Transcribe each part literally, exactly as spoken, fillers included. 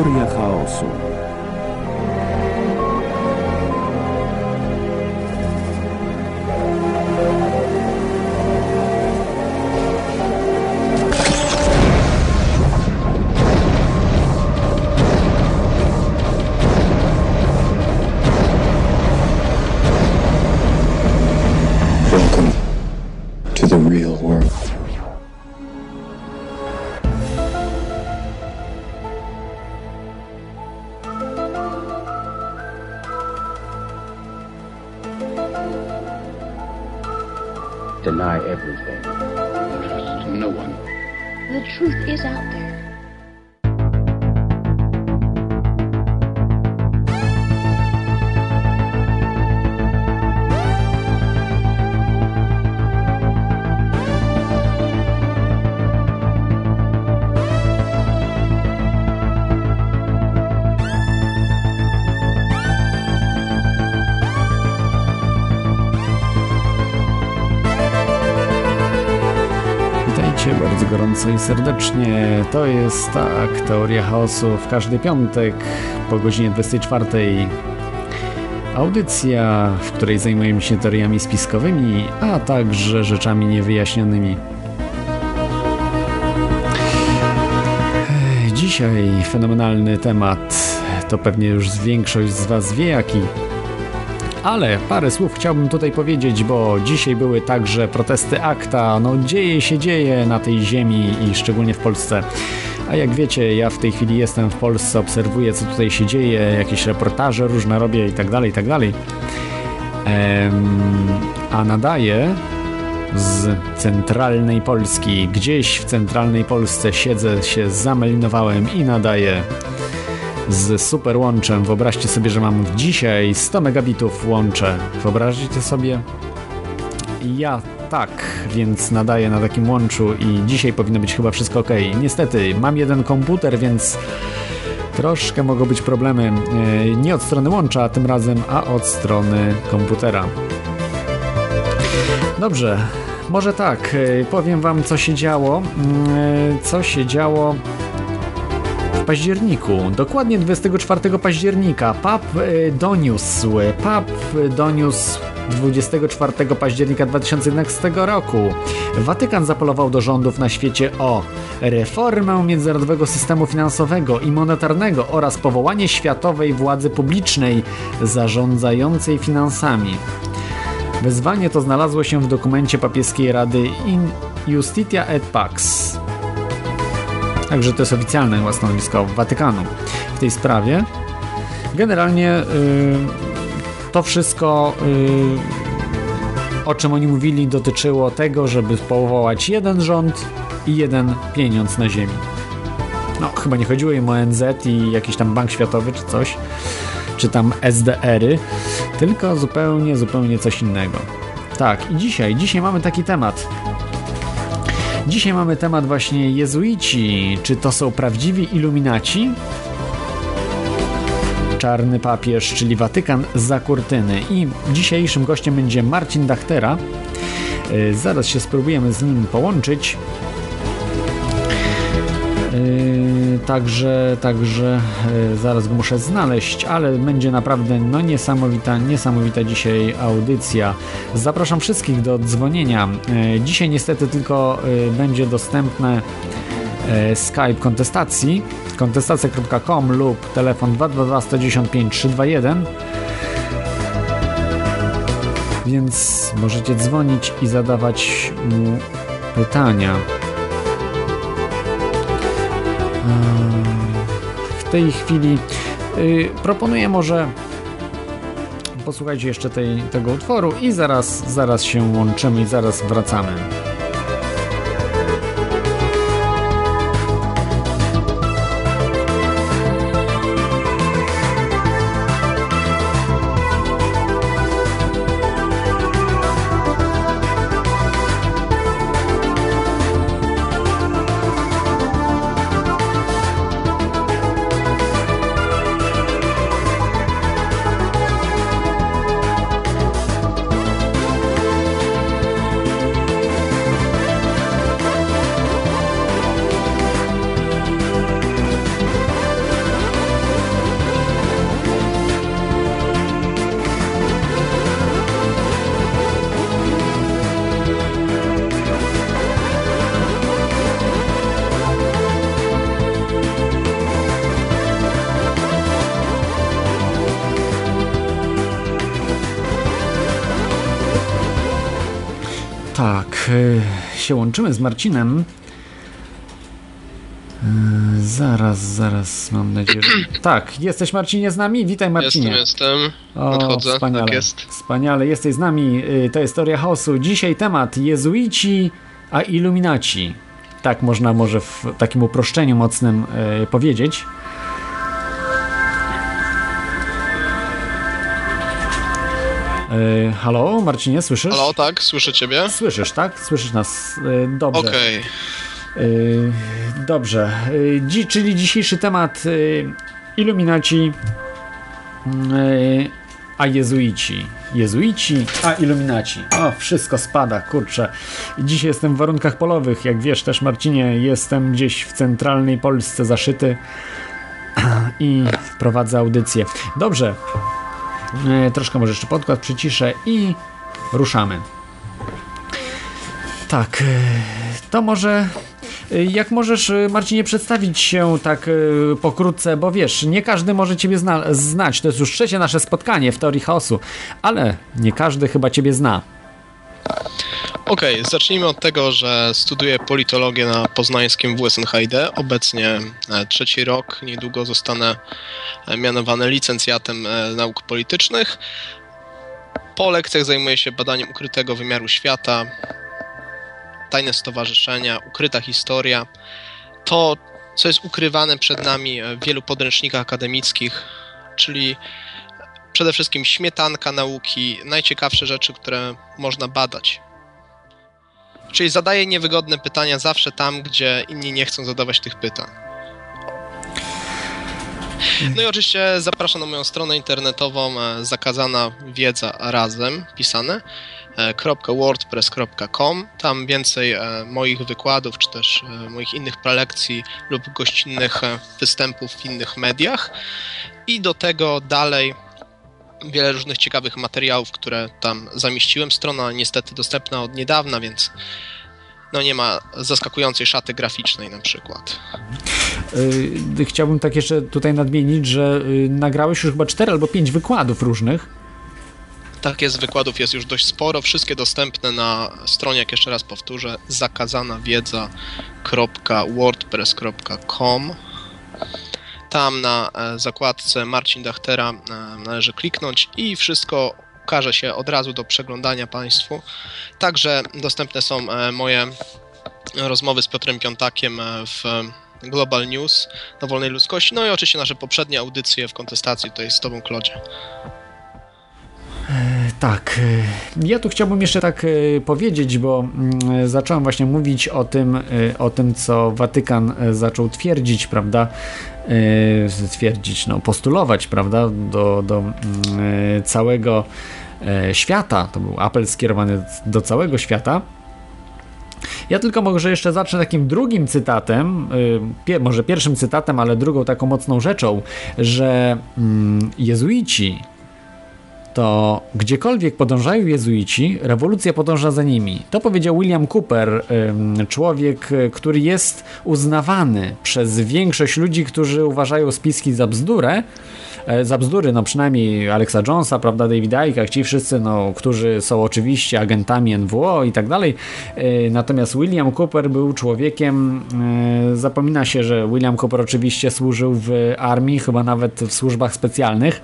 Teoria chaosu. Welcome to the real world. Deny everything. Trust no one. The truth is out there. Bardzo gorąco i serdecznie. To jest tak, Teoria Chaosu w każdy piątek po godzinie dwudziestej czwartej. Audycja, w której zajmujemy się teoriami spiskowymi, a także rzeczami niewyjaśnionymi. Dzisiaj fenomenalny temat. To pewnie już większość z Was wie jaki. Ale parę słów chciałbym tutaj powiedzieć, bo dzisiaj były także protesty ACTA. No dzieje się dzieje na tej ziemi i szczególnie w Polsce. A jak wiecie, ja w tej chwili jestem w Polsce, obserwuję co tutaj się dzieje, jakieś reportaże różne robię i tak dalej, i tak dalej. A nadaję z centralnej Polski. Gdzieś w centralnej Polsce siedzę, się zamelinowałem i nadaję z super łączem. Wyobraźcie sobie, że mam dzisiaj sto megabitów łącze. Wyobraźcie sobie? Ja tak, więc nadaję na takim łączu i dzisiaj powinno być chyba wszystko ok. Niestety, mam jeden komputer, więc troszkę mogą być problemy. Nie od strony łącza tym razem, a od strony komputera. Dobrze, może tak, powiem wam co się działo. Co się działo w październiku, dokładnie dwudziestego czwartego października. Pap doniósł, Pap doniósł dwudziestego czwartego października dwa tysiące jedenastego roku. Watykan zapolował do rządów na świecie o reformę międzynarodowego systemu finansowego i monetarnego oraz powołanie światowej władzy publicznej zarządzającej finansami. Wezwanie to znalazło się w dokumencie papieskiej rady In Justitia et Pax. Także to jest oficjalne stanowisko Watykanu w tej sprawie. Generalnie yy, to wszystko, yy, o czym oni mówili, dotyczyło tego, żeby powołać jeden rząd i jeden pieniądz na ziemi. No, chyba nie chodziło im o N Z i jakiś tam Bank Światowy czy coś, czy tam S D R-y, tylko zupełnie, zupełnie coś innego. Tak, i dzisiaj, dzisiaj mamy taki temat. Dzisiaj mamy temat właśnie jezuici. Czy to są prawdziwi iluminaci? Czarny papież, czyli Watykan za kurtyny. I dzisiejszym gościem będzie Marcin Dachtera. Yy, zaraz się spróbujemy z nim połączyć. Yy, także, także yy, zaraz go muszę znaleźć, ale będzie naprawdę no niesamowita, niesamowita dzisiaj audycja. Zapraszam wszystkich do dzwonienia. Yy, dzisiaj niestety tylko yy, będzie dostępne yy, Skype kontestacji, kontestacja kropka com lub telefon dwa dwa dwa, sto dziesięć, pięć trzy dwa jeden. Więc możecie dzwonić i zadawać mu pytania. W tej chwili yy, proponuję może posłuchajcie jeszcze tej, tego utworu i zaraz, zaraz się łączymy i zaraz wracamy. e, się łączymy z Marcinem. E, zaraz, zaraz, mam nadzieję, że... Tak, jesteś Marcinie z nami? Witaj Marcinie. Jestem, jestem. O, Nadchodzę, wspaniale, tak jest. Wspaniale, jesteś z nami. E, to jest Teoria Chaosu. Dzisiaj temat jezuici a iluminaci. Tak można może w takim uproszczeniu mocnym e, powiedzieć. E, halo, Marcinie, słyszysz? Halo, tak, słyszę ciebie. Słyszysz, tak? Słyszysz nas e, dobrze. Okej. Okay. E, dobrze. E, dzi- czyli dzisiejszy temat e, iluminaci e, a jezuici. Jezuici, a iluminaci. O, wszystko spada, kurczę. Dzisiaj jestem w warunkach polowych. Jak wiesz też, Marcinie, jestem gdzieś w centralnej Polsce zaszyty i prowadzę audycję. Dobrze. E, troszkę może jeszcze podkład przyciszę i ruszamy. Tak. E, to może... Jak możesz, Marcinie, przedstawić się tak yy, pokrótce, bo wiesz, nie każdy może ciebie zna- znać. To jest już trzecie nasze spotkanie w Teorii Chaosu, ale nie każdy chyba ciebie zna. Okej, okay, zacznijmy od tego, że studiuję politologię na poznańskim W S N H I D. Obecnie trzeci rok, niedługo zostanę mianowany licencjatem nauk politycznych. Po lekcjach zajmuję się badaniem ukrytego wymiaru świata, tajne stowarzyszenia, ukryta historia. To, co jest ukrywane przed nami w wielu podręcznikach akademickich, czyli przede wszystkim śmietanka nauki, najciekawsze rzeczy, które można badać. Czyli zadaję niewygodne pytania zawsze tam, gdzie inni nie chcą zadawać tych pytań. No i oczywiście zapraszam na moją stronę internetową zakazana wiedza razem pisane .wordpress kropka com. Tam więcej moich wykładów, czy też moich innych prelekcji lub gościnnych występów w innych mediach. I do tego dalej wiele różnych ciekawych materiałów, które tam zamieściłem. Strona niestety dostępna od niedawna, więc no nie ma zaskakującej szaty graficznej na przykład. Yy, chciałbym tak jeszcze tutaj nadmienić, że yy, nagrałeś już chyba cztery albo pięć wykładów różnych. Tak jest, wykładów jest już dość sporo, wszystkie dostępne na stronie, jak jeszcze raz powtórzę, zakazana wiedza kropka wordpress kropka com. Tam na zakładce Marcin Dachtera należy kliknąć i wszystko ukaże się od razu do przeglądania Państwu. Także dostępne są moje rozmowy z Piotrem Piątakiem w Global News na Wolnej Ludzkości, no i oczywiście nasze poprzednie audycje w kontestacji tutaj z Tobą, Klodzie. Tak, ja tu chciałbym jeszcze tak powiedzieć, bo zacząłem właśnie mówić o tym, o tym, co Watykan zaczął twierdzić, prawda, twierdzić, no postulować, prawda, do, do całego świata. To był apel skierowany do całego świata. Ja tylko może jeszcze zacznę takim drugim cytatem, pier, może pierwszym cytatem, ale drugą taką mocną rzeczą, że jezuici to gdziekolwiek podążają jezuici, rewolucja podąża za nimi. To powiedział William Cooper, człowiek, który jest uznawany przez większość ludzi, którzy uważają spiski za bzdurę, za bzdury, no przynajmniej Alexa Jonesa, prawda, Davida Icke, ci wszyscy, no, którzy są oczywiście agentami N W O i tak dalej. Natomiast William Cooper był człowiekiem, zapomina się, że William Cooper oczywiście służył w armii, chyba nawet w służbach specjalnych.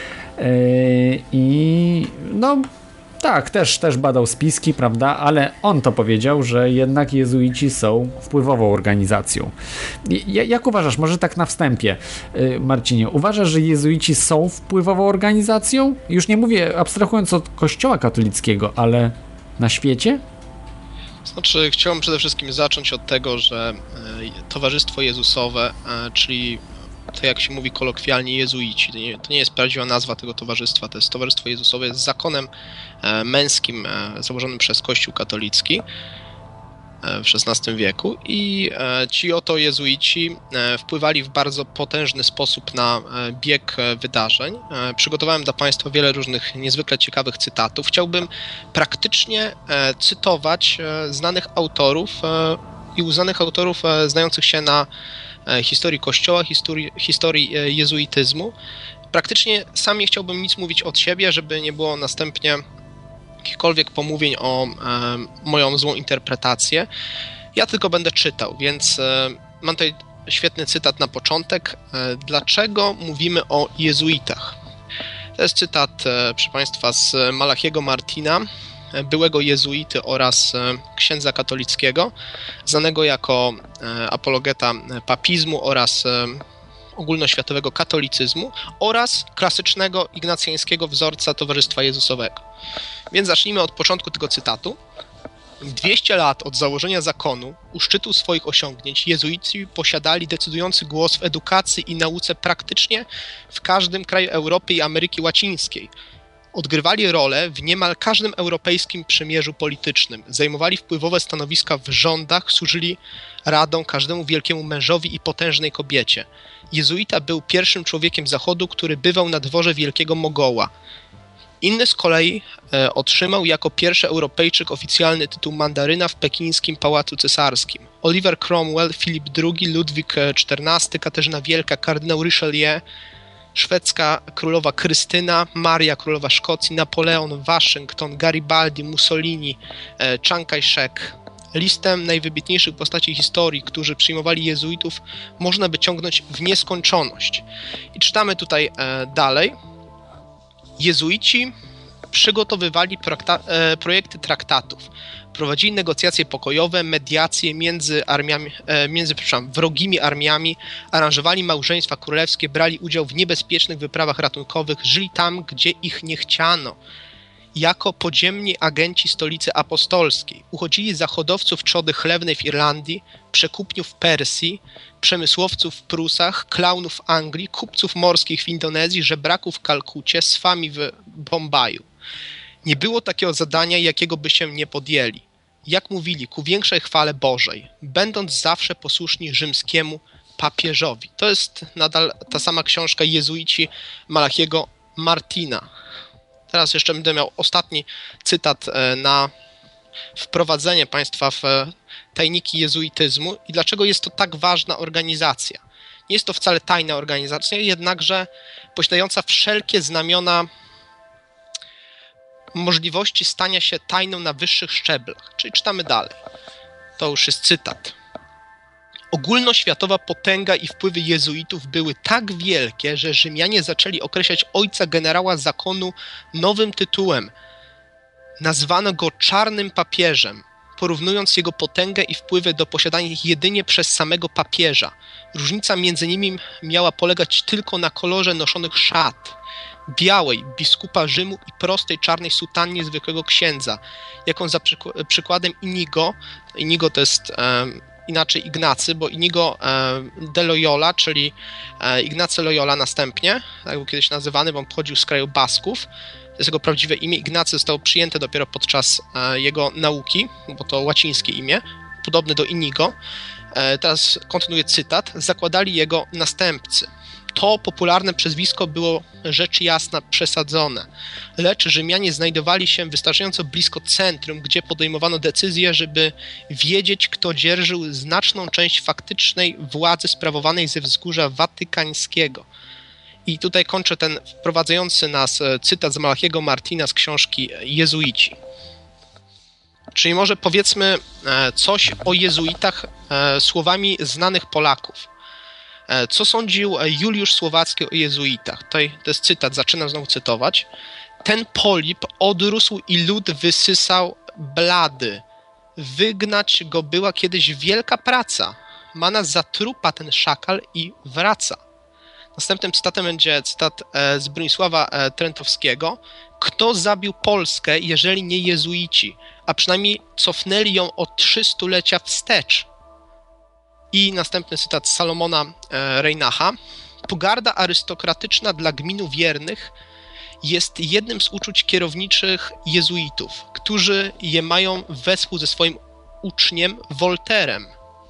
I no tak, też, też badał spiski, prawda, ale on to powiedział, że jednak jezuici są wpływową organizacją. Jak uważasz, może tak na wstępie, Marcinie, uważasz, że jezuici są wpływową organizacją? Już nie mówię abstrahując od Kościoła katolickiego, ale na świecie? Znaczy, chciałem przede wszystkim zacząć od tego, że Towarzystwo Jezusowe, czyli to, jak się mówi kolokwialnie, jezuici. To nie, to nie jest prawdziwa nazwa tego towarzystwa. To jest Towarzystwo Jezusowe z zakonem e, męskim e, założonym przez Kościół katolicki e, w szesnastym wieku i e, ci oto jezuici e, wpływali w bardzo potężny sposób na e, bieg e, wydarzeń. E, przygotowałem dla Państwa wiele różnych niezwykle ciekawych cytatów. Chciałbym praktycznie e, cytować e, znanych autorów e, i uznanych autorów e, znających się na historii Kościoła, historii, historii jezuityzmu. Praktycznie sam nie chciałbym nic mówić od siebie, żeby nie było następnie jakichkolwiek pomówień o e, moją złą interpretację. Ja tylko będę czytał, więc e, mam tutaj świetny cytat na początek. E, dlaczego mówimy o jezuitach? To jest cytat, e, proszę Państwa, z Malachiego Martina, e, byłego jezuity oraz e, księdza katolickiego, znanego jako e, apologeta papizmu oraz e, ogólnoświatowego katolicyzmu oraz klasycznego ignacjańskiego wzorca Towarzystwa Jezusowego. Więc zacznijmy od początku tego cytatu. dwieście lat od założenia zakonu, u szczytu swoich osiągnięć, jezuici posiadali decydujący głos w edukacji i nauce praktycznie w każdym kraju Europy i Ameryki Łacińskiej. Odgrywali rolę w niemal każdym europejskim przymierzu politycznym. Zajmowali wpływowe stanowiska w rządach, służyli radą każdemu wielkiemu mężowi i potężnej kobiecie. Jezuita był pierwszym człowiekiem Zachodu, który bywał na dworze wielkiego Mogoła. Inny z kolei e, otrzymał jako pierwszy Europejczyk oficjalny tytuł mandaryna w pekińskim Pałacu Cesarskim. Oliver Cromwell, Filip drugi, Ludwik czternasty, Katarzyna Wielka, kardynał Richelieu, szwedzka królowa Krystyna, Maria królowa Szkocji, Napoleon, Waszyngton, Garibaldi, Mussolini, e, Chiang Kai-shek. Listem najwybitniejszych postaci historii, którzy przyjmowali jezuitów, można by ciągnąć w nieskończoność. I czytamy tutaj e, dalej. Jezuici przygotowywali projekta, e, projekty traktatów, prowadzili negocjacje pokojowe, mediacje między armiami, e, między przepraszam, wrogimi armiami, aranżowali małżeństwa królewskie, brali udział w niebezpiecznych wyprawach ratunkowych, żyli tam, gdzie ich nie chciano. Jako podziemni agenci stolicy apostolskiej uchodzili za hodowców trzody chlewnej w Irlandii, przekupniów w Persji, przemysłowców w Prusach, klaunów w Anglii, kupców morskich w Indonezji, żebraków w Kalkucie, swami w Bombaju. Nie było takiego zadania, jakiego by się nie podjęli. Jak mówili, ku większej chwale Bożej, będąc zawsze posłuszni rzymskiemu papieżowi. To jest nadal ta sama książka Jezuici Malachiego Martina. Teraz jeszcze będę miał ostatni cytat na wprowadzenie Państwa w tajniki jezuityzmu i dlaczego jest to tak ważna organizacja. Nie jest to wcale tajna organizacja, jednakże posiadająca wszelkie znamiona możliwości stania się tajną na wyższych szczeblach. Czyli czytamy dalej. To już jest cytat. Ogólnoświatowa potęga i wpływy jezuitów były tak wielkie, że Rzymianie zaczęli określać ojca generała zakonu nowym tytułem. Nazwano go czarnym papieżem, porównując jego potęgę i wpływy do posiadania ich jedynie przez samego papieża. Różnica między nimi miała polegać tylko na kolorze noszonych szat. Białej biskupa Rzymu i prostej czarnej sutannie zwykłego księdza, jaką za przyk- przykładem Inigo, Inigo to jest e, inaczej Ignacy, bo Inigo e, de Loyola, czyli e, Ignacy Loyola następnie, tak był kiedyś nazywany, bo on pochodził z kraju Basków, to jest jego prawdziwe imię. Ignacy zostało przyjęte dopiero podczas e, jego nauki, bo to łacińskie imię, podobne do Inigo. E, teraz kontynuuję cytat. Zakładali jego następcy. To popularne przezwisko było rzecz jasna przesadzone, lecz Rzymianie znajdowali się wystarczająco blisko centrum, gdzie podejmowano decyzje, żeby wiedzieć, kto dzierżył znaczną część faktycznej władzy sprawowanej ze wzgórza watykańskiego. I tutaj kończę ten wprowadzający nas cytat z Malachiego Martina z książki Jezuici. Czyli może powiedzmy coś o jezuitach słowami znanych Polaków. Co sądził Juliusz Słowacki o jezuitach? Tutaj to jest cytat, zaczynam znowu cytować. Ten polip odrósł i lud wysysał blady. Wygnać go była kiedyś wielka praca. Ma nas za trupa ten szakal i wraca. Następnym cytatem będzie cytat z Bronisława Trentowskiego. Kto zabił Polskę, jeżeli nie jezuici? A przynajmniej cofnęli ją o trzy stulecia wstecz. I następny cytat z Salomona Reynacha. Pogarda arystokratyczna dla gminu wiernych jest jednym z uczuć kierowniczych jezuitów, którzy je mają wespół ze swoim uczniem Wolterem.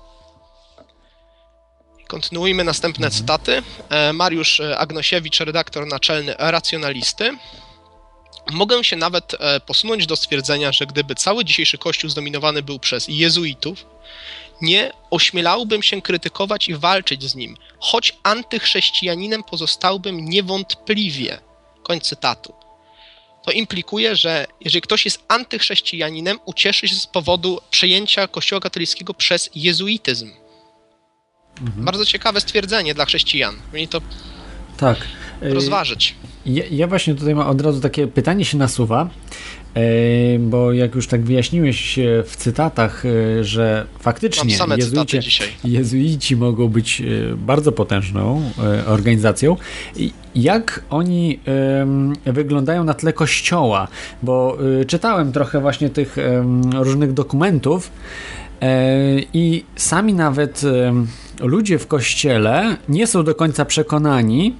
Kontynuujmy następne cytaty. Mariusz Agnosiewicz, redaktor naczelny Racjonalisty. Mogę się nawet posunąć do stwierdzenia, że gdyby cały dzisiejszy Kościół zdominowany był przez jezuitów, nie ośmielałbym się krytykować i walczyć z nim, choć antychrześcijaninem pozostałbym niewątpliwie. Końc cytatu. to implikuje, że jeżeli ktoś jest antychrześcijaninem, ucieszy się z powodu przejęcia Kościoła katolickiego przez jezuityzm. Mhm. Bardzo ciekawe stwierdzenie dla chrześcijan. Powinni to tak. rozważyć. Ja, ja właśnie tutaj mam od razu takie pytanie się nasuwa, bo jak już tak wyjaśniłeś w cytatach, że faktycznie jezuici, jezuici mogą być bardzo potężną organizacją, jak oni wyglądają na tle kościoła? Bo czytałem trochę właśnie tych różnych dokumentów i sami nawet ludzie w kościele nie są do końca przekonani,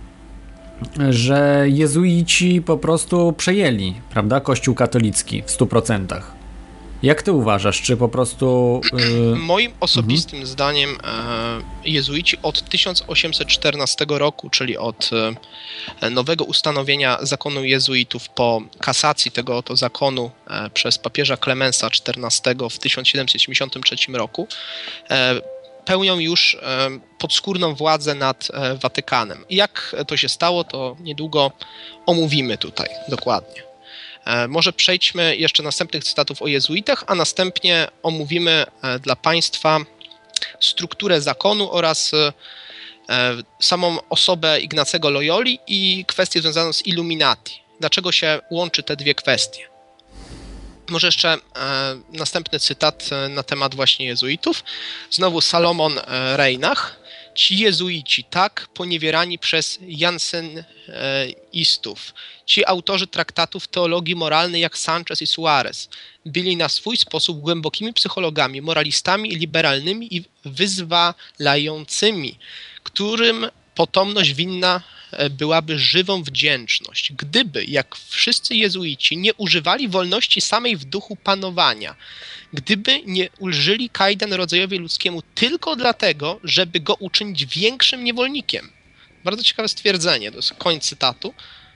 że jezuici po prostu przejęli, prawda, Kościół katolicki w stu procentach. Jak ty uważasz, czy po prostu... Yy... Moim osobistym mhm. zdaniem e, jezuici od tysiąc osiemset czternastego roku, czyli od e, nowego ustanowienia zakonu jezuitów po kasacji tego oto zakonu e, przez papieża Klemensa czternastego w tysiąc siedemset siedemdziesiątym trzecim roku, e, pełnią już podskórną władzę nad Watykanem. I jak to się stało, to niedługo omówimy tutaj dokładnie. Może przejdźmy jeszcze następnych cytatów o jezuitach, a następnie omówimy dla Państwa strukturę zakonu oraz samą osobę Ignacego Loyoli i kwestię związaną z Illuminati. Dlaczego się łączy te dwie kwestie? Może jeszcze e, następny cytat na temat właśnie jezuitów. Znowu Salomon e, Reinach. Ci jezuici, tak poniewierani przez jansenistów, ci autorzy traktatów teologii moralnej jak Sanchez i Suarez, byli na swój sposób głębokimi psychologami, moralistami liberalnymi i wyzwalającymi, którym potomność winna byłaby żywą wdzięczność. Gdyby, jak wszyscy jezuici, nie używali wolności samej w duchu panowania, gdyby nie ulżyli kajdan rodzajowi ludzkiemu tylko dlatego, żeby go uczynić większym niewolnikiem. Bardzo ciekawe stwierdzenie, to jest koniec cytatu.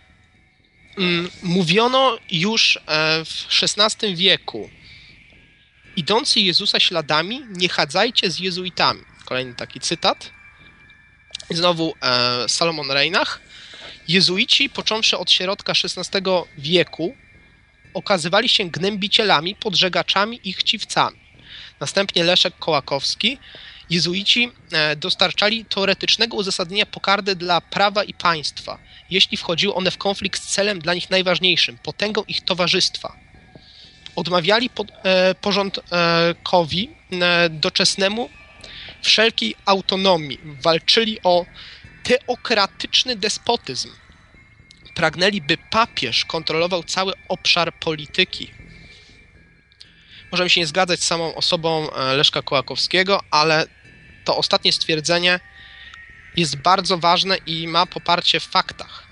Mówiono już w szesnastym wieku: idący Jezusa śladami, nie chadzajcie z jezuitami. Kolejny taki cytat. I znowu e, Salomon Reinach. Jezuici, począwszy od środka szesnastego wieku, okazywali się gnębicielami, podżegaczami i chciwcami. Następnie Leszek Kołakowski. Jezuici e, dostarczali teoretycznego uzasadnienia pokardy dla prawa i państwa, jeśli wchodziły one w konflikt z celem dla nich najważniejszym, potęgą ich towarzystwa. Odmawiali po, e, porządkowi e, doczesnemu wszelkiej autonomii, walczyli o teokratyczny despotyzm. Pragnęli, by papież kontrolował cały obszar polityki. Możemy się nie zgadzać z samą osobą Leszka Kołakowskiego, ale to ostatnie stwierdzenie jest bardzo ważne i ma poparcie w faktach.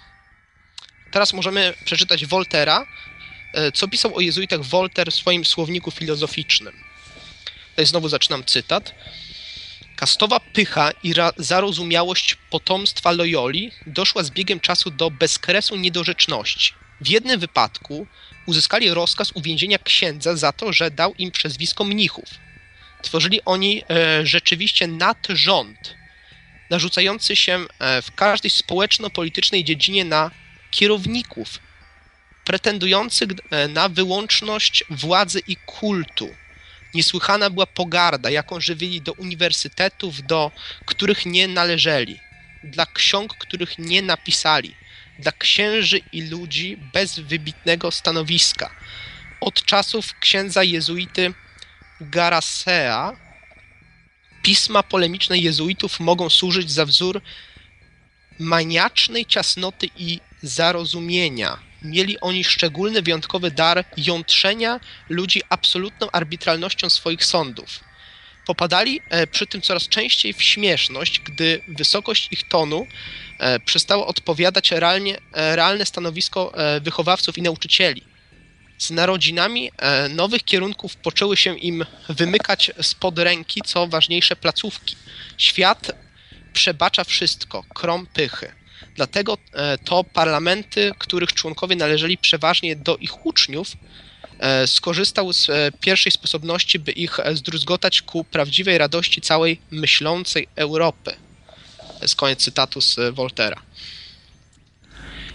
Teraz możemy przeczytać Voltaire'a, co pisał o jezuitach Voltaire w swoim słowniku filozoficznym. Tutaj znowu zaczynam cytat. Kastowa pycha i ra- zarozumiałość potomstwa Loyoli doszła z biegiem czasu do bezkresu niedorzeczności. W jednym wypadku uzyskali rozkaz uwięzienia księdza za to, że dał im przezwisko mnichów. Tworzyli oni e, rzeczywiście nadrząd, narzucający się e, w każdej społeczno-politycznej dziedzinie na kierowników, pretendujących e, na wyłączność władzy i kultu. Niesłychana była pogarda, jaką żywili do uniwersytetów, do których nie należeli, dla ksiąg, których nie napisali, dla księży i ludzi bez wybitnego stanowiska. Od czasów księdza jezuity Garasea pisma polemiczne jezuitów mogą służyć za wzór maniacznej ciasnoty i zarozumienia. Mieli oni szczególny, wyjątkowy dar jątrzenia ludzi absolutną arbitralnością swoich sądów. Popadali e, przy tym coraz częściej w śmieszność, gdy wysokość ich tonu e, przestała odpowiadać realnie, e, realne stanowisko e, wychowawców i nauczycieli. Z narodzinami e, nowych kierunków poczęły się im wymykać spod ręki, co ważniejsze, placówki. Świat przebacza wszystko, krom pychy. Dlatego to parlamenty, których członkowie należeli przeważnie do ich uczniów, skorzystał z pierwszej sposobności, by ich zdruzgotać ku prawdziwej radości całej myślącej Europy. To jest koniec cytatu z Voltaire'a.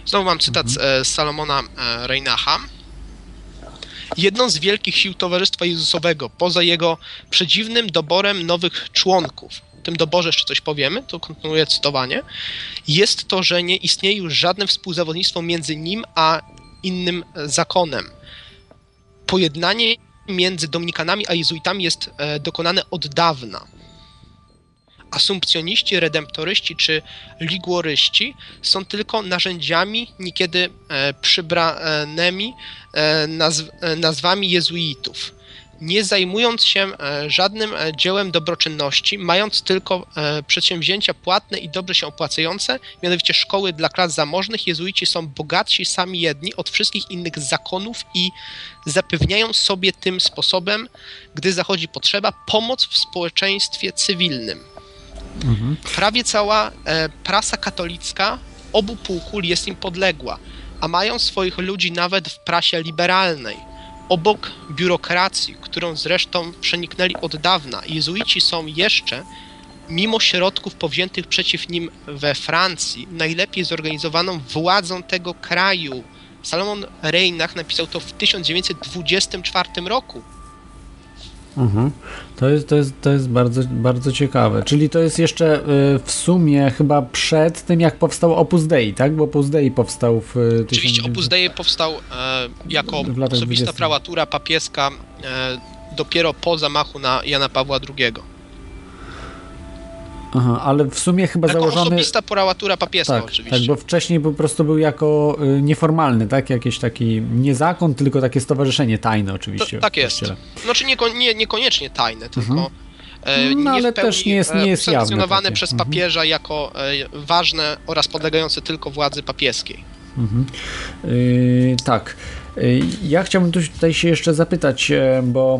Znowu mam cytat mhm. z Salomona Reynacha. Jedną z wielkich sił Towarzystwa Jezusowego, poza jego przedziwnym doborem nowych członków, o tym doborze jeszcze coś powiemy, to kontynuuję cytowanie, jest to, że nie istnieje już żadne współzawodnictwo między nim a innym zakonem. Pojednanie między dominikanami a jezuitami jest dokonane od dawna. Asumpcjoniści, redemptoryści czy liguoryści są tylko narzędziami niekiedy przybranymi nazw- nazwami jezuitów. Nie zajmując się żadnym dziełem dobroczynności, mając tylko przedsięwzięcia płatne i dobrze się opłacające, mianowicie szkoły dla klas zamożnych, jezuici są bogatsi sami jedni od wszystkich innych zakonów i zapewniają sobie tym sposobem, gdy zachodzi potrzeba, pomoc w społeczeństwie cywilnym. Mhm. Prawie cała e, prasa katolicka obu półkul jest im podległa, a mają swoich ludzi nawet w prasie liberalnej. Obok biurokracji, którą zresztą przeniknęli od dawna, jezuici są jeszcze, mimo środków powziętych przeciw nim we Francji, najlepiej zorganizowaną władzą tego kraju. Salomon Reynach napisał to w tysiąc dziewięćset dwudziestym czwartym roku. Mhm. To jest, to jest, to jest bardzo, bardzo ciekawe. Czyli to jest jeszcze y, w sumie chyba przed tym, jak powstał Opus Dei, tak? Bo Opus Dei powstał w... Y, Oczywiście Opus Dei powstał e, jako osobista dwudziestych prałatura papieska e, dopiero po zamachu na Jana Pawła drugiego. Aha, ale w sumie chyba jako założony... osobista prałatura papieska tak, oczywiście. Tak, bo wcześniej po prostu był jako y, nieformalny, tak? Jakiś taki nie zakon, tylko takie stowarzyszenie tajne oczywiście. To, tak jest. Znaczy nieko, nie, niekoniecznie tajne, tylko mhm. e, no, nie ale w pełni też nie jest, nie jest sankcjonowane jawne przez mhm. papieża jako e, ważne oraz podlegające tylko władzy papieskiej. Mhm. Yy, tak. Yy, ja chciałbym tutaj się jeszcze zapytać, bo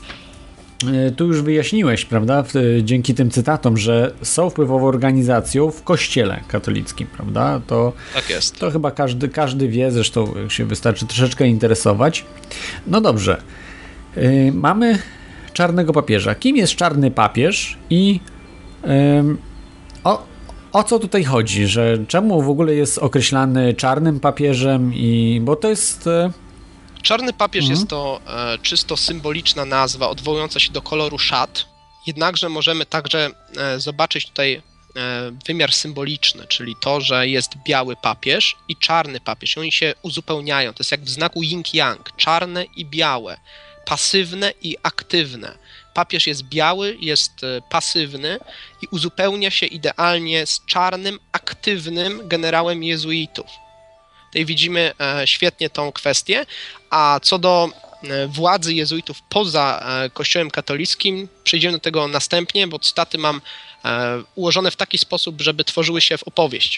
tu już wyjaśniłeś, prawda, dzięki tym cytatom, że są wpływową organizacją w kościele katolickim, prawda? To, tak jest. To chyba każdy, każdy wie, zresztą się wystarczy troszeczkę interesować. No dobrze. Yy, mamy czarnego papieża. Kim jest czarny papież i yy, o, o co tutaj chodzi? Że czemu w ogóle jest określany czarnym papieżem? I bo to jest... Yy, Czarny papież mhm. jest to e, czysto symboliczna nazwa odwołująca się do koloru szat, jednakże możemy także e, zobaczyć tutaj e, wymiar symboliczny, czyli to, że jest biały papież i czarny papież. I oni się uzupełniają. To jest jak w znaku yin-yang. Czarne i białe. Pasywne i aktywne. Papież jest biały, jest e, pasywny i uzupełnia się idealnie z czarnym, aktywnym generałem jezuitów. Tutaj widzimy e, świetnie tą kwestię, a co do e, władzy jezuitów poza e, kościołem katolickim, przejdziemy do tego następnie, bo cytaty mam e, ułożone w taki sposób, żeby tworzyły się w opowieść.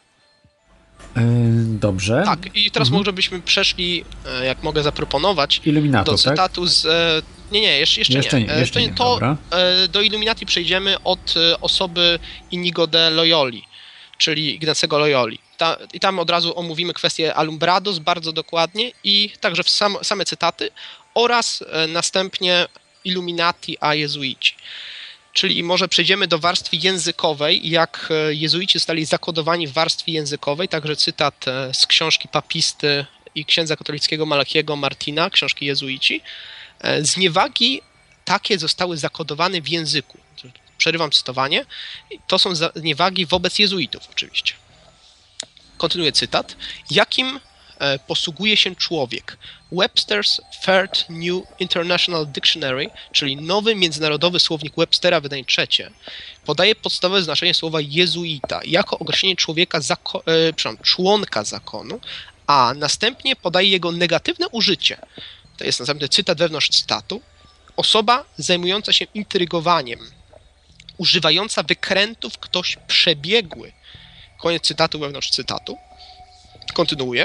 Yy, dobrze. Tak, i teraz mhm. może byśmy przeszli, e, jak mogę zaproponować, Illuminato, do cytatu tak? z... E, nie, nie, jeszcze, jeszcze, jeszcze nie. nie. Jeszcze to, nie to dobra. e, do Illuminati przejdziemy od e, osoby Inigo de Loyoli, czyli Ignacego Loyoli. Ta, I tam od razu omówimy kwestię Alumbrados bardzo dokładnie i także w sam, same cytaty oraz e, następnie Illuminati a jezuici. Czyli może przejdziemy do warstwy językowej, jak e, jezuici zostali zakodowani w warstwie językowej, także cytat e, z książki papisty i księdza katolickiego Malachiego Martina, książki jezuici. E, zniewagi takie zostały zakodowane w języku. Przerywam cytowanie. To są zniewagi wobec jezuitów oczywiście. Kontynuuję cytat. Jakim e, posługuje się człowiek? Webster's Third New International Dictionary, czyli nowy międzynarodowy słownik Webstera, wydanie trzecie, podaje podstawowe znaczenie słowa jezuita jako określenie człowieka, zako- e, przepraszam, członka zakonu, a następnie podaje jego negatywne użycie. To jest następny cytat wewnątrz cytatu. Osoba zajmująca się intrygowaniem, używająca wykrętów ktoś przebiegły. Koniec cytatu wewnątrz cytatu. Kontynuuję.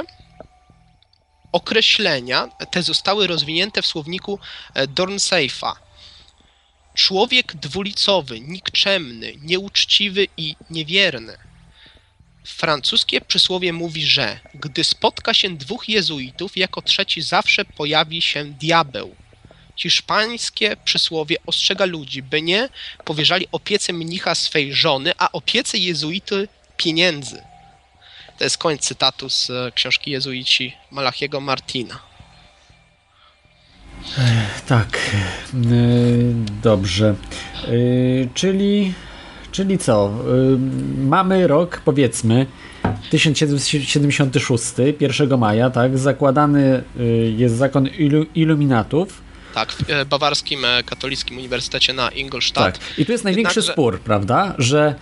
Określenia te zostały rozwinięte w słowniku Dornseyfa. Człowiek dwulicowy, nikczemny, nieuczciwy i niewierny. Francuskie przysłowie mówi, że gdy spotka się dwóch jezuitów, jako trzeci zawsze pojawi się diabeł. Hiszpańskie przysłowie ostrzega ludzi, by nie powierzali opiece mnicha swej żony, a opiece jezuity pieniędzy. To jest koniec cytatu z książki Jezuici Malachiego Martina. Tak, yy, dobrze. Yy, czyli, czyli co? Yy, mamy rok, powiedzmy, tysiąc siedemset siedemdziesiąty szósty, pierwszego maja, tak? Zakładany yy, jest zakon ilu, iluminatów. Tak, w e, bawarskim e, katolickim uniwersytecie na Ingolstadt. Tak. I tu jest największy Jednakże... spór, prawda? Że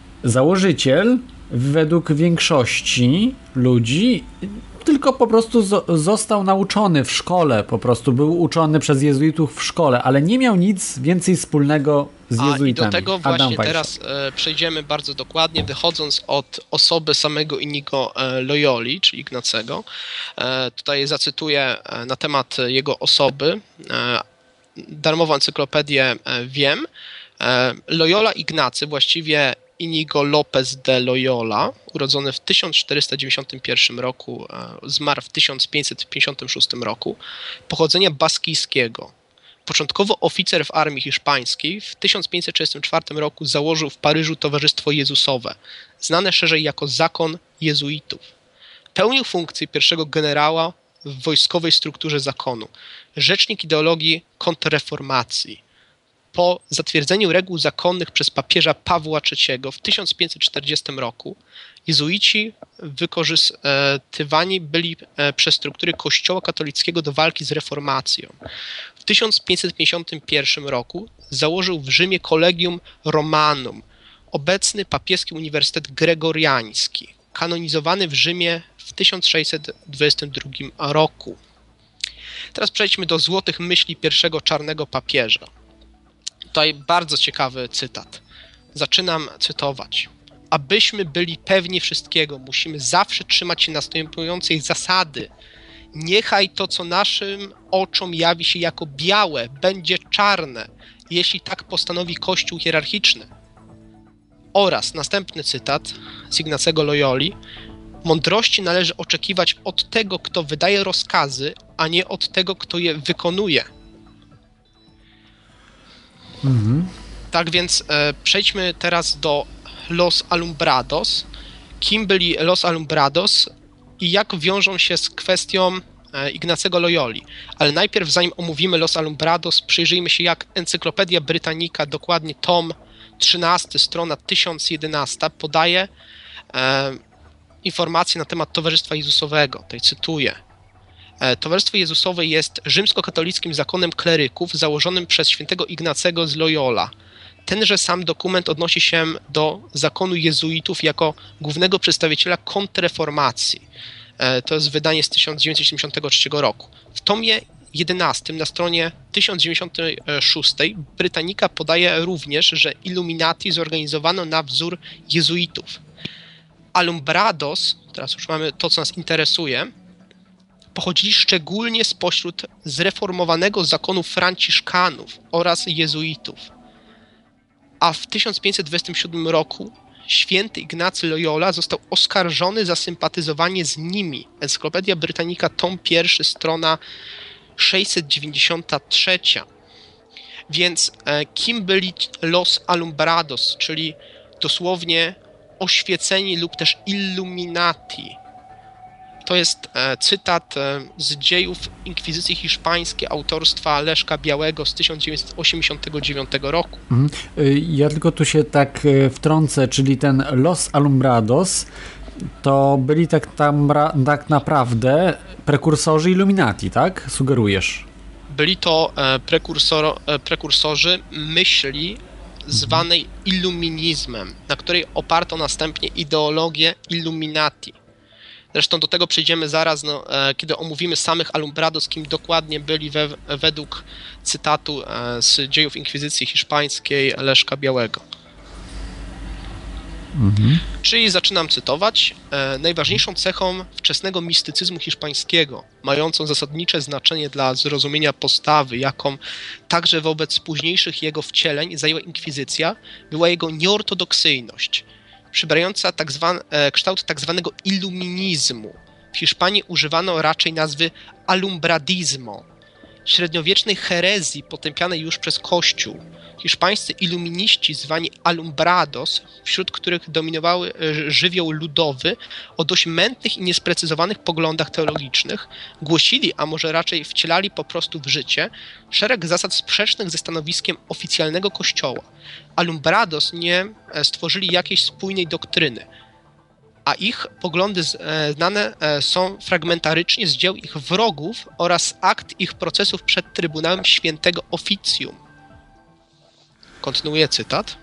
założyciel według większości ludzi tylko po prostu zo- został nauczony w szkole, po prostu był uczony przez jezuitów w szkole, ale nie miał nic więcej wspólnego z jezuitami. A i do tego właśnie Adam teraz e, przejdziemy bardzo dokładnie, wychodząc od osoby samego Inigo e, Loyoli, czyli Ignacego. E, tutaj zacytuję e, na temat jego osoby e, darmową encyklopedię e, Wiem. E, Loyola Ignacy, właściwie Inigo López de Loyola, urodzony w tysiąc czterysta dziewięćdziesiątym pierwszym roku, e, zmarł w tysiąc pięćset pięćdziesiątym szóstym roku, pochodzenia baskijskiego. Początkowo oficer w armii hiszpańskiej, w tysiąc pięćset trzydziestym czwartym roku założył w Paryżu Towarzystwo Jezusowe, znane szerzej jako Zakon Jezuitów. Pełnił funkcję pierwszego generała w wojskowej strukturze zakonu, rzecznik ideologii kontrreformacji. Po zatwierdzeniu reguł zakonnych przez papieża Pawła trzeciego w tysiąc pięćset czterdziestym roku jezuici wykorzystywani byli przez struktury Kościoła katolickiego do walki z reformacją. W tysiąc pięćset pięćdziesiątym pierwszym roku założył w Rzymie Collegium Romanum, obecny papieski Uniwersytet Gregoriański, kanonizowany w Rzymie w tysiąc sześćset dwudziestym drugim roku. Teraz przejdźmy do złotych myśli pierwszego czarnego papieża. Tutaj bardzo ciekawy cytat. Zaczynam cytować. Abyśmy byli pewni wszystkiego, musimy zawsze trzymać się następującej zasady. Niechaj to, co naszym oczom jawi się jako białe, będzie czarne, jeśli tak postanowi Kościół hierarchiczny. Oraz następny cytat z Ignacego Loyoli. Mądrości należy oczekiwać od tego, kto wydaje rozkazy, a nie od tego, kto je wykonuje. Mhm. Tak więc e, przejdźmy teraz do Los Alumbrados. Kim byli Los Alumbrados i jak wiążą się z kwestią e, Ignacego Loyoli. Ale najpierw, zanim omówimy Los Alumbrados, przyjrzyjmy się, jak Encyklopedia Britannica, dokładnie tom trzynasty, strona tysiąc jedenaście, podaje e, informacje na temat Towarzystwa Jezusowego. Tutaj cytuję. Towarzystwo Jezusowe jest rzymskokatolickim zakonem kleryków założonym przez świętego Ignacego z Loyola. Tenże sam dokument odnosi się do zakonu jezuitów jako głównego przedstawiciela kontrreformacji. To jest wydanie z tysiąc dziewięćset siedemdziesiątego trzeciego roku. W tomie jedenastym na stronie tysiąc dziewięćdziesiątej szóstej Britannica podaje również, że Illuminati zorganizowano na wzór jezuitów. Alumbrados, teraz już mamy to, co nas interesuje, pochodzili szczególnie spośród zreformowanego zakonu franciszkanów oraz jezuitów. A w tysiąc pięćset dwudziestym siódmym roku święty Ignacy Loyola został oskarżony za sympatyzowanie z nimi. Encyklopedia Britannica, tom pierwszy, strona sześćset dziewięćdziesiąta trzecia. Więc e, kim byli Los Alumbrados, czyli dosłownie oświeceni lub też Illuminati? To jest e, cytat e, z dziejów inkwizycji hiszpańskiej autorstwa Leszka Białego z tysiąc dziewięćset osiemdziesiątego dziewiątego roku. Mhm. Ja tylko tu się tak wtrącę, czyli ten Los Alumbrados to byli tak, tam, tak naprawdę prekursorzy Illuminati, tak? Sugerujesz? Byli to e, prekursor, e, prekursorzy myśli zwanej illuminizmem, na której oparto następnie ideologię Illuminati. Zresztą do tego przejdziemy zaraz, no, e, kiedy omówimy samych Alumbrados, kim dokładnie byli we, według cytatu e, z dziejów inkwizycji hiszpańskiej Leszka Białego. Mhm. Czyli zaczynam cytować. E, najważniejszą cechą wczesnego mistycyzmu hiszpańskiego, mającą zasadnicze znaczenie dla zrozumienia postawy, jaką także wobec późniejszych jego wcieleń zajęła inkwizycja, była jego nieortodoksyjność, przybierająca tak zwan, e, kształt tak zwanego iluminizmu. W Hiszpanii używano raczej nazwy alumbradismo, średniowiecznej herezji potępianej już przez Kościół. hiszpańscy iluminiści zwani alumbrados, wśród których dominowały żywioł ludowy o dość mętnych i niesprecyzowanych poglądach teologicznych, głosili, a może raczej wcielali po prostu w życie, szereg zasad sprzecznych ze stanowiskiem oficjalnego kościoła. Alumbrados nie stworzyli jakiejś spójnej doktryny, a ich poglądy znane są fragmentarycznie z dzieł ich wrogów oraz akt ich procesów przed Trybunałem Świętego Oficjum. Kontynuuję cytat.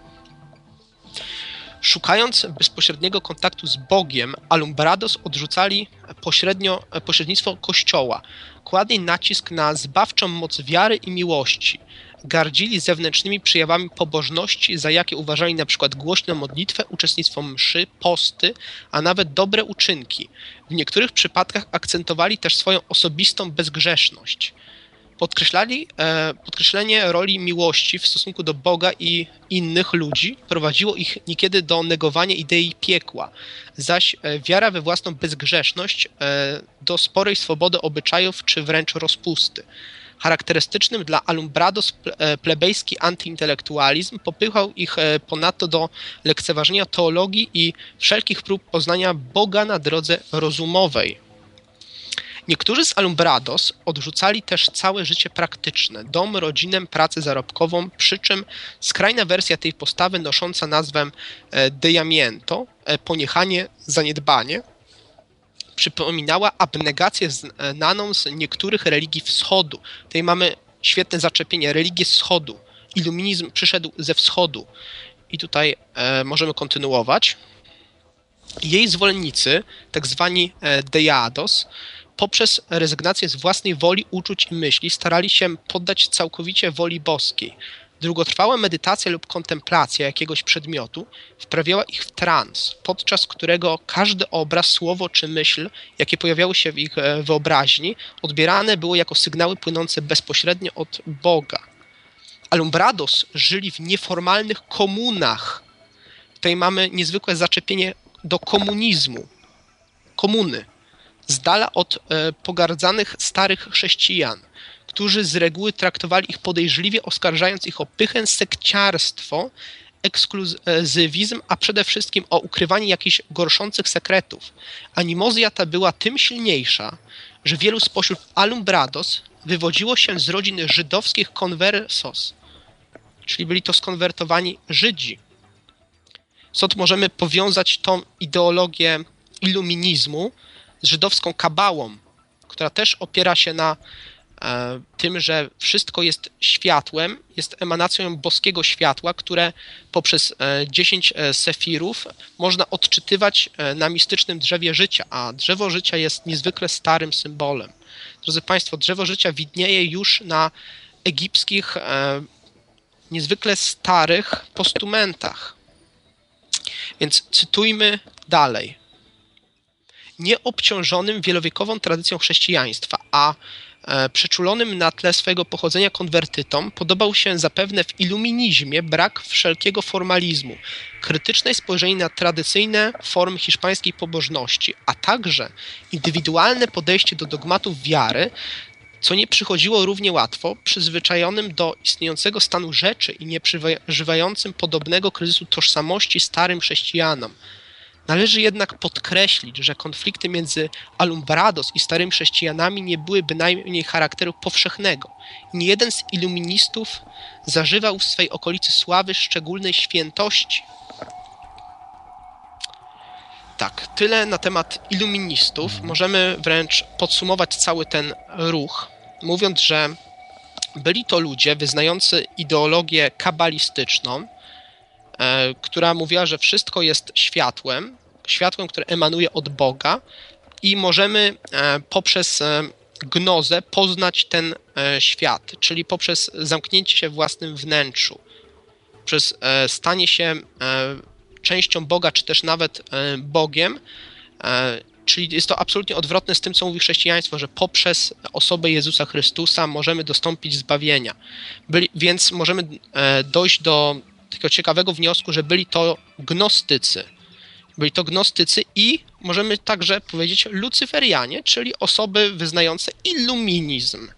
Szukając bezpośredniego kontaktu z Bogiem, alumbrados odrzucali pośrednio, pośrednictwo Kościoła, kładli nacisk na zbawczą moc wiary i miłości, gardzili zewnętrznymi przejawami pobożności, za jakie uważali na przykład głośną modlitwę, uczestnictwo mszy, posty, a nawet dobre uczynki. W niektórych przypadkach akcentowali też swoją osobistą bezgrzeszność. Podkreślali, e, podkreślenie roli miłości w stosunku do Boga i innych ludzi prowadziło ich niekiedy do negowania idei piekła, zaś e, wiara we własną bezgrzeszność e, do sporej swobody obyczajów czy wręcz rozpusty. Charakterystycznym dla alumbrados plebejski antyintelektualizm popychał ich ponadto do lekceważenia teologii i wszelkich prób poznania Boga na drodze rozumowej. Niektórzy z alumbrados odrzucali też całe życie praktyczne, dom, rodzinę, pracę zarobkową, przy czym skrajna wersja tej postawy nosząca nazwę dejamiento, poniechanie, zaniedbanie, przypominała abnegację znaną z niektórych religii wschodu. Tutaj mamy świetne zaczepienie, religie wschodu. Iluminizm przyszedł ze wschodu. I tutaj e, możemy kontynuować. Jej zwolennicy, tak zwani e, dejados, poprzez rezygnację z własnej woli, uczuć i myśli starali się poddać całkowicie woli boskiej. Długotrwała medytacja lub kontemplacja jakiegoś przedmiotu wprawiała ich w trans, podczas którego każdy obraz, słowo czy myśl, jakie pojawiały się w ich wyobraźni, odbierane było jako sygnały płynące bezpośrednio od Boga. Alumbrados żyli w nieformalnych komunach. Tutaj mamy niezwykłe zaczepienie do komunizmu, komuny, z dala od e, pogardzanych starych chrześcijan, którzy z reguły traktowali ich podejrzliwie, oskarżając ich o pychę, sekciarstwo, ekskluzywizm, a przede wszystkim o ukrywanie jakichś gorszących sekretów. Animozja ta była tym silniejsza, że wielu spośród alumbrados wywodziło się z rodzin żydowskich conversos, czyli byli to skonwertowani Żydzi. Stąd możemy powiązać tą ideologię iluminizmu z żydowską kabałą, która też opiera się na e, tym, że wszystko jest światłem, jest emanacją boskiego światła, które poprzez e, dziesięć e, sefirów można odczytywać e, na mistycznym drzewie życia, a drzewo życia jest niezwykle starym symbolem. Drodzy Państwo, drzewo życia widnieje już na egipskich, e, niezwykle starych postumentach. Więc cytujmy dalej. Nieobciążonym wielowiekową tradycją chrześcijaństwa, a e, przeczulonym na tle swojego pochodzenia konwertytom podobał się zapewne w iluminizmie brak wszelkiego formalizmu, krytyczne spojrzenie na tradycyjne formy hiszpańskiej pobożności, a także indywidualne podejście do dogmatów wiary, co nie przychodziło równie łatwo przyzwyczajonym do istniejącego stanu rzeczy i nie przeżywającym podobnego kryzysu tożsamości starym chrześcijanom. Należy jednak podkreślić, że konflikty między alumbrados i starymi chrześcijanami nie były bynajmniej charakteru powszechnego. Nie jeden z iluministów zażywał w swej okolicy sławy szczególnej świętości. Tak, tyle na temat iluministów. Możemy wręcz podsumować cały ten ruch, mówiąc, że byli to ludzie wyznający ideologię kabalistyczną, e, która mówiła, że wszystko jest światłem, światłem, które emanuje od Boga i możemy e, poprzez e, gnozę poznać ten e, świat, czyli poprzez zamknięcie się w własnym wnętrzu, przez e, stanie się e, częścią Boga, czy też nawet e, Bogiem, e, czyli jest to absolutnie odwrotne z tym, co mówi chrześcijaństwo, że poprzez osobę Jezusa Chrystusa możemy dostąpić zbawienia. Byli, więc możemy e, dojść do takiego ciekawego wniosku, że byli to gnostycy. Byli to gnostycy i możemy także powiedzieć lucyferianie, czyli osoby wyznające iluminizm.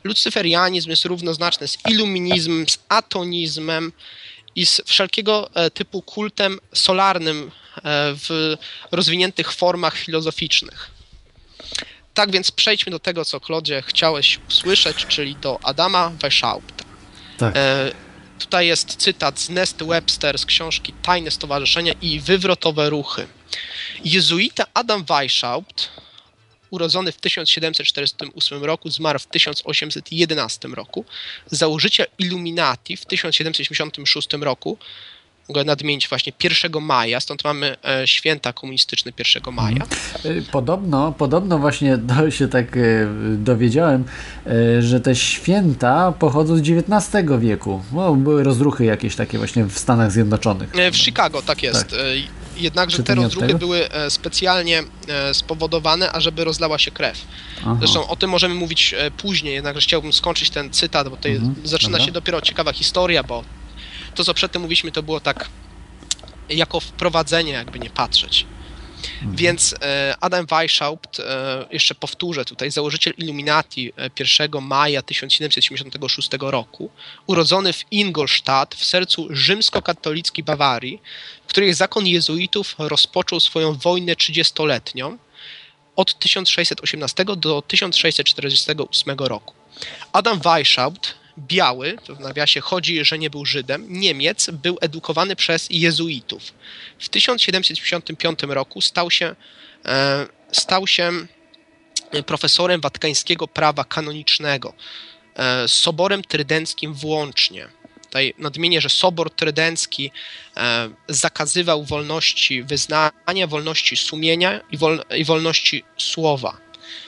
lucyferianizm jest równoznaczny z iluminizmem, z atonizmem i z wszelkiego typu kultem solarnym w rozwiniętych formach filozoficznych. Tak więc przejdźmy do tego, co, Klodzie, chciałeś usłyszeć, czyli do Adama Weishaupta. Tak. E, tutaj jest cytat z Nest Webster z książki Tajne Stowarzyszenia i Wywrotowe Ruchy. Jezuita Adam Weishaupt, urodzony w tysiąc siedemset czterdziestym ósmym roku, zmarł w tysiąc osiemset jedenastym roku, założyciel Illuminati w tysiąc siedemset siedemdziesiątym szóstym roku, mogę nadmienić właśnie pierwszego maja, stąd mamy e, święta komunistyczne pierwszego maja. Podobno, podobno właśnie do, się tak e, dowiedziałem, e, że te święta pochodzą z dziewiętnastego wieku. No, były rozruchy jakieś takie właśnie w Stanach Zjednoczonych. E, w Chicago, tak jest. Tak. E, jednakże Czy to te nie od rozruchy tego? były e, specjalnie e, spowodowane, ażeby rozlała się krew. Aha. Zresztą o tym możemy mówić e, później, jednakże chciałbym skończyć ten cytat, bo tutaj Mhm, zaczyna dobra. się dopiero ciekawa historia, bo to, co przedtem mówiliśmy, to było tak jako wprowadzenie, jakby nie patrzeć. Mhm. Więc e, Adam Weishaupt, e, jeszcze powtórzę tutaj, założyciel Illuminati e, pierwszego maja tysiąc siedemset siedemdziesiątego szóstego roku, urodzony w Ingolstadt, w sercu rzymskokatolickiej Bawarii, w której zakon jezuitów rozpoczął swoją wojnę trzydziestoletnią od tysiąc sześćset osiemnastego do tysiąc sześćset czterdziestego ósmego roku. Adam Weishaupt, biały, to w nawiasie chodzi, że nie był Żydem, Niemiec, był edukowany przez jezuitów. W tysiąc siedemset pięćdziesiątym piątym roku stał się, e, stał się profesorem watykańskiego prawa kanonicznego, e, z Soborem Trydenckim włącznie. Tutaj nadmienię, że Sobor Trydencki e, zakazywał wolności wyznania, wolności sumienia i, wol, i wolności słowa.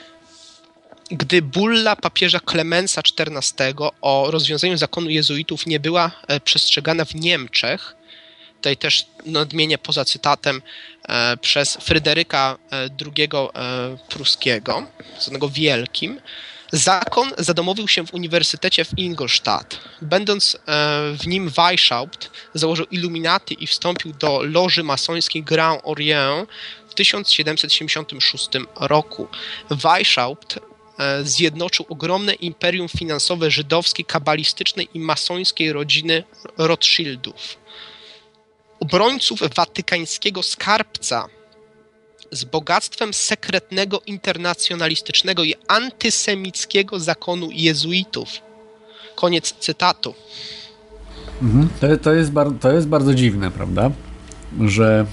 Gdy bulla papieża Klemensa czternastego o rozwiązaniu zakonu jezuitów nie była e, przestrzegana w Niemczech, tutaj też nadmienię poza cytatem e, przez Fryderyka e, drugiego e, Pruskiego, zwanego Wielkim, zakon zadomowił się w Uniwersytecie w Ingolstadt. Będąc e, w nim Weishaupt założył Illuminati i wstąpił do loży masońskiej Grand Orient w tysiąc siedemset siedemdziesiątym szóstym roku. Weishaupt zjednoczył ogromne imperium finansowe żydowskiej, kabalistycznej i masońskiej rodziny Rothschildów. Obrońców watykańskiego skarbca z bogactwem sekretnego, internacjonalistycznego i antysemickiego zakonu jezuitów. Koniec cytatu. Mhm. To, to, jest bar, to jest bardzo dziwne, prawda? Że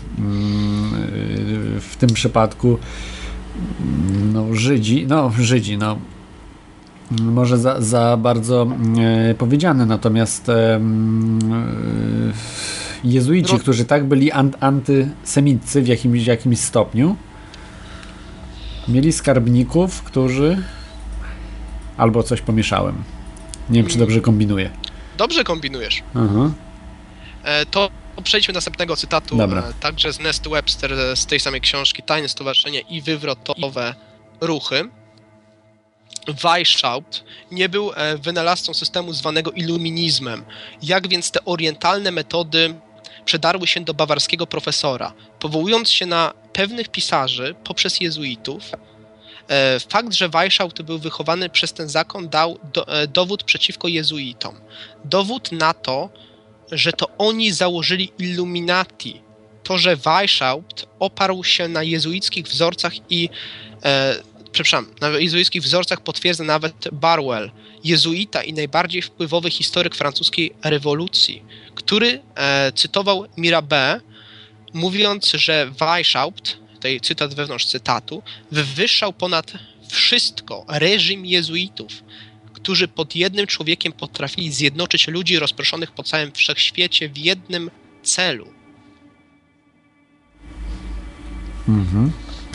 mm, w tym przypadku no Żydzi, no Żydzi, no może za, za bardzo e, powiedziane, natomiast e, e, jezuici, Ro- którzy tak byli an, antysemicy w jakimś, jakimś stopniu, mieli skarbników, którzy albo coś pomieszałem. Nie wiem, czy dobrze kombinuję. Dobrze kombinujesz. Aha. E, to przejdźmy do następnego cytatu, Dobra. e, także z Nest Webster e, z tej samej książki Tajne Stowarzyszenie i Wywrotowe Ruchy. Weishaupt nie był e, wynalazcą systemu zwanego iluminizmem. Jak więc te orientalne metody przedarły się do bawarskiego profesora? Powołując się na pewnych pisarzy poprzez jezuitów, e, fakt, że Weishaupt był wychowany przez ten zakon, dał do, e, dowód przeciwko jezuitom. Dowód na to, że to oni założyli Illuminati. To, że Weishaupt oparł się na jezuickich wzorcach i e, przepraszam, na jezuickich wzorcach potwierdza nawet Barwell, jezuita i najbardziej wpływowy historyk francuskiej rewolucji, który e, cytował Mirabeau, mówiąc, że Weishaupt, tutaj cytat wewnątrz cytatu, wywyższał ponad wszystko reżim jezuitów, którzy pod jednym człowiekiem potrafili zjednoczyć ludzi rozproszonych po całym wszechświecie w jednym celu. Mhm.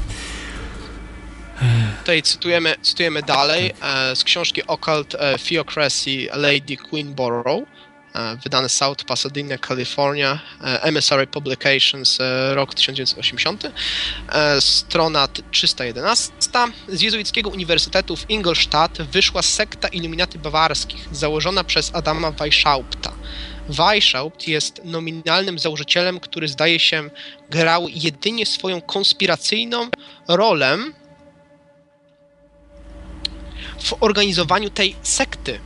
Tutaj cytujemy, cytujemy dalej e, z książki Occult e, Theocracy Lady Queenborough, e, wydane South Pasadena, California, e, Emissary Publications, e, rok tysiąc dziewięćset osiemdziesiąty, e, strona trzysta jedenaście. Z jezuickiego uniwersytetu w Ingolstadt wyszła sekta Illuminaty bawarskich, założona przez Adama Weishaupta. Weishaupt jest nominalnym założycielem, który zdaje się grał jedynie swoją konspiracyjną rolę w organizowaniu tej sekty.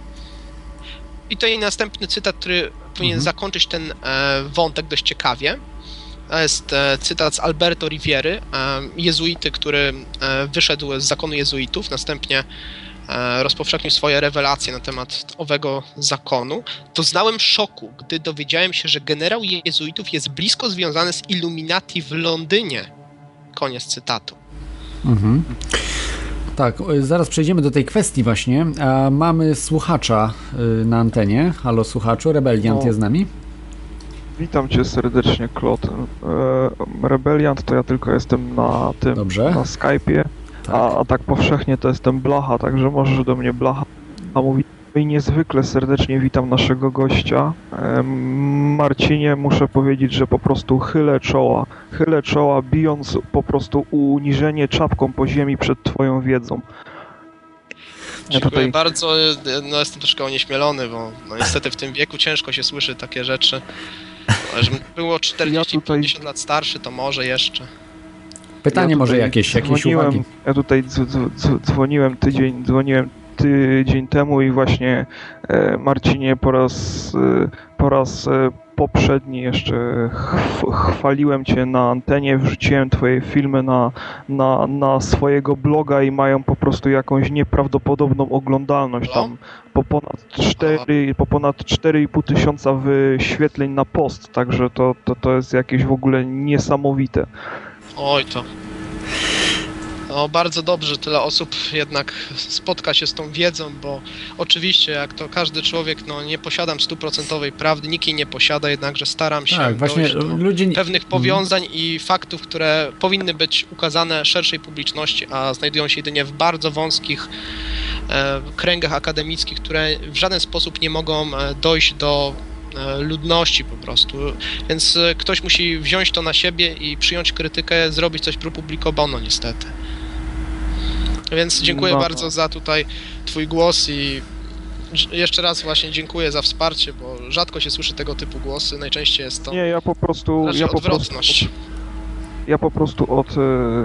I to jest następny cytat, który powinien mhm. zakończyć ten e, wątek dość ciekawie. To jest e, cytat z Alberto Riviery, e, jezuity, który e, wyszedł z zakonu jezuitów, następnie e, rozpowszechnił swoje rewelacje na temat owego zakonu. Doznałem szoku, gdy dowiedziałem się, że generał jezuitów jest blisko związany z Illuminati w Londynie. Koniec cytatu. Mhm. Tak, zaraz przejdziemy do tej kwestii właśnie. A mamy słuchacza na antenie. Halo słuchaczu, Rebeliant o. jest z nami. Witam cię serdecznie, Klot. E, Rebeliant to ja tylko jestem na tym, Dobrze. na Skype'ie, Tak. A, a tak powszechnie to jestem Blacha, także możesz do mnie Blacha mówić. I niezwykle serdecznie witam naszego gościa. E, Marcinie, muszę powiedzieć, że po prostu chylę czoła, chylę czoła, bijąc po prostu uniżenie czapką po ziemi przed twoją wiedzą. Ja Dziękuję tutaj... bardzo. No, jestem troszkę onieśmielony, bo no, niestety w tym wieku ciężko się słyszy takie rzeczy. Ale żebym było czterdzieści pięćdziesiąt ja tutaj... lat starszy, to może jeszcze. Pytanie ja może jakieś, jakieś dzwoniłem, uwagi? Ja tutaj dz- dz- dzwoniłem tydzień, dzwoniłem tydzień temu i właśnie e, Marcinie po raz, e, po raz e, poprzedni jeszcze ch- chwaliłem cię na antenie, wrzuciłem twoje filmy na, na, na swojego bloga i mają po prostu jakąś nieprawdopodobną oglądalność. Tam po ponad cztery, po ponad cztery i pół tysiąca wyświetleń na post, także to, to, to jest jakieś w ogóle niesamowite. Oj to. No bardzo dobrze, że tyle osób jednak spotka się z tą wiedzą, bo oczywiście jak to każdy człowiek, no nie posiadam stuprocentowej prawdy, nikt jej nie posiada, jednakże staram się tak, właśnie dojść do ludzie... pewnych powiązań mm. i faktów, które powinny być ukazane szerszej publiczności, a znajdują się jedynie w bardzo wąskich e, kręgach akademickich, które w żaden sposób nie mogą e, dojść do ludności po prostu, więc ktoś musi wziąć to na siebie i przyjąć krytykę, zrobić coś pro publico bono niestety. Więc dziękuję no. bardzo za tutaj twój głos i jeszcze raz właśnie dziękuję za wsparcie, bo rzadko się słyszy tego typu głosy, najczęściej jest to Nie, ja po prostu ja po odwrotność. Prostu, ja po prostu od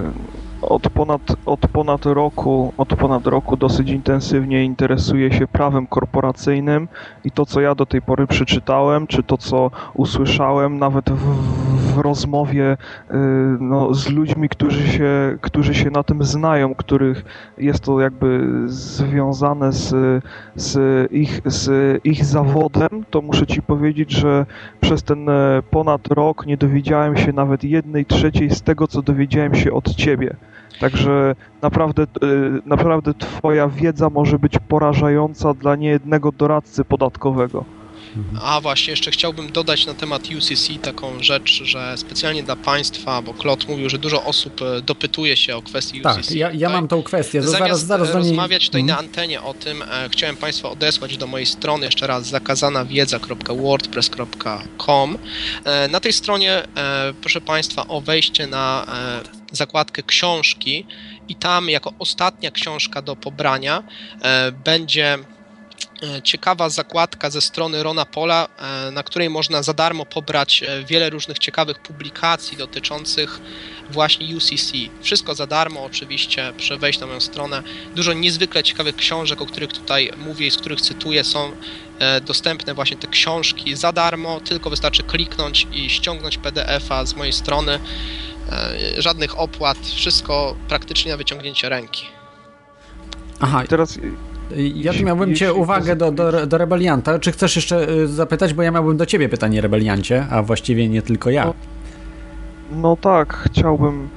Od ponad, od ponad roku, od ponad roku dosyć intensywnie interesuję się prawem korporacyjnym i to, co ja do tej pory przeczytałem, czy to, co usłyszałem, nawet w, w rozmowie no, z ludźmi, którzy się, którzy się na tym znają, których jest to jakby związane z, z, ich, z ich zawodem, to muszę ci powiedzieć, że przez ten ponad rok nie dowiedziałem się nawet jednej trzeciej z tego, co dowiedziałem się od ciebie. Także naprawdę, naprawdę twoja wiedza może być porażająca dla niejednego doradcy podatkowego. A właśnie, jeszcze chciałbym dodać na temat U C C taką rzecz, że specjalnie dla Państwa, bo Klot mówił, że dużo osób dopytuje się o kwestii tak, U C C. Tak, ja, ja mam tą kwestię. Zamiast zaraz, zaraz rozmawiać niej... tutaj hmm. na antenie o tym, e, chciałem Państwa odesłać do mojej strony jeszcze raz zakazanawiedza kropka wordpress kropka com. E, na tej stronie, e, proszę Państwa, o wejście na e, zakładkę książki i tam jako ostatnia książka do pobrania e, będzie ciekawa zakładka ze strony Rona Paula, na której można za darmo pobrać wiele różnych ciekawych publikacji dotyczących właśnie U C C. Wszystko za darmo oczywiście, proszę wejść na moją stronę. Dużo niezwykle ciekawych książek, o których tutaj mówię i z których cytuję, są dostępne właśnie te książki za darmo, tylko wystarczy kliknąć i ściągnąć P D F a z mojej strony. Żadnych opłat, wszystko praktycznie na wyciągnięcie ręki. Aha, teraz... Ja tu miałbym cię uwagę do, do, do Rebelianta. Czy chcesz jeszcze zapytać, bo ja miałbym do ciebie pytanie, Rebeliancie, a właściwie nie tylko ja. No, no tak, chciałbym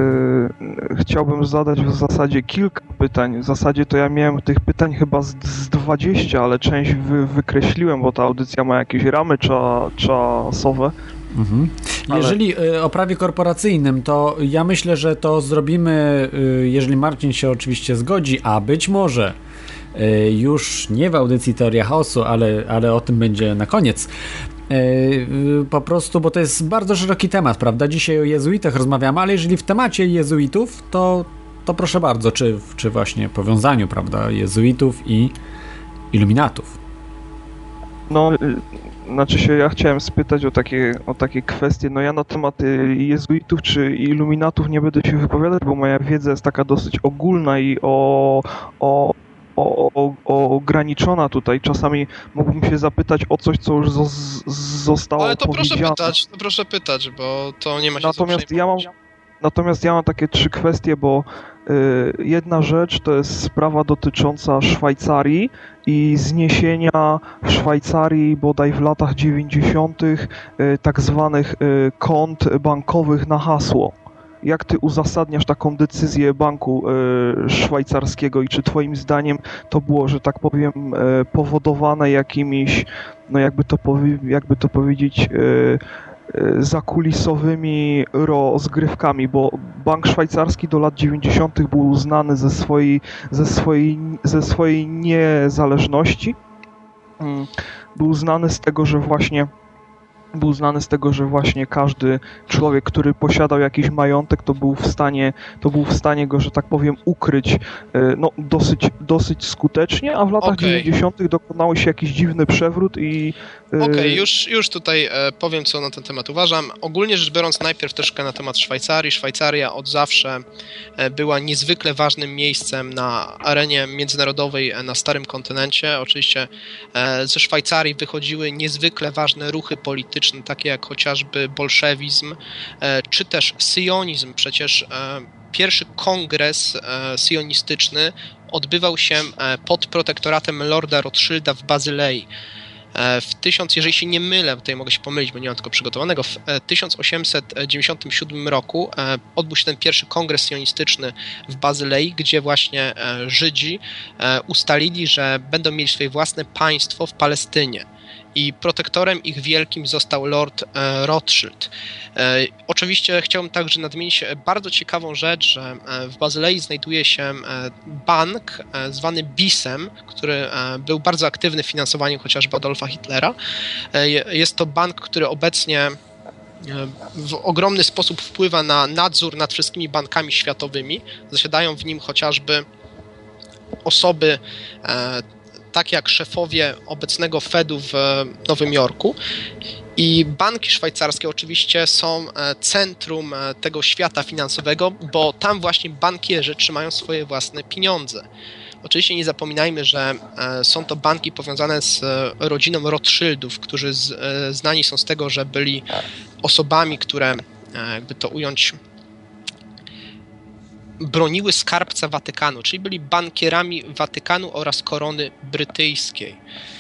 yy, chciałbym zadać w zasadzie kilka pytań. W zasadzie to ja miałem tych pytań chyba z, z dwadzieścia, ale część wy, wykreśliłem, bo ta audycja ma jakieś ramy cza, czasowe. Mhm. Jeżeli ale... o prawie korporacyjnym, to ja myślę, że to zrobimy, jeżeli Marcin się oczywiście zgodzi, a być może już nie w audycji Teoria Chaosu, ale, ale o tym będzie na koniec. Po prostu, bo to jest bardzo szeroki temat, prawda? Dzisiaj o jezuitach rozmawiamy, ale jeżeli w temacie jezuitów, to, to proszę bardzo, czy, czy właśnie powiązaniu, prawda, jezuitów i iluminatów. No, znaczy się, ja chciałem spytać o takie, o takie kwestie. No ja na temat jezuitów czy iluminatów nie będę się wypowiadać, bo moja wiedza jest taka dosyć ogólna i o, o o, o, o, ograniczona tutaj. Czasami mógłbym się zapytać o coś, co już zo- zostało Ale to powiedziane. proszę pytać, to proszę pytać, bo to nie ma się Natomiast co ja mam, przejmować. natomiast ja mam takie trzy kwestie, bo y, jedna rzecz to jest sprawa dotycząca Szwajcarii i zniesienia w Szwajcarii bodaj w latach dziewięćdziesiątych y, tak zwanych y, kont bankowych na hasło. Jak ty uzasadniasz taką decyzję banku y, szwajcarskiego i czy twoim zdaniem to było, że tak powiem, y, powodowane jakimiś, no jakby to, powie, jakby to powiedzieć, y, zakulisowymi rozgrywkami, bo bank szwajcarski do lat dziewięćdziesiątych był znany ze swojej, ze swojej, ze swojej niezależności. Był znany z tego, że właśnie był znany z tego, że właśnie każdy człowiek, który posiadał jakiś majątek, to był w stanie, to był w stanie go, że tak powiem, ukryć no, dosyć, dosyć skutecznie, a w latach Okej. dziewięćdziesiątych dokonał się jakiś dziwny przewrót i... Okej, okay, już, już tutaj e, powiem, co na ten temat uważam. Ogólnie rzecz biorąc, najpierw troszkę na temat Szwajcarii. Szwajcaria od zawsze e, była niezwykle ważnym miejscem na arenie międzynarodowej e, na starym kontynencie. Oczywiście e, ze Szwajcarii wychodziły niezwykle ważne ruchy polityczne, takie jak chociażby bolszewizm, e, czy też syjonizm. Przecież e, pierwszy kongres e, syjonistyczny odbywał się e, pod protektoratem Lorda Rothschilda w Bazylei. W tysiąc, jeżeli się nie mylę, tutaj mogę się pomylić, bo nie mam tylko przygotowanego, w tysiąc osiemset dziewięćdziesiątym siódmym roku odbył się ten pierwszy kongres sionistyczny w Bazylei, gdzie właśnie Żydzi ustalili, że będą mieli swoje własne państwo w Palestynie. I protektorem ich wielkim został Lord e, Rothschild. E, oczywiście chciałbym także nadmienić bardzo ciekawą rzecz, że e, w Bazylei znajduje się e, bank e, zwany BIS-em, który e, był bardzo aktywny w finansowaniu chociażby Adolfa Hitlera. E, jest to bank, który obecnie e, w ogromny sposób wpływa na nadzór nad wszystkimi bankami światowymi. Zasiadają w nim chociażby osoby e, tak jak szefowie obecnego Fedu w Nowym Jorku. I banki szwajcarskie oczywiście są centrum tego świata finansowego, bo tam właśnie bankierzy trzymają swoje własne pieniądze. Oczywiście nie zapominajmy, że są to banki powiązane z rodziną Rothschildów, którzy z, znani są z tego, że byli osobami, które, jakby to ująć, broniły skarbca Watykanu, czyli byli bankierami Watykanu oraz korony brytyjskiej.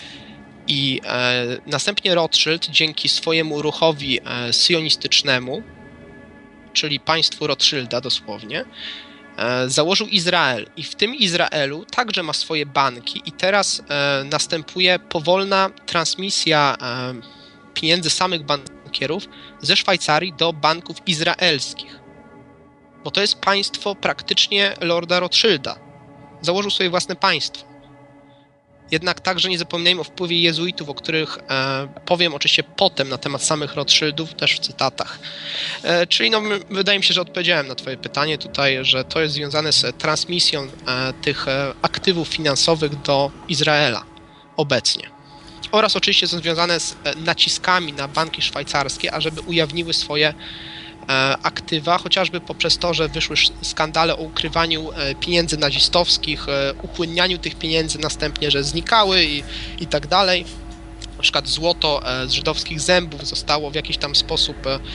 I e, następnie Rothschild dzięki swojemu ruchowi e, sionistycznemu, czyli państwu Rothschilda dosłownie, e, założył Izrael. I w tym Izraelu także ma swoje banki i teraz e, następuje powolna transmisja e, pieniędzy samych bankierów ze Szwajcarii do banków izraelskich. Bo to jest państwo praktycznie Lorda Rothschilda. Założył sobie własne państwo. Jednak także nie zapominajmy o wpływie jezuitów, o których e, powiem oczywiście potem na temat samych Rothschildów, też w cytatach. E, czyli no, wydaje mi się, że odpowiedziałem na twoje pytanie tutaj, że to jest związane z transmisją e, tych e, aktywów finansowych do Izraela obecnie. Oraz oczywiście są związane z e, naciskami na banki szwajcarskie, ażeby ujawniły swoje aktywa, chociażby poprzez to, że wyszły skandale o ukrywaniu pieniędzy nazistowskich, upłynnianiu tych pieniędzy następnie, że znikały i, i tak dalej. Na przykład złoto z żydowskich zębów zostało w jakiś tam sposób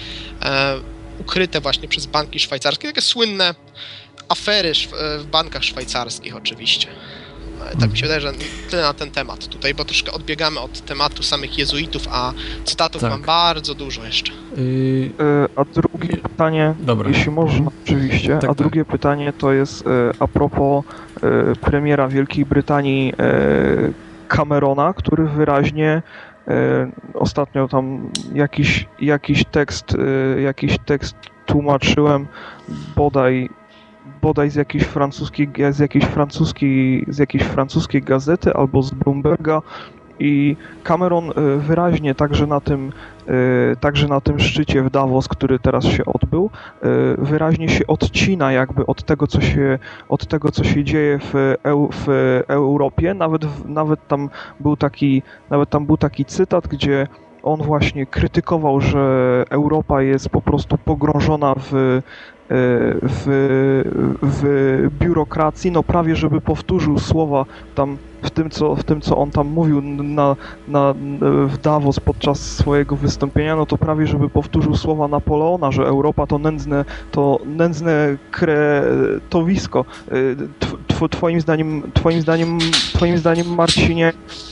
ukryte właśnie przez banki szwajcarskie. Takie słynne afery w bankach szwajcarskich oczywiście. Tak mi się wydaje, że tyle na ten temat tutaj, bo troszkę odbiegamy od tematu samych jezuitów, a cytatów tak. mam bardzo dużo jeszcze. Yy... A drugie pytanie, Dobra. jeśli można oczywiście, tak, a drugie tak. pytanie to jest a propos premiera Wielkiej Brytanii Camerona, który wyraźnie ostatnio tam jakiś, jakiś tekst, jakiś tekst tłumaczyłem, bodaj bodaj z jakiejś francuskiej, z jakiejś francuskiej, z jakiejś francuskiej gazety albo z Bloomberga i Cameron wyraźnie także na tym, także na tym szczycie w Davos, który teraz się odbył, wyraźnie się odcina jakby od tego, co się, od tego, co się dzieje w, EU, w Europie. Nawet, nawet tam był taki, nawet tam był taki cytat, gdzie on właśnie krytykował, że Europa jest po prostu pogrążona w, w, w biurokracji, no prawie żeby powtórzył słowa tam w tym, co, w tym, co on tam mówił na, na, w Davos podczas swojego wystąpienia, no to prawie żeby powtórzył słowa Napoleona, że Europa to nędzne, to nędzne kretowisko. Tw, twoim zdaniem, twoim zdaniem, twoim zdaniem, Marcinie...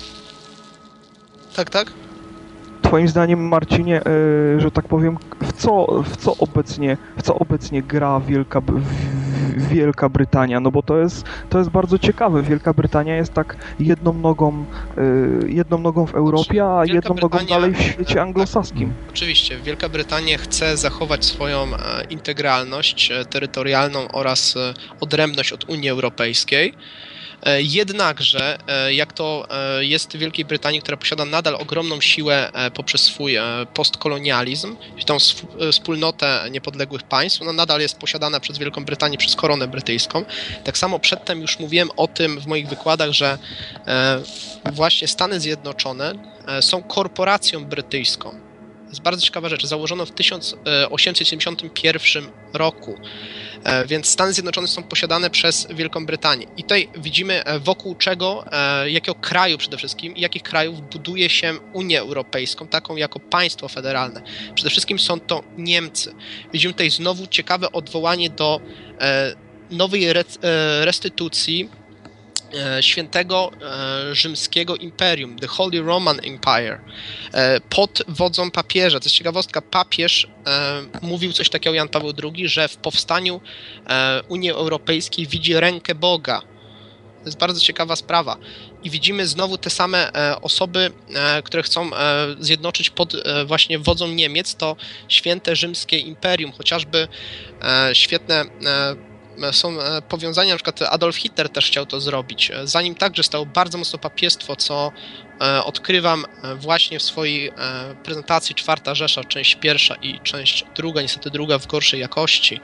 Tak, tak? Twoim zdaniem, Marcinie, yy, że tak powiem, w co, w co obecnie, w co obecnie gra Wielka, w, Wielka Brytania? No bo to jest, to jest bardzo ciekawe. Wielka Brytania jest tak jedną nogą, yy, jedną nogą w Europie, a Wielka jedną nogą Brytania, dalej w świecie anglosaskim. Tak, oczywiście. Wielka Brytania chce zachować swoją e, integralność e, terytorialną oraz e, odrębność od Unii Europejskiej. Jednakże, jak to jest w Wielkiej Brytanii, która posiada nadal ogromną siłę poprzez swój postkolonializm, tą wspólnotę niepodległych państw, ona nadal jest posiadana przez Wielką Brytanię, przez koronę brytyjską. Tak samo przedtem już mówiłem o tym w moich wykładach, że właśnie Stany Zjednoczone są korporacją brytyjską. To jest bardzo ciekawa rzecz. Założono w tysiąc osiemset siedemdziesiątym pierwszym roku. Więc Stany Zjednoczone są posiadane przez Wielką Brytanię. I tutaj widzimy, wokół czego, jakiego kraju przede wszystkim i jakich krajów buduje się Unię Europejską, taką jako państwo federalne. Przede wszystkim są to Niemcy. Widzimy tutaj znowu ciekawe odwołanie do nowej restytucji świętego rzymskiego imperium, the Holy Roman Empire, pod wodzą papieża. To jest ciekawostka, papież mówił coś takiego, Jan Paweł drugi, że w powstaniu Unii Europejskiej widzi rękę Boga. To jest bardzo ciekawa sprawa. I widzimy znowu te same osoby, które chcą zjednoczyć pod właśnie wodzą Niemiec, to święte rzymskie imperium, chociażby świetne są powiązania, na przykład Adolf Hitler też chciał to zrobić. Za nim także stało bardzo mocno papiestwo, co odkrywam właśnie w swojej prezentacji Czwarta Rzesza, część pierwsza i część druga, niestety druga w gorszej jakości.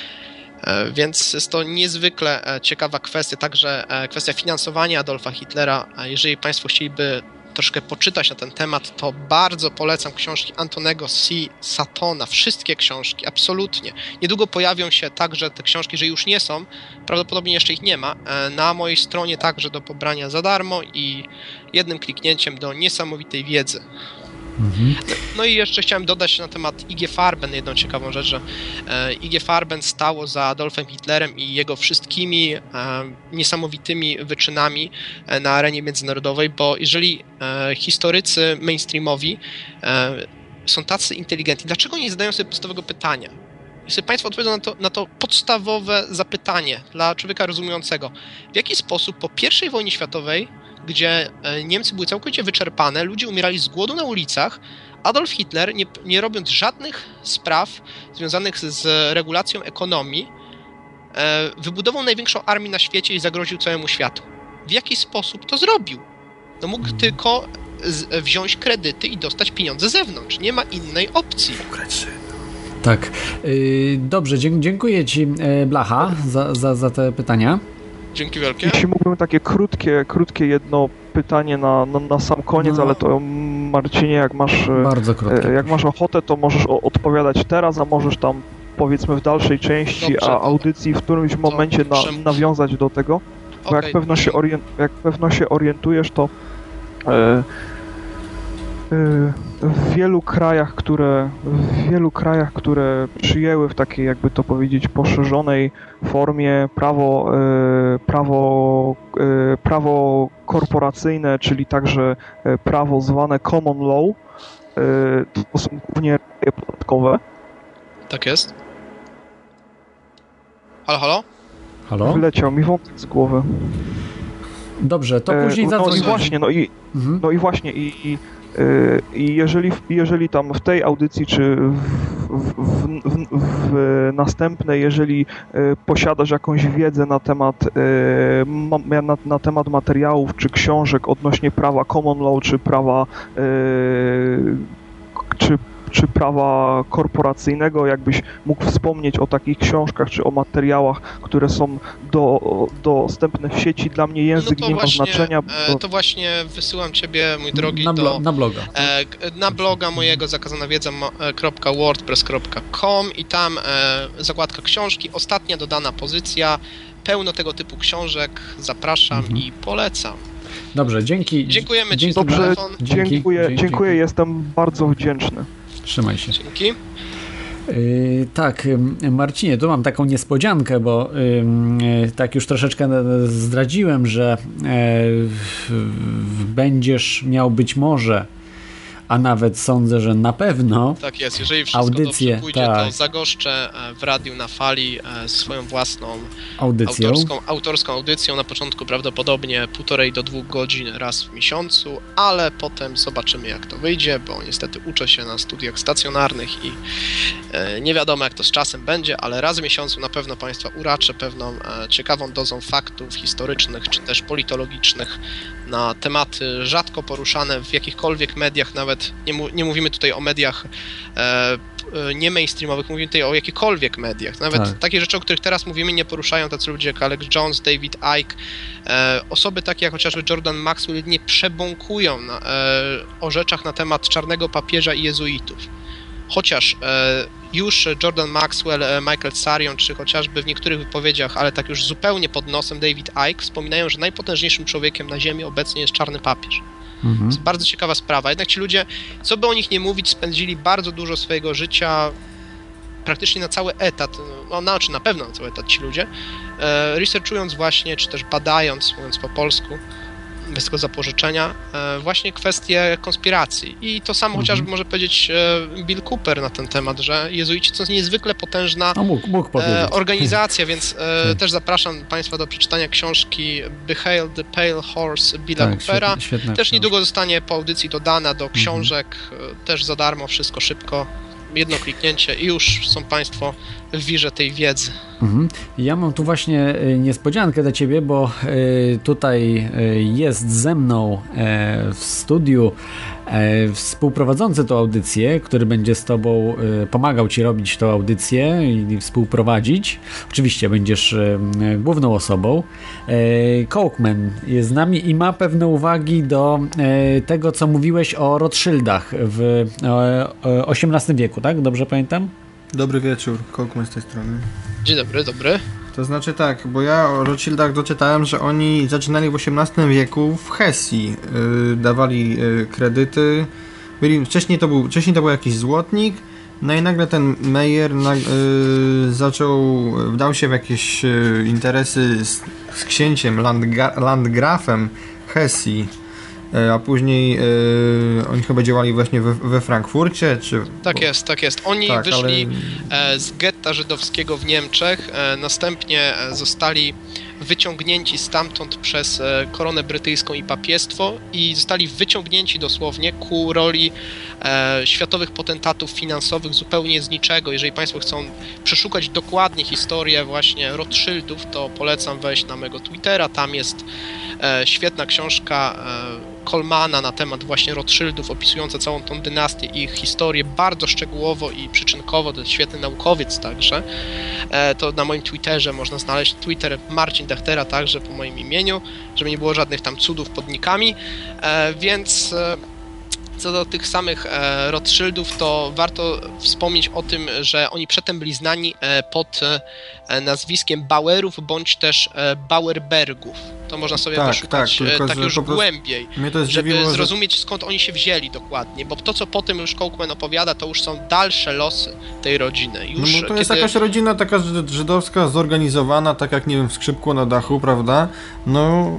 Więc jest to niezwykle ciekawa kwestia, także kwestia finansowania Adolfa Hitlera. Jeżeli Państwo chcieliby troszkę poczytać na ten temat, to bardzo polecam książki Antonego C. Satona. Wszystkie książki, absolutnie. Niedługo pojawią się także te książki, że już nie są, prawdopodobnie jeszcze ich nie ma, na mojej stronie także do pobrania za darmo i jednym kliknięciem do niesamowitej wiedzy. Mhm. No i jeszcze chciałem dodać na temat I G Farben jedną ciekawą rzecz, że I G Farben stało za Adolfem Hitlerem i jego wszystkimi niesamowitymi wyczynami na arenie międzynarodowej, bo jeżeli historycy mainstreamowi są tacy inteligentni, dlaczego nie zadają sobie podstawowego pytania? I sobie Państwo odpowiedzą na to, na to podstawowe zapytanie dla człowieka rozumującego. W jaki sposób po pierwszej wojnie światowej, gdzie Niemcy były całkowicie wyczerpane, ludzie umierali z głodu na ulicach, Adolf Hitler, nie, nie robiąc żadnych spraw związanych z regulacją ekonomii, wybudował największą armię na świecie i zagroził całemu światu. W jaki sposób to zrobił? No mógł hmm. tylko z, wziąć kredyty i dostać pieniądze z zewnątrz. Nie ma innej opcji. Tak. Yy, dobrze, dziękuję Ci, Blacha, za, za, za te pytania. Dzięki wielkie. Jeśli mógłbym takie krótkie, krótkie jedno pytanie na, na, na sam koniec, no. ale to Marcinie, jak masz, Bardzo krótkie. jak masz ochotę, to możesz odpowiadać teraz, a możesz tam powiedzmy w dalszej części Dobrze, a audycji w którymś momencie na, nawiązać do tego. Bo okay. jak, pewno się orient, jak pewno się orientujesz, to e, w wielu krajach, które w wielu krajach, które przyjęły w takiej, jakby to powiedzieć, poszerzonej formie prawo, prawo, prawo korporacyjne, czyli także prawo zwane common law, to są głównie raje podatkowe. Tak jest. Halo, halo? Halo? Wyleciał mi wątek z głowy. Dobrze, to później no, zadzwoń. No i właśnie, no i, mhm. no i właśnie, i, i I jeżeli, jeżeli tam w tej audycji, czy w, w, w, w następnej, jeżeli posiadasz jakąś wiedzę na temat, na, na temat materiałów, czy książek odnośnie prawa common law, czy prawa, czy czy prawa korporacyjnego, jakbyś mógł wspomnieć o takich książkach, czy o materiałach, które są do, dostępne w sieci. Dla mnie język no nie ma właśnie, znaczenia. Bo... To właśnie wysyłam ciebie, mój drogi, na, blo- do, na bloga. E, na bloga mojego zakazana wiedza kropka wordpress kropka com i tam e, zakładka książki, ostatnia dodana pozycja, pełno tego typu książek, zapraszam mhm. i polecam. Dobrze, dzięki. Dziękujemy dzięki Ci za Dobrze, telefon. Dzięki, dziękuję, dzięki. dziękuję, jestem bardzo wdzięczny. Trzymaj się. Dzięki. Yy, tak, Marcinie, tu mam taką niespodziankę, bo yy, tak już troszeczkę zdradziłem, że yy, będziesz miał być może, a nawet sądzę, że na pewno Tak jest, jeżeli wszystko audycję, dobrze pójdzie, tak. to zagoszczę w Radiu na Fali swoją własną audycją. Autorską, autorską audycją, na początku prawdopodobnie półtorej do dwóch godzin raz w miesiącu, ale potem zobaczymy jak to wyjdzie, bo niestety uczę się na studiach stacjonarnych i e, nie wiadomo jak to z czasem będzie, ale raz w miesiącu na pewno Państwa uraczę pewną e, ciekawą dozą faktów historycznych czy też politologicznych na tematy rzadko poruszane w jakichkolwiek mediach, nawet nie, mu, nie mówimy tutaj o mediach e, nie mainstreamowych, mówimy tutaj o jakichkolwiek mediach. Nawet tak. takie rzeczy, o których teraz mówimy, nie poruszają tacy ludzie jak Alex Jones, David Icke. E, osoby takie jak chociażby Jordan Maxwell nie przebąkują na, e, o rzeczach na temat czarnego papieża i jezuitów. Chociaż e, już Jordan Maxwell, e, Michael Tsarion, czy chociażby w niektórych wypowiedziach, ale tak już zupełnie pod nosem David Icke wspominają, że najpotężniejszym człowiekiem na ziemi obecnie jest czarny papież. Mhm. To jest bardzo ciekawa sprawa. Jednak ci ludzie, co by o nich nie mówić, spędzili bardzo dużo swojego życia, praktycznie na cały etat, no znaczy na pewno na cały etat ci ludzie, e, researchując właśnie, czy też badając, mówiąc po polsku, bez tego zapożyczenia, e, właśnie kwestie konspiracji. I to samo mhm. chociażby może powiedzieć e, Bill Cooper na ten temat, że jezuici to jest niezwykle potężna no, mógł, mógł e, organizacja, więc e, też zapraszam Państwa do przeczytania książki Behail the Pale Horse Billa tak, Coopera. Świetna, świetna też książka. Niedługo zostanie po audycji dodana do książek, mhm. też za darmo, wszystko szybko. Jedno kliknięcie i już są Państwo w wirze tej wiedzy. Mhm. Ja mam tu właśnie niespodziankę dla Ciebie, bo tutaj jest ze mną w studiu współprowadzący tą audycję, który będzie z Tobą pomagał Ci robić tą audycję i współprowadzić. Oczywiście będziesz główną osobą. Cokeman jest z nami i ma pewne uwagi do tego, co mówiłeś o Rothschildach w osiemnastym wieku, tak? Dobrze pamiętam? Dobry wieczór, Cokeman z tej strony. Dzień dobry, dobry. To znaczy tak, bo ja o Rothschildach doczytałem, że oni zaczynali w osiemnastym wieku w Hesji, yy, dawali yy, kredyty. Byli, wcześniej, to był, wcześniej to był jakiś złotnik, no i nagle ten Meyer na, yy, zaczął, wdał się w jakieś yy, interesy z, z księciem, landga, landgrafem Hesji. A później yy, oni chyba działali właśnie we, we Frankfurcie, czy... Tak bo... jest, tak jest. Oni tak, wyszli ale... z getta żydowskiego w Niemczech, następnie zostali wyciągnięci stamtąd przez koronę brytyjską i papiestwo i zostali wyciągnięci dosłownie ku roli e, światowych potentatów finansowych zupełnie z niczego. Jeżeli Państwo chcą przeszukać dokładnie historię właśnie Rothschildów, to polecam wejść na mego Twittera, tam jest e, świetna książka e, Colemana na temat właśnie Rothschildów, opisująca całą tą dynastię i ich historię bardzo szczegółowo i przyczynkowo, to jest świetny naukowiec także. E, to na moim Twitterze można znaleźć Twitter Marcin Dachtera także po moim imieniu, żeby nie było żadnych tam cudów pod nikami, e, więc e, co do tych samych e, Rothschildów, to warto wspomnieć o tym, że oni przedtem byli znani e, pod e, nazwiskiem Bauerów bądź też e, Bauerbergów. To można sobie tak, poszukać tak, tylko, tak już prostu głębiej, mnie to żeby zdziwiło, zrozumieć że... skąd oni się wzięli dokładnie, bo to co potem już Cokeman opowiada, to już są dalsze losy tej rodziny. Już no bo to kiedy... jest jakaś rodzina taka żydowska, zorganizowana, tak jak nie wiem, w skrzypku na dachu, prawda? No,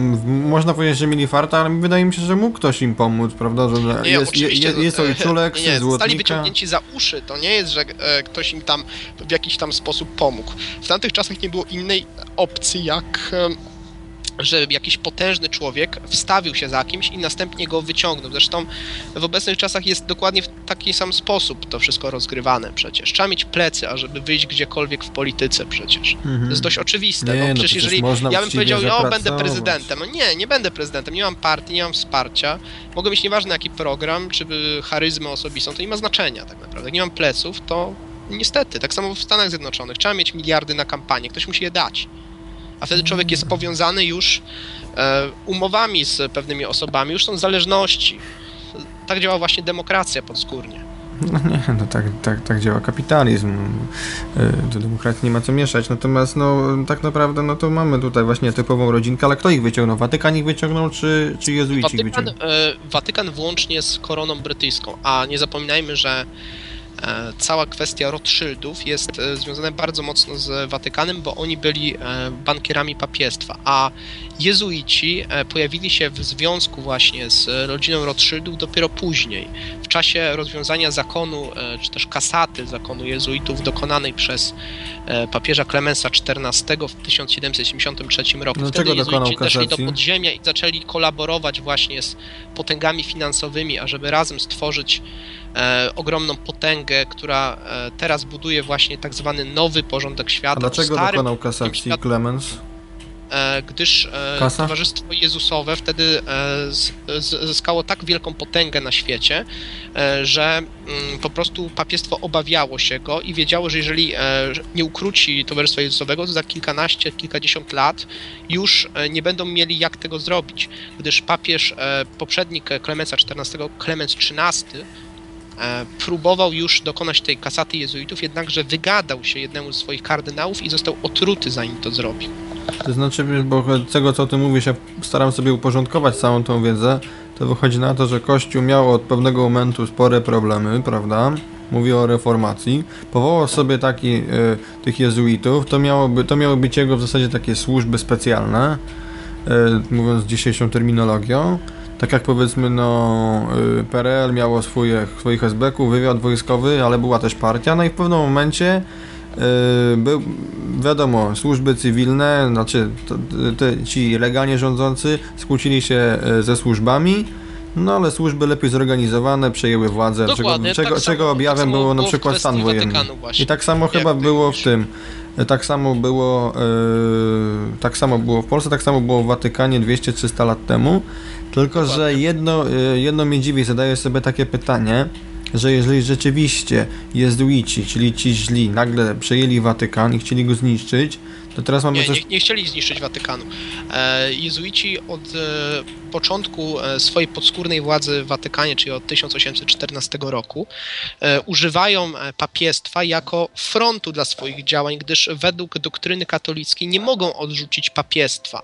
m- można powiedzieć, że mieli farta, ale wydaje mi się, że mógł ktoś im pomóc, prawda? Że nie, jest, je, je, jest ojczulek, nie, syn nie, złotnika. Zostali wyciągnięci za uszy, to nie jest, że e, ktoś im tam w jakiś tam sposób pomógł. W tamtych czasach nie było innej opcji, jak e, że jakiś potężny człowiek wstawił się za kimś i następnie go wyciągnął. Zresztą w obecnych czasach jest dokładnie w taki sam sposób to wszystko rozgrywane przecież. Trzeba mieć plecy, ażeby wyjść gdziekolwiek w polityce przecież. Mhm. To jest dość oczywiste. Nie, no, no przecież przecież jeżeli można ja bym uczciwie powiedział, o, będę zapracować. prezydentem. No nie, nie będę prezydentem, nie mam partii, nie mam wsparcia. Mogę mieć nieważne jaki program, czy charyzmę osobistą, to nie ma znaczenia tak naprawdę. Jak nie mam pleców, to niestety, tak samo w Stanach Zjednoczonych. Trzeba mieć miliardy na kampanię, ktoś musi je dać. A wtedy człowiek jest powiązany już e, umowami z pewnymi osobami, już są zależności. Tak działa właśnie demokracja podskórnie. No nie, no tak, tak, tak działa kapitalizm. Yy, do demokracji nie ma co mieszać. Natomiast no tak naprawdę no to mamy tutaj właśnie typową rodzinkę, ale kto ich wyciągnął? Watykan ich wyciągnął, czy, czy jezuici ich Watykan, wyciągnął? e, Watykan włącznie z koroną brytyjską, a nie zapominajmy, że e, cała kwestia Rothschildów jest e, związana bardzo mocno z Watykanem, bo oni byli e, bankierami papiestwa, a jezuici e, pojawili się w związku właśnie z rodziną Rothschildów dopiero później, w czasie rozwiązania zakonu, e, czy też kasaty zakonu jezuitów dokonanej przez e, papieża Klemensa czternastego w tysiąc siedemset siedemdziesiątym trzecim roku. No, Wtedy czego dokonał jezuici weszli do kasacji? podziemia i zaczęli kolaborować właśnie z potęgami finansowymi, ażeby razem stworzyć e, ogromną potęgę, która e, teraz buduje właśnie tak zwany nowy porządek świata. A dlaczego w starym dokonał kasacji świat- Clemens? e, gdyż e, Kasa? Towarzystwo Jezusowe wtedy e, z, z, zyskało tak wielką potęgę na świecie, e, że mm, po prostu papiestwo obawiało się go i wiedziało, że jeżeli e, nie ukróci Towarzystwa Jezusowego, to za kilkanaście, kilkadziesiąt lat już e, nie będą mieli jak tego zrobić, gdyż papież, e, poprzednik Klemensa czternastego, Klemens trzynasty, e, próbował już dokonać tej kasaty jezuitów, jednakże wygadał się jednemu z swoich kardynałów i został otruty, zanim to zrobił. To znaczy, bo z tego co ty mówisz, ja staram sobie uporządkować całą tą wiedzę, to wychodzi na to, że Kościół miał od pewnego momentu spore problemy, prawda? Mówię o reformacji. Powołał sobie taki, y, tych jezuitów, to, miałoby, to miały być jego w zasadzie takie służby specjalne, y, mówiąc dzisiejszą terminologią. Tak jak powiedzmy, no, y, P R L miało swoje, swoich esbeków, wywiad wojskowy, ale była też partia, no i w pewnym momencie Yy, był, wiadomo, służby cywilne, znaczy to, te, ci legalnie rządzący skłócili się ze służbami, no ale służby lepiej zorganizowane przejęły władzę, Dokładnie, czego, czego, tak czego samo- objawem tak samo było na było w przykład stan kwestii wojenny. Watykanu właśnie. I tak samo Jak chyba ty było mówisz. w tym, tak samo było, yy, tak samo było w Polsce, tak samo było w Watykanie dwieście trzysta lat temu, tylko że Dokładnie. jedno, yy, jedno mnie dziwi, zadaję sobie takie pytanie, że jeżeli rzeczywiście jezuici, czyli ci źli, nagle przejęli Watykan i chcieli go zniszczyć, to teraz mamy Nie, coś... nie, nie chcieli zniszczyć Watykanu. E, jezuici od e, początku e, swojej podskórnej władzy w Watykanie, czyli od tysiąc osiemset czternastego roku, e, używają e, papiestwa jako frontu dla swoich działań, gdyż według doktryny katolickiej nie mogą odrzucić papiestwa.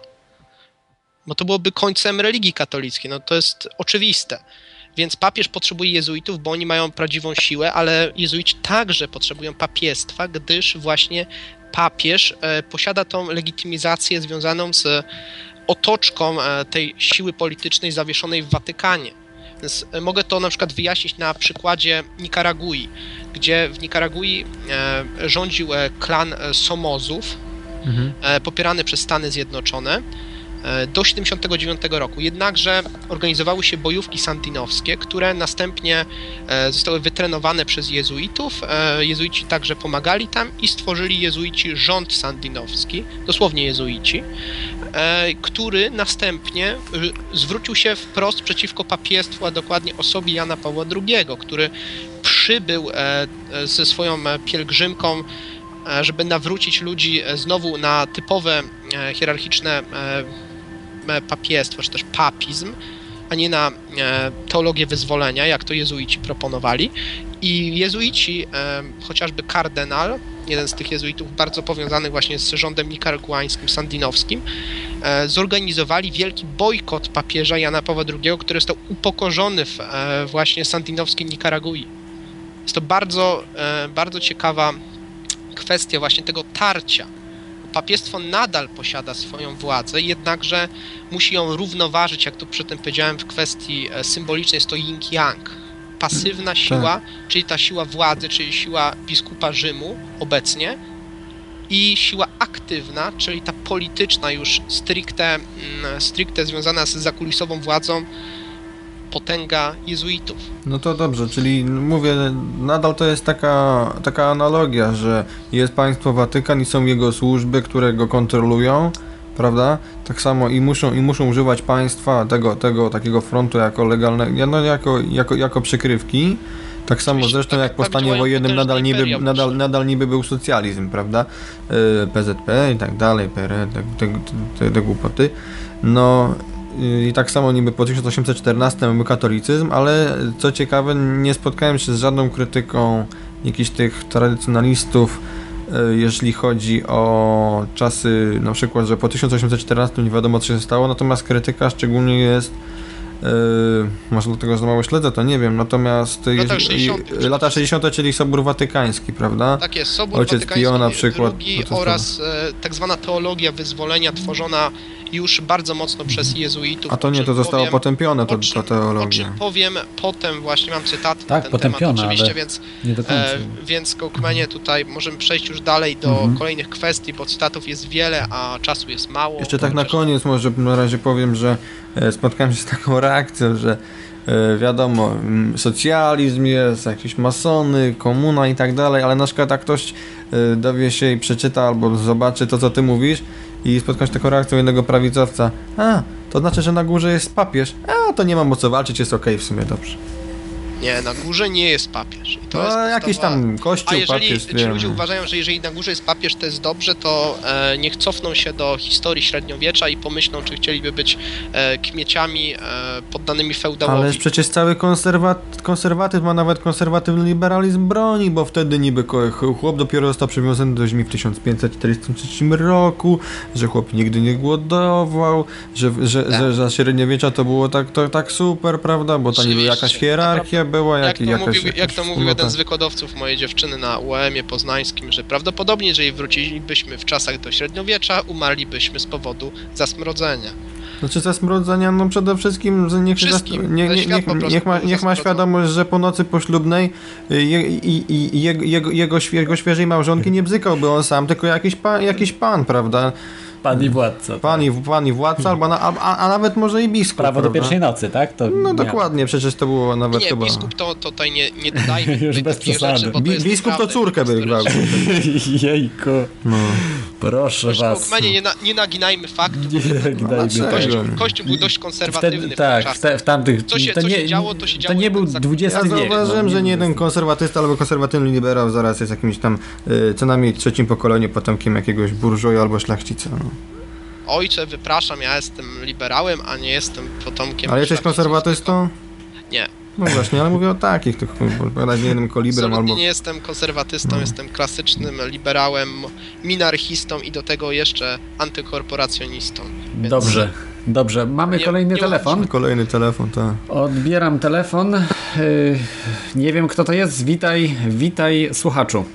Bo to byłoby końcem religii katolickiej, no to jest oczywiste. Więc papież potrzebuje jezuitów, bo oni mają prawdziwą siłę, ale jezuici także potrzebują papiestwa, gdyż właśnie papież e, posiada tą legitymizację związaną z otoczką e, tej siły politycznej zawieszonej w Watykanie. Więc e, mogę to na przykład wyjaśnić na przykładzie Nikaragui, gdzie w Nikaragui e, rządził e, klan e, Somozów, Mhm. e, popierany przez Stany Zjednoczone e, do siedemdziesiątego dziewiątego roku. Jednakże organizowały się bojówki sandynowskie, które następnie e, zostały wytrenowane przez jezuitów. E, jezuici także pomagali tam i stworzyli jezuici rząd sandynowski, dosłownie jezuici, e, który następnie e, zwrócił się wprost przeciwko papiestwu, a dokładnie osobie Jana Pawła drugiego, który przybył e, e, ze swoją e, pielgrzymką, e, żeby nawrócić ludzi e, znowu na typowe e, hierarchiczne e, e, papiestwo, czy też papizm, a nie na e, teologię wyzwolenia, jak to jezuici proponowali. I jezuici, e, chociażby kardynał, jeden z tych jezuitów bardzo powiązanych właśnie z rządem nikaraguańskim, sandynowskim, e, zorganizowali wielki bojkot papieża Jana Pawła drugiego, który został upokorzony w e, właśnie sandynowskiej Nikaragui. Jest to bardzo, e, bardzo ciekawa kwestia właśnie tego tarcia. Papiestwo nadal posiada swoją władzę, jednakże musi ją równoważyć, jak tu przedtem powiedziałem, w kwestii e, symbolicznej jest to yin-yang. Pasywna siła, czyli ta siła władzy, czyli siła biskupa Rzymu obecnie, i siła aktywna, czyli ta polityczna już stricte, stricte związana z zakulisową władzą, potęga jezuitów. No to dobrze, czyli mówię, nadal to jest taka, taka analogia, że jest państwo Watykan i są jego służby, które go kontrolują, prawda? Tak samo i muszą, i muszą używać państwa, tego, tego takiego frontu jako legalnego, no jako, jako, jako przykrywki. Tak samo Oczywiście, zresztą tak, jak tak po stanie działają wojennym nadal potężne niby, imperia nadal, nadal niby był socjalizm, prawda? Yy, P Z P i tak dalej, P R L, te, te, te, te głupoty. No i tak samo niby po tysiąc osiemset czternastym był katolicyzm, ale co ciekawe, nie spotkałem się z żadną krytyką jakichś tych tradycjonalistów, jeżeli chodzi o czasy, na przykład, że po tysiąc osiemset czternastym nie wiadomo co się stało, natomiast krytyka szczególnie jest Yy, może dlatego, że mało śledzę, to nie wiem, natomiast Lata jest, sześćdziesiąte. lata sześćdziesiąte, czyli Sobór Watykański, prawda? Tak jest, Sobór Ojciec Watykański Pio na przykład drugi protestował. oraz e, tak zwana teologia wyzwolenia tworzona już bardzo mocno przez jezuitów. A to o nie, czym to zostało powiem, potępione, to, o czym, ta O teologia. czym powiem potem, właśnie mam cytaty Tak, na ten potępione, temat oczywiście, ale więc, nie do końca. e, więc Kołkmenie tutaj możemy przejść już dalej do Mhm. kolejnych kwestii, bo cytatów jest wiele, a czasu jest mało. Jeszcze tak na Chociaż- koniec może na razie powiem, że e, spotkałem się z taką reakcją, że e, wiadomo, mm, socjalizm jest, jakieś masony, komuna i tak dalej, ale na przykład jak ktoś e, dowie się i przeczyta albo zobaczy to, co ty mówisz i spotkałem się z taką reakcją jednego prawicowca, a, to znaczy, że na górze jest papież, a, to nie mam o co walczyć, jest okej w sumie, dobrze. Nie, na górze nie jest papież. I to No, jest jakiś podstawa. tam kościół, A jeżeli papież, ci wiem. ludzie uważają, że jeżeli na górze jest papież, to jest dobrze, to e, niech cofną się do historii średniowiecza i pomyślą, czy chcieliby być e, kmieciami e, poddanymi feudałowi. Ależ przecież cały konserwat- konserwatyzm, a nawet konserwatywny liberalizm broni, bo wtedy niby ko- ch- chłop dopiero został przywiązany do ziemi w tysiąc pięćset czterdziestym trzecim roku, że chłop nigdy nie głodował, że, że, Tak. że za średniowiecza to było tak, to, tak super, prawda, bo to niby Oczywiście, jakaś hierarchia była, Jak jak, to, jakaś, mówił, jakaś jak to mówił wspólnota. jeden z wykładowców mojej dziewczyny na U E M-ie poznańskim, że prawdopodobnie, jeżeli wrócilibyśmy w czasach do średniowiecza, umarlibyśmy z powodu zasmrodzenia. Znaczy ze smrodzenia, no przede wszystkim, że niech, Wszystkim. zas- nie, Ze nie, świat niech, po prostu niech, ma, niech ma zasmrodzony. świadomość, że po nocy poślubnej y, je, i, i, i jego, jego, jego, świe- jego świeżej małżonki nie bzykałby on sam, tylko jakiś pan, jakiś pan, prawda? Pan i władca. Pan i, pan i władca, albo na, a, a, a nawet może i biskup, Prawo do prawda? pierwszej nocy, tak? To No miał. dokładnie, przecież to było nawet Nie, chyba... biskup to, to tutaj nie, nie dodajmy Już tutaj bez takich przesady. rzeczy, bo to Bi, jest biskup to naprawdę córkę by gwałcił. Jejku. No. Proszę was. Kołkmenie, nie, na, nie naginajmy faktów. Nie, dajmy dlaczego? tego. Kościół, Kościół był dość konserwatywny Wtedy, w tak, tych w, czasach. te, w tamtych... Co się- to co nie, się działo, to się to działo nie był jednak za- dwudziesty Ja wiek. zauważyłem, no, że nie jeden dwudziesty. konserwatysta albo konserwatywny liberał zaraz jest jakimś tam y, co najmniej trzecim pokoleniu potomkiem jakiegoś burżuja albo szlachcica. No. Ojcze, wypraszam, ja jestem liberałem, a nie jestem potomkiem... Ale jesteś szlachciców, konserwatystą? Nie. No właśnie, ale mówię o takich, tych, bo nie jednym kolibrem Absolutnie albo... nie jestem konserwatystą, jestem klasycznym liberałem, minarchistą i do tego jeszcze antykorporacjonistą. Więc Dobrze, dobrze. Mamy Nie- kolejny nie telefon. Kolejny telefon, tak. Odbieram telefon. Yy, nie wiem kto to jest. Witaj, witaj słuchaczu.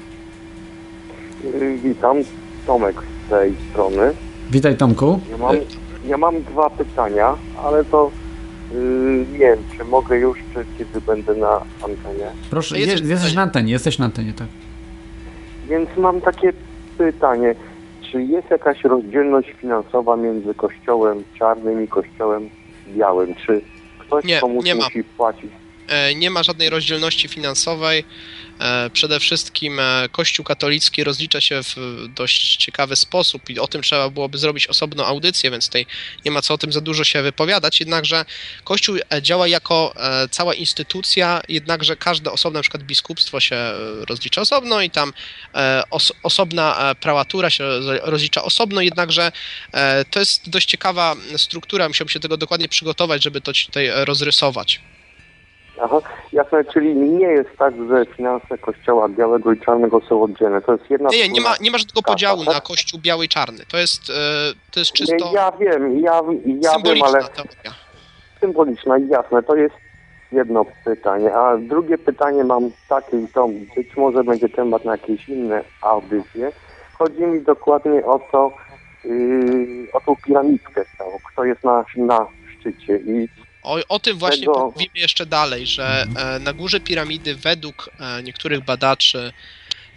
Witam, Tomek z tej strony. Witaj Tomku. Ja mam, ja mam dwa pytania, ale to yy, nie wiem, czy mogę już, czy kiedy będę na antenie. Proszę, A jesteś- je, jesteś na antenie, jesteś na antenie, tak. Więc mam takie pytanie, czy jest jakaś rozdzielność finansowa między kościołem czarnym i kościołem białym? Czy ktoś Nie, komuś nie ma. musi płacić? E, nie ma żadnej rozdzielności finansowej. E, Przede wszystkim e, Kościół katolicki rozlicza się w dość ciekawy sposób i o tym trzeba byłoby zrobić osobną audycję, więc tutaj nie ma co o tym za dużo się wypowiadać. Jednakże Kościół e, działa jako e, cała instytucja, jednakże każde osobne, na przykład biskupstwo się e, rozlicza osobno i tam e, os osobna e, prałatura się roz- rozlicza osobno, jednakże e, to jest dość ciekawa struktura, musiałbym się tego dokładnie przygotować, żeby to ci tutaj e, rozrysować. Aha, jasne, czyli nie jest tak, że finanse kościoła białego i czarnego są oddzielne. To jest jedna... Nie, nie, nie ma, nie ma żadnego kasa, podziału tak? na kościół biały i czarny. To jest, e, to jest Nie, czysto ja wiem, ja, ja wiem, symboliczna ale teoria. symboliczna i jasne, to jest jedno pytanie. A drugie pytanie mam takie i to być może będzie temat na jakieś inne audycje. Chodzi mi dokładnie o to, yy, o tą piramidkę całą, kto jest na, na szczycie i O, o tym właśnie Tego- mówimy jeszcze dalej, że e, na górze piramidy według e, niektórych badaczy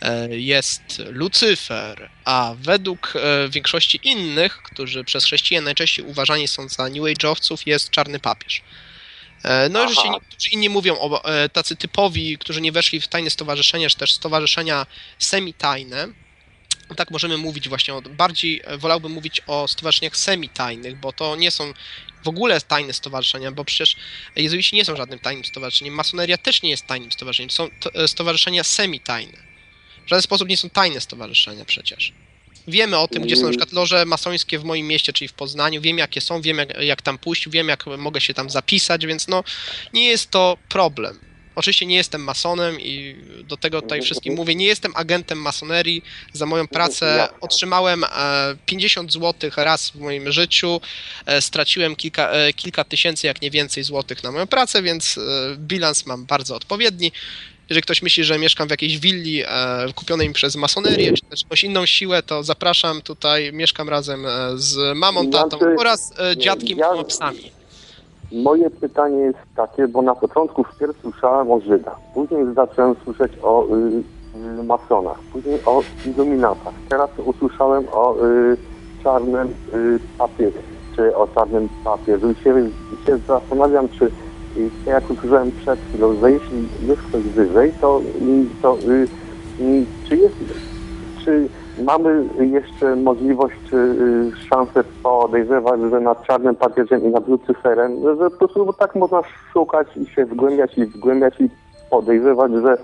jest Lucyfer, a według większości innych, którzy przez chrześcijan najczęściej uważani są za New Age'owców, jest Czarny Papież. No, że się niektórzy inni mówią, o, tacy typowi, którzy nie weszli w tajne stowarzyszenia, czy też stowarzyszenia semi-tajne. Tak możemy mówić właśnie, o, bardziej wolałbym mówić o stowarzyszeniach semi-tajnych, bo to nie są w ogóle tajne stowarzyszenia, bo przecież jezuici nie są żadnym tajnym stowarzyszeniem, masoneria też nie jest tajnym stowarzyszeniem, są to, stowarzyszenia semi-tajne. W żaden sposób nie są tajne stowarzyszenia przecież. Wiemy o tym, gdzie są na przykład loże masońskie w moim mieście, czyli w Poznaniu, wiem jakie są, wiem jak, jak tam pójść, wiem jak mogę się tam zapisać, więc no nie jest to problem. Oczywiście nie jestem masonem i do tego tutaj wszystkim mówię, nie jestem agentem masonerii. Za moją pracę otrzymałem pięćdziesiąt złotych raz w moim życiu, straciłem kilka, kilka tysięcy, jak nie więcej złotych na moją pracę, więc bilans mam bardzo odpowiedni. Jeżeli ktoś myśli, że mieszkam w jakiejś willi e, kupionej mi przez masonerię, czy też jakąś inną siłę, to zapraszam tutaj, mieszkam razem z mamą, tatą Znaczy, oraz e, dziadkiem ja, i dwoma psami. Moje pytanie jest takie, bo na początku wpierw słyszałem o Żydach, później zacząłem słyszeć o y, y, masonach, później o iluminatach, teraz usłyszałem o y, czarnym y, papieżu, czy o czarnym papieżu i się, się zastanawiam, czy jak usłyszałem przed chwilą, że jeśli jest ktoś wyżej, to, to y, y, czy jest, czy mamy jeszcze możliwość, czy y, szansę podejrzewać, że nad czarnym papieżem i nad Lucyferem, że, że po prostu bo tak można szukać i się wgłębiać i wgłębiać i podejrzewać, że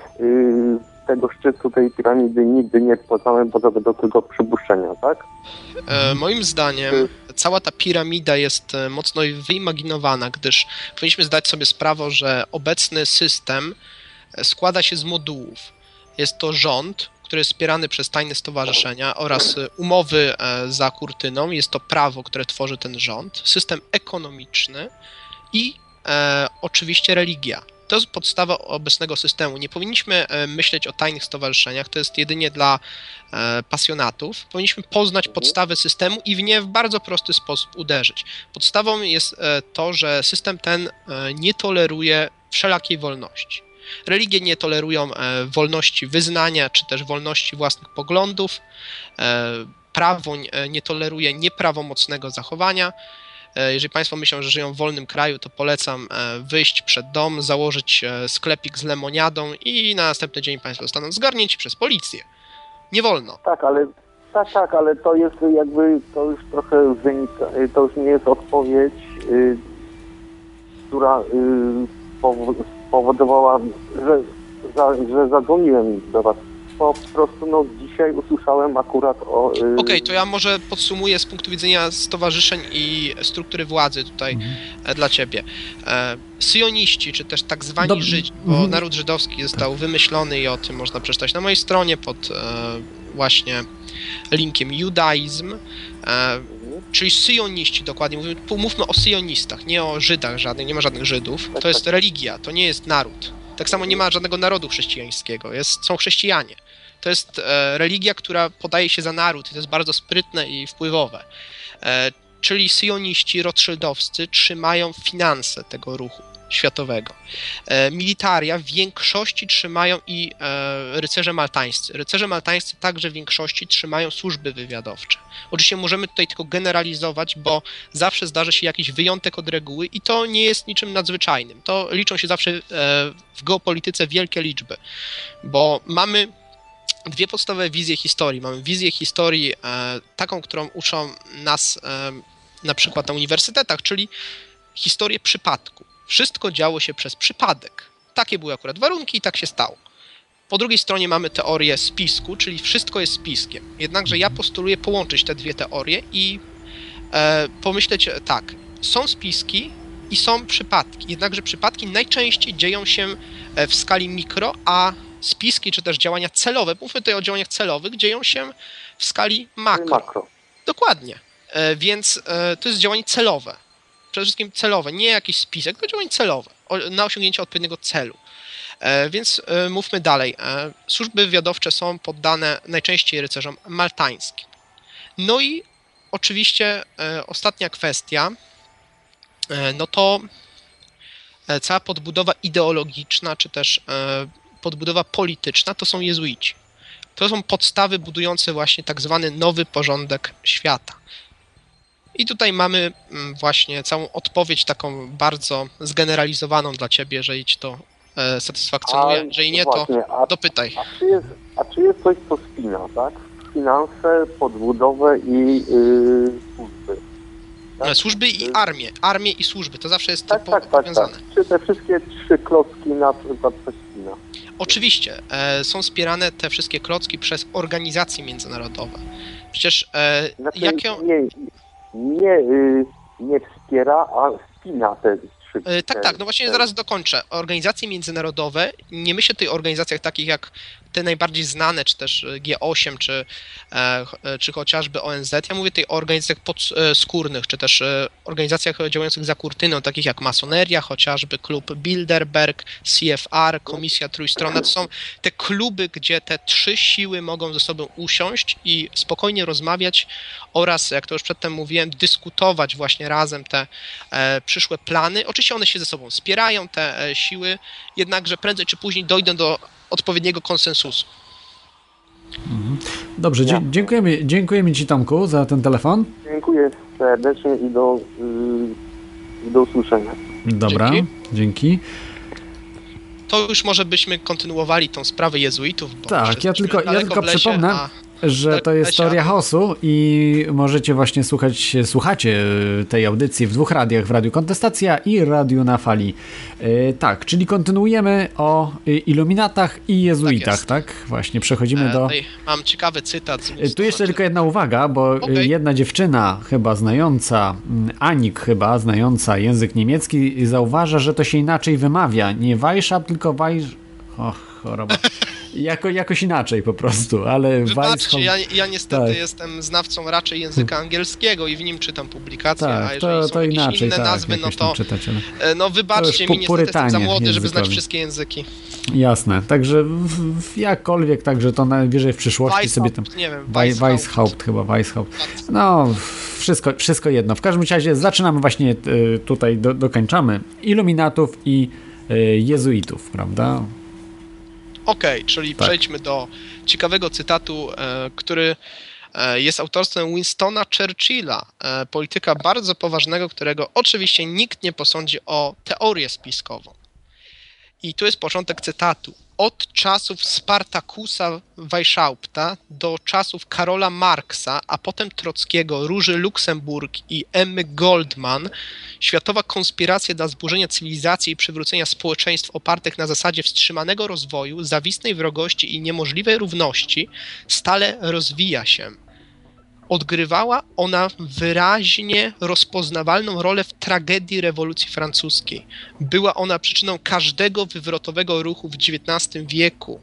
y, tego szczytu tej piramidy nigdy nie poznałem poza do tego przypuszczenia, tak? E, moim zdaniem cała ta piramida jest mocno wyimaginowana, gdyż powinniśmy zdać sobie sprawę, że obecny system składa się z modułów. Jest to rząd, który jest wspierany przez tajne stowarzyszenia oraz umowy za kurtyną. Jest to prawo, które tworzy ten rząd, system ekonomiczny i e, oczywiście religia. To jest podstawa obecnego systemu. Nie powinniśmy myśleć o tajnych stowarzyszeniach, to jest jedynie dla e, pasjonatów. Powinniśmy poznać podstawę systemu i w nie w bardzo prosty sposób uderzyć. Podstawą jest e, to, że system ten e, nie toleruje wszelakiej wolności. Religie nie tolerują e, wolności wyznania, czy też wolności własnych poglądów. E, prawo e, nie toleruje nieprawomocnego zachowania. Jeżeli Państwo myślą, że żyją w wolnym kraju, to polecam wyjść przed dom, założyć sklepik z lemoniadą i na następny dzień Państwo zostaną zgarnięci przez policję. Nie wolno. Tak, ale tak, tak, ale to jest jakby, to już trochę wynika, to już nie jest odpowiedź, y, która y, spowodowała, że, za, że zadzwoniłem do Was. Po prostu no, dzisiaj usłyszałem akurat o... Yy... Okej, okay, to ja może podsumuję z punktu widzenia stowarzyszeń i struktury władzy tutaj mhm. dla Ciebie. E, syjoniści, czy też tak zwani Dob- Żydzi, bo mhm. naród żydowski został wymyślony i o tym można przeczytać na mojej stronie pod e, właśnie linkiem judaizm, e, mhm. czyli syjoniści dokładnie, mówimy, mówmy o syjonistach, nie o Żydach żadnych, nie ma żadnych Żydów, tak, to jest tak. religia, to nie jest naród. Tak samo nie ma żadnego narodu chrześcijańskiego, jest, są chrześcijanie. To jest e, religia, która podaje się za naród i to jest bardzo sprytne i wpływowe. E, czyli syjoniści, rothschildowscy trzymają finanse tego ruchu światowego. E, militaria w większości trzymają i e, rycerze maltańscy. Rycerze maltańscy także w większości trzymają służby wywiadowcze. Oczywiście możemy tutaj tylko generalizować, bo zawsze zdarzy się jakiś wyjątek od reguły i to nie jest niczym nadzwyczajnym. To liczą się zawsze e, w geopolityce wielkie liczby, bo mamy dwie podstawowe wizje historii. Mamy wizję historii e, taką, którą uczą nas e, na przykład na uniwersytetach, czyli historię przypadku. Wszystko działo się przez przypadek. Takie były akurat warunki i tak się stało. Po drugiej stronie mamy teorię spisku, czyli wszystko jest spiskiem. Jednakże ja postuluję połączyć te dwie teorie i e, pomyśleć tak, są spiski i są przypadki. Jednakże przypadki najczęściej dzieją się w skali mikro, a spiski czy też działania celowe, mówmy tutaj o działaniach celowych, dzieją się w skali makro. makro. Dokładnie. E, więc e, to jest działanie celowe. Przede wszystkim celowe, nie jakiś spisek, tylko działanie celowe, o, na osiągnięcie odpowiedniego celu. E, więc e, mówmy dalej. E, służby wywiadowcze są poddane najczęściej rycerzom maltańskim. No i oczywiście e, ostatnia kwestia, e, no to e, cała podbudowa ideologiczna, czy też e, podbudowa polityczna to są jezuici. To są podstawy budujące właśnie tak zwany nowy porządek świata. I tutaj mamy właśnie całą odpowiedź taką bardzo zgeneralizowaną dla ciebie, jeżeli ci to e, satysfakcjonuje. A, jeżeli nie, właśnie, to a, dopytaj. A czy, jest, a czy jest coś, co spina, tak? Finanse, podbudowę i yy, służby. Tak? Służby i armię. Armię i służby. To zawsze jest tak, po, tak, tak, powiązane. tak. Czy te wszystkie trzy klocki na przykład coś spina? Oczywiście. E, są wspierane te wszystkie klocki przez organizacje międzynarodowe. Przecież e, Znaczy, jakie... nie, nie, yy, nie wspiera, a spina te trzy. E, tak, tak. No właśnie zaraz dokończę. Organizacje międzynarodowe, nie myślę o tych organizacjach takich jak te najbardziej znane, czy też G osiem, czy, e, czy chociażby O N Z. Ja mówię tutaj o organizacjach podskórnych, czy też e, organizacjach działających za kurtyną, takich jak masoneria, chociażby klub Bilderberg, C F R, Komisja Trójstronna. To są te kluby, gdzie te trzy siły mogą ze sobą usiąść i spokojnie rozmawiać oraz, jak to już przedtem mówiłem, dyskutować właśnie razem te e, przyszłe plany. Oczywiście one się ze sobą wspierają, te e, siły, jednakże prędzej czy później dojdą do odpowiedniego konsensusu. Dobrze, dzie- dziękujemy, dziękujemy Ci, Tomku, za ten telefon. Dziękuję serdecznie i do, yy, do usłyszenia. Dobra, Dzięki. dzięki. To już może byśmy kontynuowali tą sprawę jezuitów. Bo Tak, ja tylko, ja tylko przypomnę, a... że to jest Teoria Chaosu i możecie właśnie słuchać, słuchacie tej audycji w dwóch radiach, w Radiu Kontestacja i Radiu na Fali. Yy, tak, czyli kontynuujemy o iluminatach i jezuitach, tak? tak? Właśnie przechodzimy e, do... Mam ciekawy cytat. Z tu jeszcze tylko jedna uwaga, bo okay. jedna dziewczyna chyba znająca, Anik chyba znająca język niemiecki zauważa, że to się inaczej wymawia. Nie Weishaupt, tylko Weisz... Och, choroba. Jako, jakoś inaczej po prostu, ale Wybaczcie, ja, ja niestety tak. jestem znawcą raczej języka angielskiego i w nim czytam publikacje, tak, a jeżeli to, są to jakieś inaczej, inne tak, nazwy, no to czytać, ale... no wybaczcie to mi, niestety jestem za młody, żeby znać językowi. wszystkie języki. Jasne, także w, w, jakkolwiek, także to najwyżej w przyszłości Weishaupt, sobie tam... nie wiem, Weishaupt, Weishaupt chyba, Weishaupt. No, wszystko, wszystko jedno. W każdym razie zaczynamy właśnie tutaj, do, dokończamy Iluminatów i y, jezuitów, prawda? Okej, okay, czyli tak. Przejdźmy do ciekawego cytatu, e, który e, jest autorstwem Winstona Churchilla, e, polityka bardzo poważnego, którego oczywiście nikt nie posądzi o teorię spiskową. I tu jest początek cytatu. Od czasów Spartakusa Weishaupta do czasów Karola Marksa, a potem Trockiego, Róży Luksemburg i Emmy Goldman, światowa konspiracja dla zburzenia cywilizacji i przywrócenia społeczeństw opartych na zasadzie wstrzymanego rozwoju, zawistnej wrogości i niemożliwej równości stale rozwija się. Odgrywała ona wyraźnie rozpoznawalną rolę w tragedii rewolucji francuskiej. Była ona przyczyną każdego wywrotowego ruchu w dziewiętnastym wieku.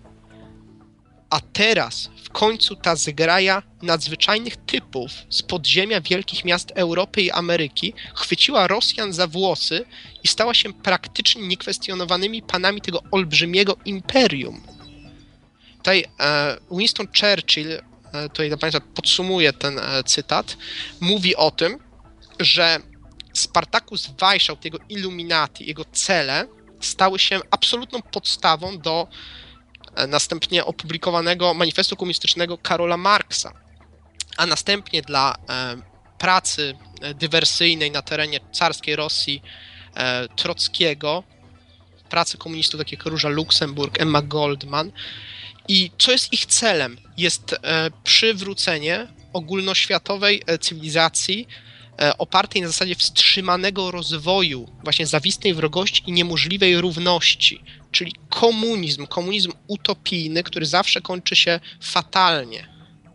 A teraz w końcu ta zgraja nadzwyczajnych typów z podziemia wielkich miast Europy i Ameryki chwyciła Rosjan za włosy i stała się praktycznie niekwestionowanymi panami tego olbrzymiego imperium. Tutaj e, Winston Churchill, tutaj dla Państwa podsumuję ten cytat, mówi o tym, że Spartacus Weishaupt, jego Illuminati, jego cele stały się absolutną podstawą do następnie opublikowanego manifestu komunistycznego Karola Marksa, a następnie dla pracy dywersyjnej na terenie carskiej Rosji Trockiego, pracy komunistów takich jak Róża Luksemburg, Emma Goldman. I co jest ich celem? Jest e, przywrócenie ogólnoświatowej e, cywilizacji e, opartej na zasadzie wstrzymanego rozwoju, właśnie zawistnej wrogości i niemożliwej równości, czyli komunizm, komunizm utopijny, który zawsze kończy się fatalnie.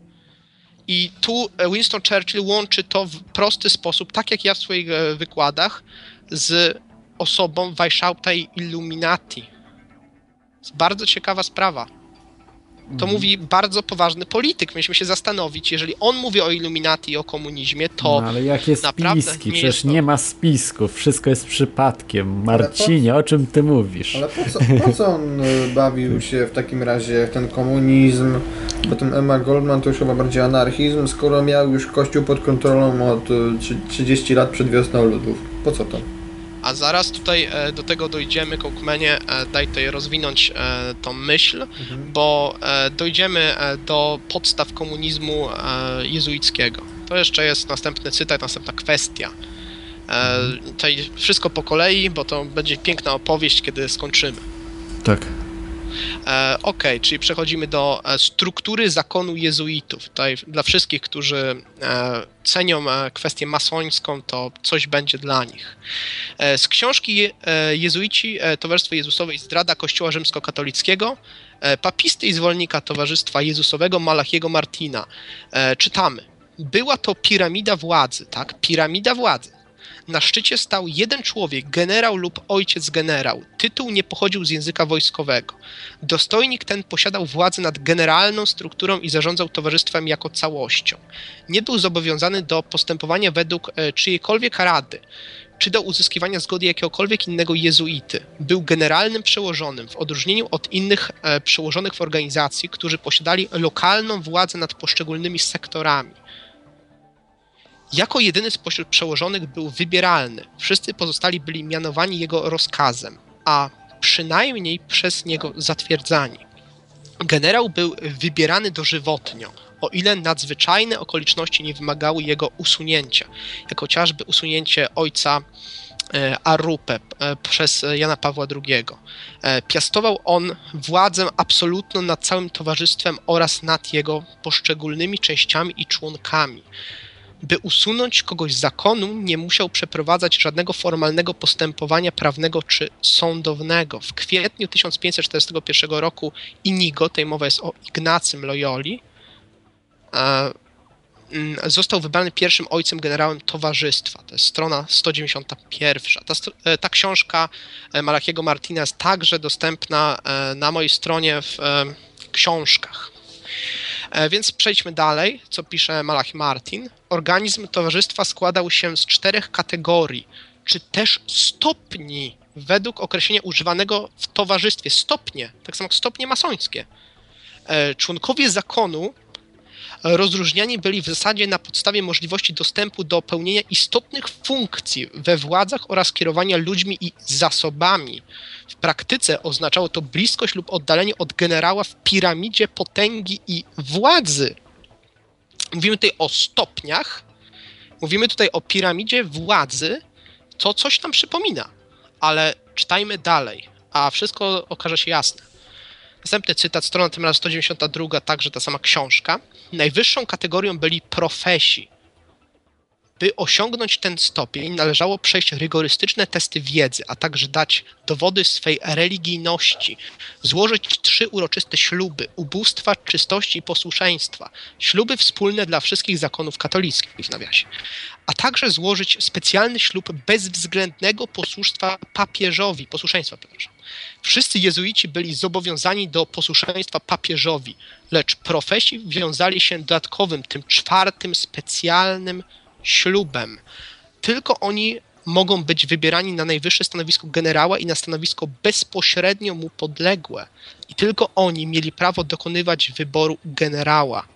I tu Winston Churchill łączy to w prosty sposób, tak jak ja w swoich e, wykładach, z osobą Weishaupta i Illuminati. Jest bardzo ciekawa sprawa. To mm. mówi bardzo poważny polityk. Mieliśmy się zastanowić, jeżeli on mówi o Illuminati i o komunizmie, to no, ale jakie spiski? Nie Przecież to... nie ma spisków, wszystko jest przypadkiem. Marcinie, po... o czym ty mówisz? Ale po co, po co on bawił się w takim razie w ten komunizm, potem Emma Goldman to już chyba bardziej anarchizm, skoro miał już Kościół pod kontrolą od trzydziestu lat przed wiosną ludów? Po co to? A zaraz tutaj e, do tego dojdziemy, Kołkmenie, e, daj tutaj rozwinąć e, tą myśl, mhm. bo e, dojdziemy e, do podstaw komunizmu e, jezuickiego. To jeszcze jest następny cytat, następna kwestia. E, tutaj wszystko po kolei, bo to będzie piękna opowieść, kiedy skończymy. Tak. E, ok, czyli przechodzimy do e, struktury zakonu jezuitów. Tutaj dla wszystkich, którzy e, cenią e, kwestię masońską, to coś będzie dla nich. E, z książki e, Jezuici, e, Towarzystwo Jezusowe i Zdrada Kościoła Rzymskokatolickiego, e, papisty i zwolennika Towarzystwa Jezusowego Malachiego Martina e, czytamy. Była to piramida władzy, tak? Piramida władzy. Na szczycie stał jeden człowiek, generał lub ojciec generał. Tytuł nie pochodził z języka wojskowego. Dostojnik ten posiadał władzę nad generalną strukturą i zarządzał towarzystwem jako całością. Nie był zobowiązany do postępowania według e, czyjejkolwiek rady, czy do uzyskiwania zgody jakiegokolwiek innego jezuity. Był generalnym przełożonym, w odróżnieniu od innych e, przełożonych w organizacji, którzy posiadali lokalną władzę nad poszczególnymi sektorami. Jako jedyny spośród przełożonych był wybieralny. Wszyscy pozostali byli mianowani jego rozkazem, a przynajmniej przez niego zatwierdzani. Generał był wybierany dożywotnio, o ile nadzwyczajne okoliczności nie wymagały jego usunięcia, jak chociażby usunięcie ojca Arupę przez Jana Pawła drugiego. Piastował on władzę absolutną nad całym towarzystwem oraz nad jego poszczególnymi częściami i członkami. By usunąć kogoś z zakonu, nie musiał przeprowadzać żadnego formalnego postępowania prawnego czy sądownego. W kwietniu tysiąc pięćset czterdziestego pierwszego roku Inigo, tej mowa jest o Ignacym Loyoli, został wybrany pierwszym ojcem generałem towarzystwa. To jest strona sto dziewięćdziesiąta pierwsza. Ta, ta książka Malachiego Martina jest także dostępna na mojej stronie w książkach. Więc przejdźmy dalej, co pisze Malachi Martin. Organizm towarzystwa składał się z czterech kategorii, czy też stopni, według określenia używanego w towarzystwie. Stopnie, tak samo jak stopnie masońskie. Członkowie zakonu rozróżniani byli w zasadzie na podstawie możliwości dostępu do pełnienia istotnych funkcji we władzach oraz kierowania ludźmi i zasobami. W praktyce oznaczało to bliskość lub oddalenie od generała w piramidzie potęgi i władzy. Mówimy tutaj o stopniach, mówimy tutaj o piramidzie władzy, to coś nam przypomina, ale czytajmy dalej, a wszystko okaże się jasne. Następny cytat, strona tym razem sto dziewięćdziesiąta druga, także ta sama książka. Najwyższą kategorią byli profesi. By osiągnąć ten stopień, należało przejść rygorystyczne testy wiedzy, a także dać dowody swej religijności, złożyć trzy uroczyste śluby, ubóstwa, czystości i posłuszeństwa, śluby wspólne dla wszystkich zakonów katolickich w nawiasie, a także złożyć specjalny ślub bezwzględnego posłuszeństwa papieżowi, posłuszeństwa, przepraszam. Wszyscy jezuici byli zobowiązani do posłuszeństwa papieżowi, lecz profesi wiązali się dodatkowym, tym czwartym specjalnym ślubem. Tylko oni mogą być wybierani na najwyższe stanowisko generała i na stanowisko bezpośrednio mu podległe. I tylko oni mieli prawo dokonywać wyboru generała.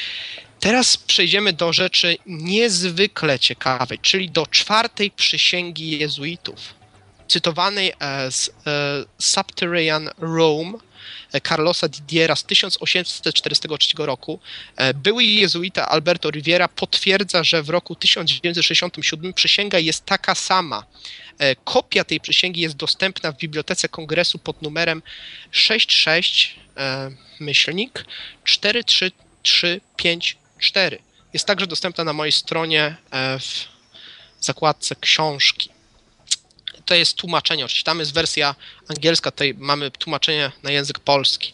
Teraz przejdziemy do rzeczy niezwykle ciekawej, czyli do czwartej przysięgi jezuitów, cytowanej z Subterranean Rome Carlosa Didiera z tysiąc osiemset czterdziestego trzeciego roku. Były jezuita Alberto Rivera potwierdza, że w roku tysiąc dziewięćset sześćdziesiątym siódmym przysięga jest taka sama. Kopia tej przysięgi jest dostępna w Bibliotece Kongresu pod numerem sześć sześć myślnik cztery trzy trzy pięć cztery. Jest także dostępna na mojej stronie w zakładce książki. To jest tłumaczenie, oczywiście tam jest wersja angielska, tutaj mamy tłumaczenie na język polski.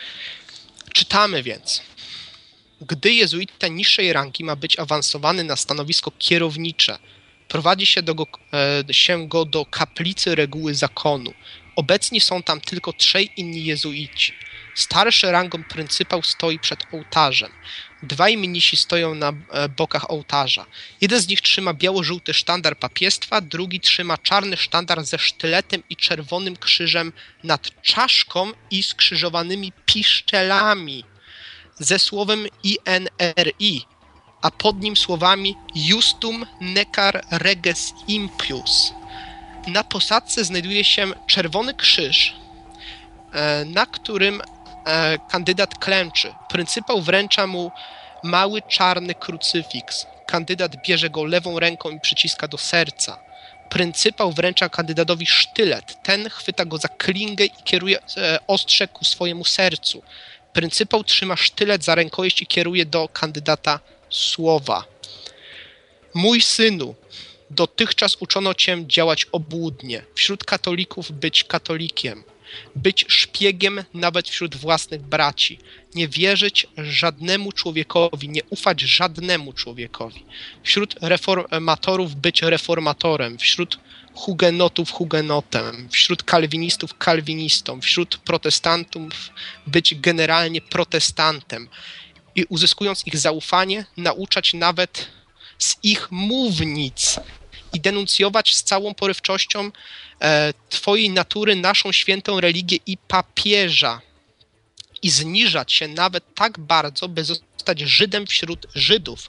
Czytamy więc. Gdy jezuita niższej rangi ma być awansowany na stanowisko kierownicze, prowadzi się, do go, e, się go do kaplicy reguły zakonu. Obecni są tam tylko trzej inni jezuici. Starszy rangą pryncypał stoi przed ołtarzem. Dwaj mnisi stoją na bokach ołtarza. Jeden z nich trzyma biało-żółty sztandar papiestwa, drugi trzyma czarny sztandar ze sztyletem i czerwonym krzyżem nad czaszką i skrzyżowanymi piszczelami ze słowem I N R I, a pod nim słowami Justum necar reges impius. na posadzce znajduje się czerwony krzyż, na którym kandydat klęczy. Pryncypał wręcza mu mały czarny krucyfiks. Kandydat bierze go lewą ręką i przyciska do serca. Pryncypał wręcza kandydatowi sztylet. Ten chwyta go za klingę i kieruje ostrze ku swojemu sercu. Pryncypał trzyma sztylet za rękojeść i kieruje do kandydata słowa. Mój synu, dotychczas uczono cię działać obłudnie, wśród katolików być katolikiem, być szpiegiem nawet wśród własnych braci, nie wierzyć żadnemu człowiekowi, nie ufać żadnemu człowiekowi, wśród reformatorów być reformatorem, wśród hugenotów hugenotem, wśród kalwinistów kalwinistą, wśród protestantów być generalnie protestantem i uzyskując ich zaufanie, nauczać nawet z ich mównic i denuncjować z całą porywczością e, Twojej natury naszą świętą religię i papieża i zniżać się nawet tak bardzo, by zostać Żydem wśród Żydów,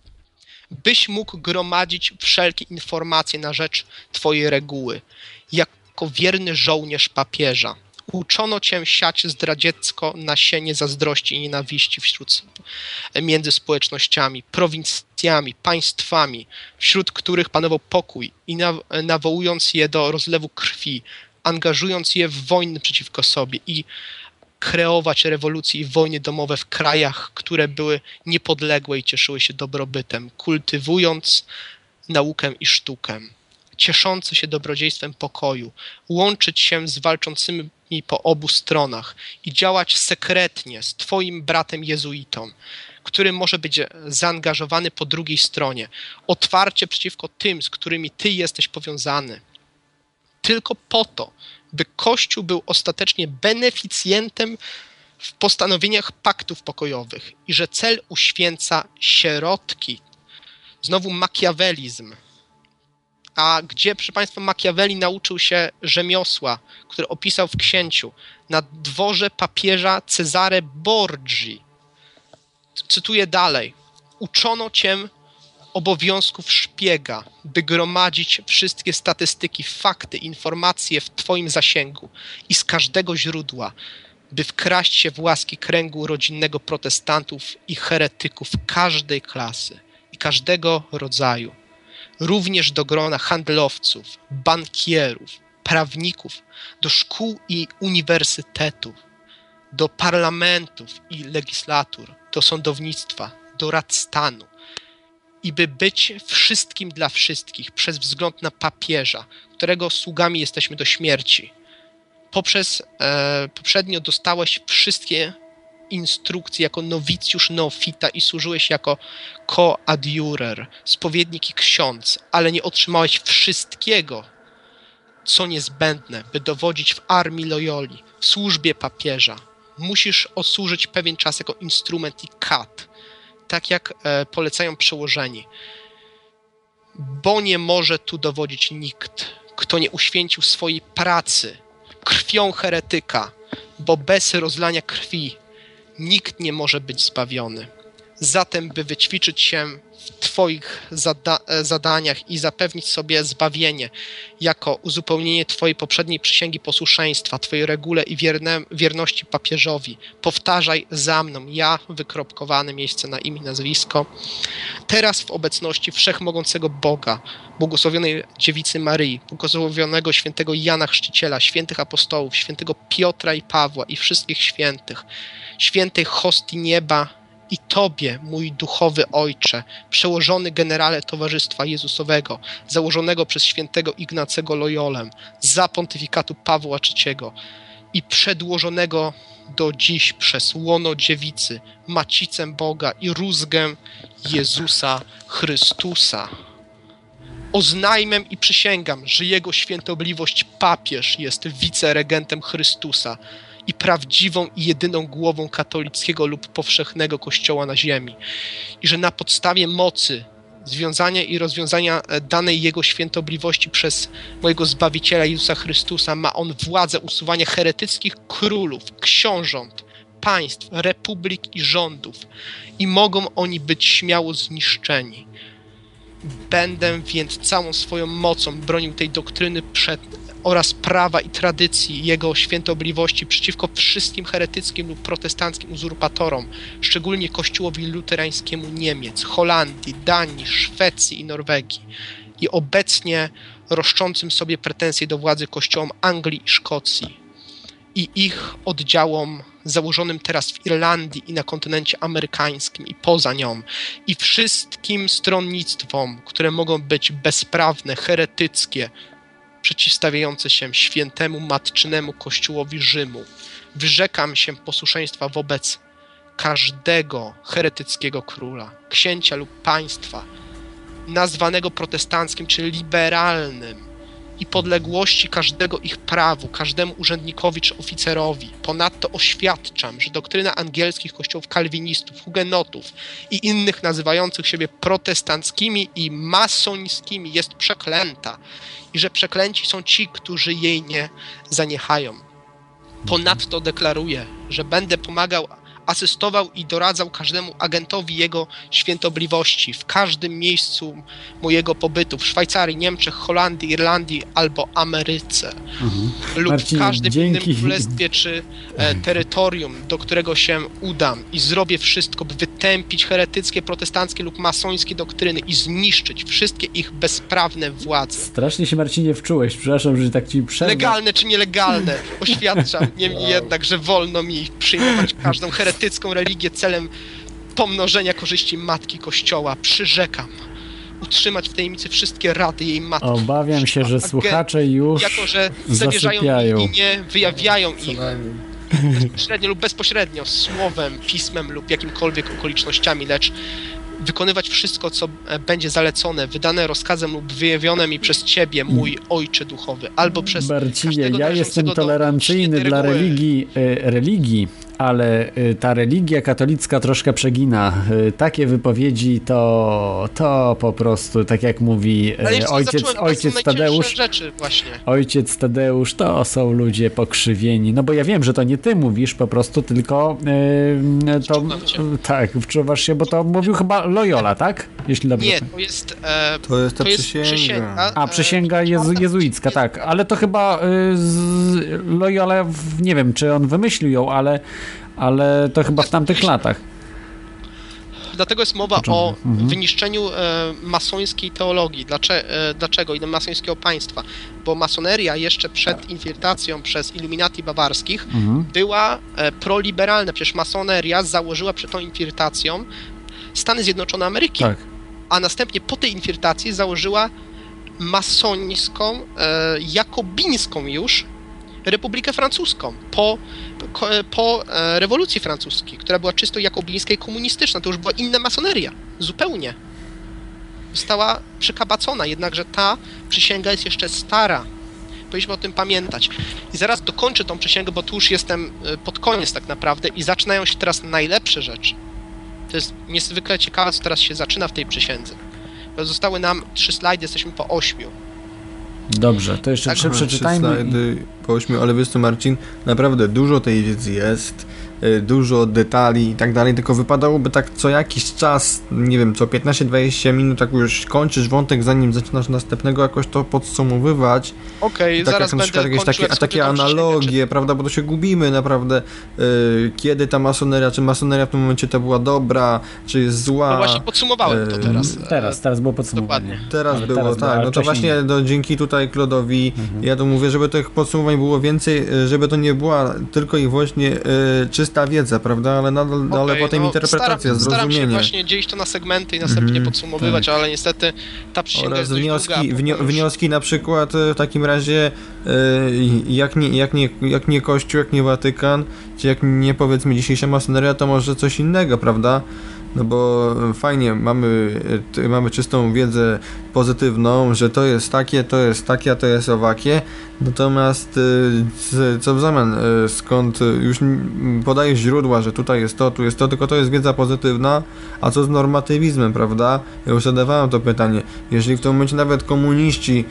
byś mógł gromadzić wszelkie informacje na rzecz Twojej reguły, jako wierny żołnierz papieża. Uczono cię siać zdradziecko nasienie zazdrości i nienawiści wśród, między społecznościami, prowincjami, państwami, wśród których panował pokój i nawołując je do rozlewu krwi, angażując je w wojny przeciwko sobie i kreować rewolucje i wojny domowe w krajach, które były niepodległe i cieszyły się dobrobytem, kultywując naukę i sztukę, cieszący się dobrodziejstwem pokoju, łączyć się z walczącymi po obu stronach i działać sekretnie z Twoim bratem jezuitą, który może być zaangażowany po drugiej stronie, otwarcie przeciwko tym, z którymi Ty jesteś powiązany. Tylko po to, by Kościół był ostatecznie beneficjentem w postanowieniach paktów pokojowych i że cel uświęca środki. Znowu makiawelizm. A gdzie, proszę Państwa, Machiavelli nauczył się rzemiosła, które opisał w Księciu, na dworze papieża Cezare Borgi. Cytuję dalej. Uczono cię obowiązków szpiega, by gromadzić wszystkie statystyki, fakty, informacje w Twoim zasięgu i z każdego źródła, by wkraść się w łaski kręgu rodzinnego protestantów i heretyków każdej klasy i każdego rodzaju. Również do grona handlowców, bankierów, prawników, do szkół i uniwersytetów, do parlamentów i legislatur, do sądownictwa, do rad stanu i by być wszystkim dla wszystkich przez wzgląd na papieża, którego sługami jesteśmy do śmierci. Poprzez e, poprzednio dostałeś wszystkie instrukcje jako nowicjusz neofita i służyłeś jako koadjurer, spowiednik i ksiądz, ale nie otrzymałeś wszystkiego, co niezbędne, by dowodzić w armii Loyoli, w służbie papieża. Musisz odsłużyć pewien czas jako instrument i kat, tak jak e, polecają przełożeni. Bo nie może tu dowodzić nikt, kto nie uświęcił swojej pracy krwią heretyka, bo bez rozlania krwi nikt nie może być zbawiony. Zatem, by wyćwiczyć się w Twoich zada- zadaniach i zapewnić sobie zbawienie jako uzupełnienie Twojej poprzedniej przysięgi posłuszeństwa, Twojej regule i wierne- wierności papieżowi, powtarzaj za mną, ja, wykropkowane miejsce na imię, nazwisko, teraz w obecności Wszechmogącego Boga, błogosławionej Dziewicy Maryi, błogosławionego świętego Jana Chrzciciela, świętych apostołów, świętego Piotra i Pawła i wszystkich świętych, świętej hostii nieba i Tobie, mój duchowy Ojcze, przełożony generale Towarzystwa Jezusowego, założonego przez świętego Ignacego Loyolę, za pontyfikatu Pawła trzeciego i przedłożonego do dziś przez łono Dziewicy, Macicę Boga i rózgę Jezusa Chrystusa. Oznajmię i przysięgam, że Jego Świętobliwość papież jest wiceregentem Chrystusa i prawdziwą i jedyną głową katolickiego lub powszechnego Kościoła na ziemi i że na podstawie mocy związania i rozwiązania danej Jego Świętobliwości przez mojego Zbawiciela Jezusa Chrystusa ma On władzę usuwania heretyckich królów, książąt, państw, republik i rządów i mogą oni być śmiało zniszczeni. Będę więc całą swoją mocą bronił tej doktryny przed, oraz prawa i tradycji jego świętobliwości przeciwko wszystkim heretyckim lub protestanckim uzurpatorom, szczególnie kościołowi luterańskiemu Niemiec, Holandii, Danii, Szwecji i Norwegii i obecnie roszczącym sobie pretensje do władzy kościołom Anglii i Szkocji i ich oddziałom założonym teraz w Irlandii i na kontynencie amerykańskim i poza nią i wszystkim stronnictwom, które mogą być bezprawne, heretyckie, przeciwstawiające się świętemu matczynemu kościołowi Rzymu. Wyrzekam się posłuszeństwa wobec każdego heretyckiego króla, księcia lub państwa, nazwanego protestanckim czy liberalnym, i podległości każdego ich prawu, każdemu urzędnikowi czy oficerowi. Ponadto oświadczam, że doktryna angielskich kościołów kalwinistów, hugenotów i innych nazywających siebie protestanckimi i masońskimi jest przeklęta i że przeklęci są ci, którzy jej nie zaniechają. Ponadto deklaruję, że będę pomagał, asystował i doradzał każdemu agentowi jego świętobliwości w każdym miejscu mojego pobytu, w Szwajcarii, Niemczech, Holandii, Irlandii albo Ameryce mhm. lub Marcin, w każdym dzięki. innym królestwie czy e, terytorium, do którego się udam i zrobię wszystko, by wytępić heretyckie, protestanckie lub masońskie doktryny i zniszczyć wszystkie ich bezprawne władze. Strasznie się, Marcinie, wczułeś, przepraszam, że tak ci przerwę. Legalne czy nielegalne, oświadczam niemniej wow. jednak, że wolno mi przyjmować każdą heretycką religię celem pomnożenia korzyści Matki Kościoła. Przyrzekam utrzymać w tajemnicy wszystkie rady jej matki. Obawiam się, że słuchacze już jako, że zawierzają i nie wyjawiają ich bezpośrednio lub bezpośrednio słowem, pismem lub jakimkolwiek okolicznościami, lecz wykonywać wszystko, co będzie zalecone, wydane rozkazem lub wyjawione mi przez Ciebie, mój Ojcze Duchowy, albo przez Marcinie, ja jestem tolerancyjny dla religii, e, religii, ale e, ta religia katolicka troszkę przegina. E, takie wypowiedzi to, to po prostu, tak jak mówi e, ojciec, ojciec Tadeusz, rzeczy właśnie. ojciec Tadeusz, to są ludzie pokrzywieni. No bo ja wiem, że to nie ty mówisz po prostu, tylko e, to, tak, wczuwasz się, bo to mówił chyba Loyola, tak? Jeśli dobrze. Nie, to jest... E, to jest ta to jest przysięga. przysięga. A, przysięga jezu, jezuicka, tak. Ale to chyba y, z Loyola, nie wiem, czy on wymyślił ją, ale, ale to chyba w tamtych latach. Dlatego jest mowa o mhm. wyniszczeniu e, masońskiej teologii. Dlaczego, e, dlaczego? I masońskiego państwa. Bo masoneria jeszcze przed infiltracją przez Illuminati bawarskich mhm. była e, proliberalna. Przecież masoneria założyła przed tą infiltracją Stany Zjednoczone Ameryki, tak. a następnie po tej infiltracji założyła masońską, e, jakobińską już Republikę Francuską po, po, po e, rewolucji francuskiej, która była czysto jakobińska i komunistyczna. To już była inna masoneria, zupełnie. Została przekabacona, jednakże ta przysięga jest jeszcze stara. Powinniśmy o tym pamiętać. I zaraz dokończę tą przysięgę, bo tu już jestem pod koniec tak naprawdę i zaczynają się teraz najlepsze rzeczy. To jest niezwykle ciekawe, co teraz się zaczyna w tej przysiędze. Zostały nam trzy slajdy, jesteśmy po ośmiu. Dobrze, to jeszcze trzy przeczytajmy. Trzy slajdy po ośmiu, ale wiesz co, Marcin, naprawdę dużo tej wiedzy jest, dużo detali i tak dalej, tylko wypadałoby tak co jakiś czas, nie wiem, co piętnaście dwadzieścia minut, tak już kończysz wątek, zanim zaczynasz następnego, jakoś to podsumowywać. Okej, okay, tak zaraz jak będę jakieś takie, a takie analogie, prawda, bo to się gubimy naprawdę, yy, kiedy ta masoneria, czy masoneria w tym momencie to była dobra, czy jest zła. No właśnie podsumowałem to teraz. Yy, teraz, teraz było podsumowanie. Dokładnie. Teraz ale było, teraz tak, było, no to właśnie no, dzięki tutaj Klodowi, mhm. ja to mówię, żeby tych podsumowań było więcej, żeby to nie była tylko i wyłącznie yy, czysta wiedza, prawda, ale nadal okay, ale potem no, interpretacja, staram, zrozumienie. Staram się właśnie dzielić to na segmenty i następnie mm, podsumowywać, tak. ale niestety ta przysięga jest dość wnioski, długa. Wnio, wnioski na przykład w takim razie yy, jak, nie, jak, nie, jak nie Kościół, jak nie Watykan, czy jak nie powiedzmy dzisiejsza masoneria, to może coś innego, prawda? No bo fajnie, mamy, mamy czystą wiedzę pozytywną, że to jest takie, to jest takie, a to jest owakie, natomiast co w zamian, skąd już podajesz źródła, że tutaj jest to, tu jest to, tylko to jest wiedza pozytywna, a co z normatywizmem, prawda? Ja już zadawałem to pytanie, jeżeli w tym momencie nawet komuniści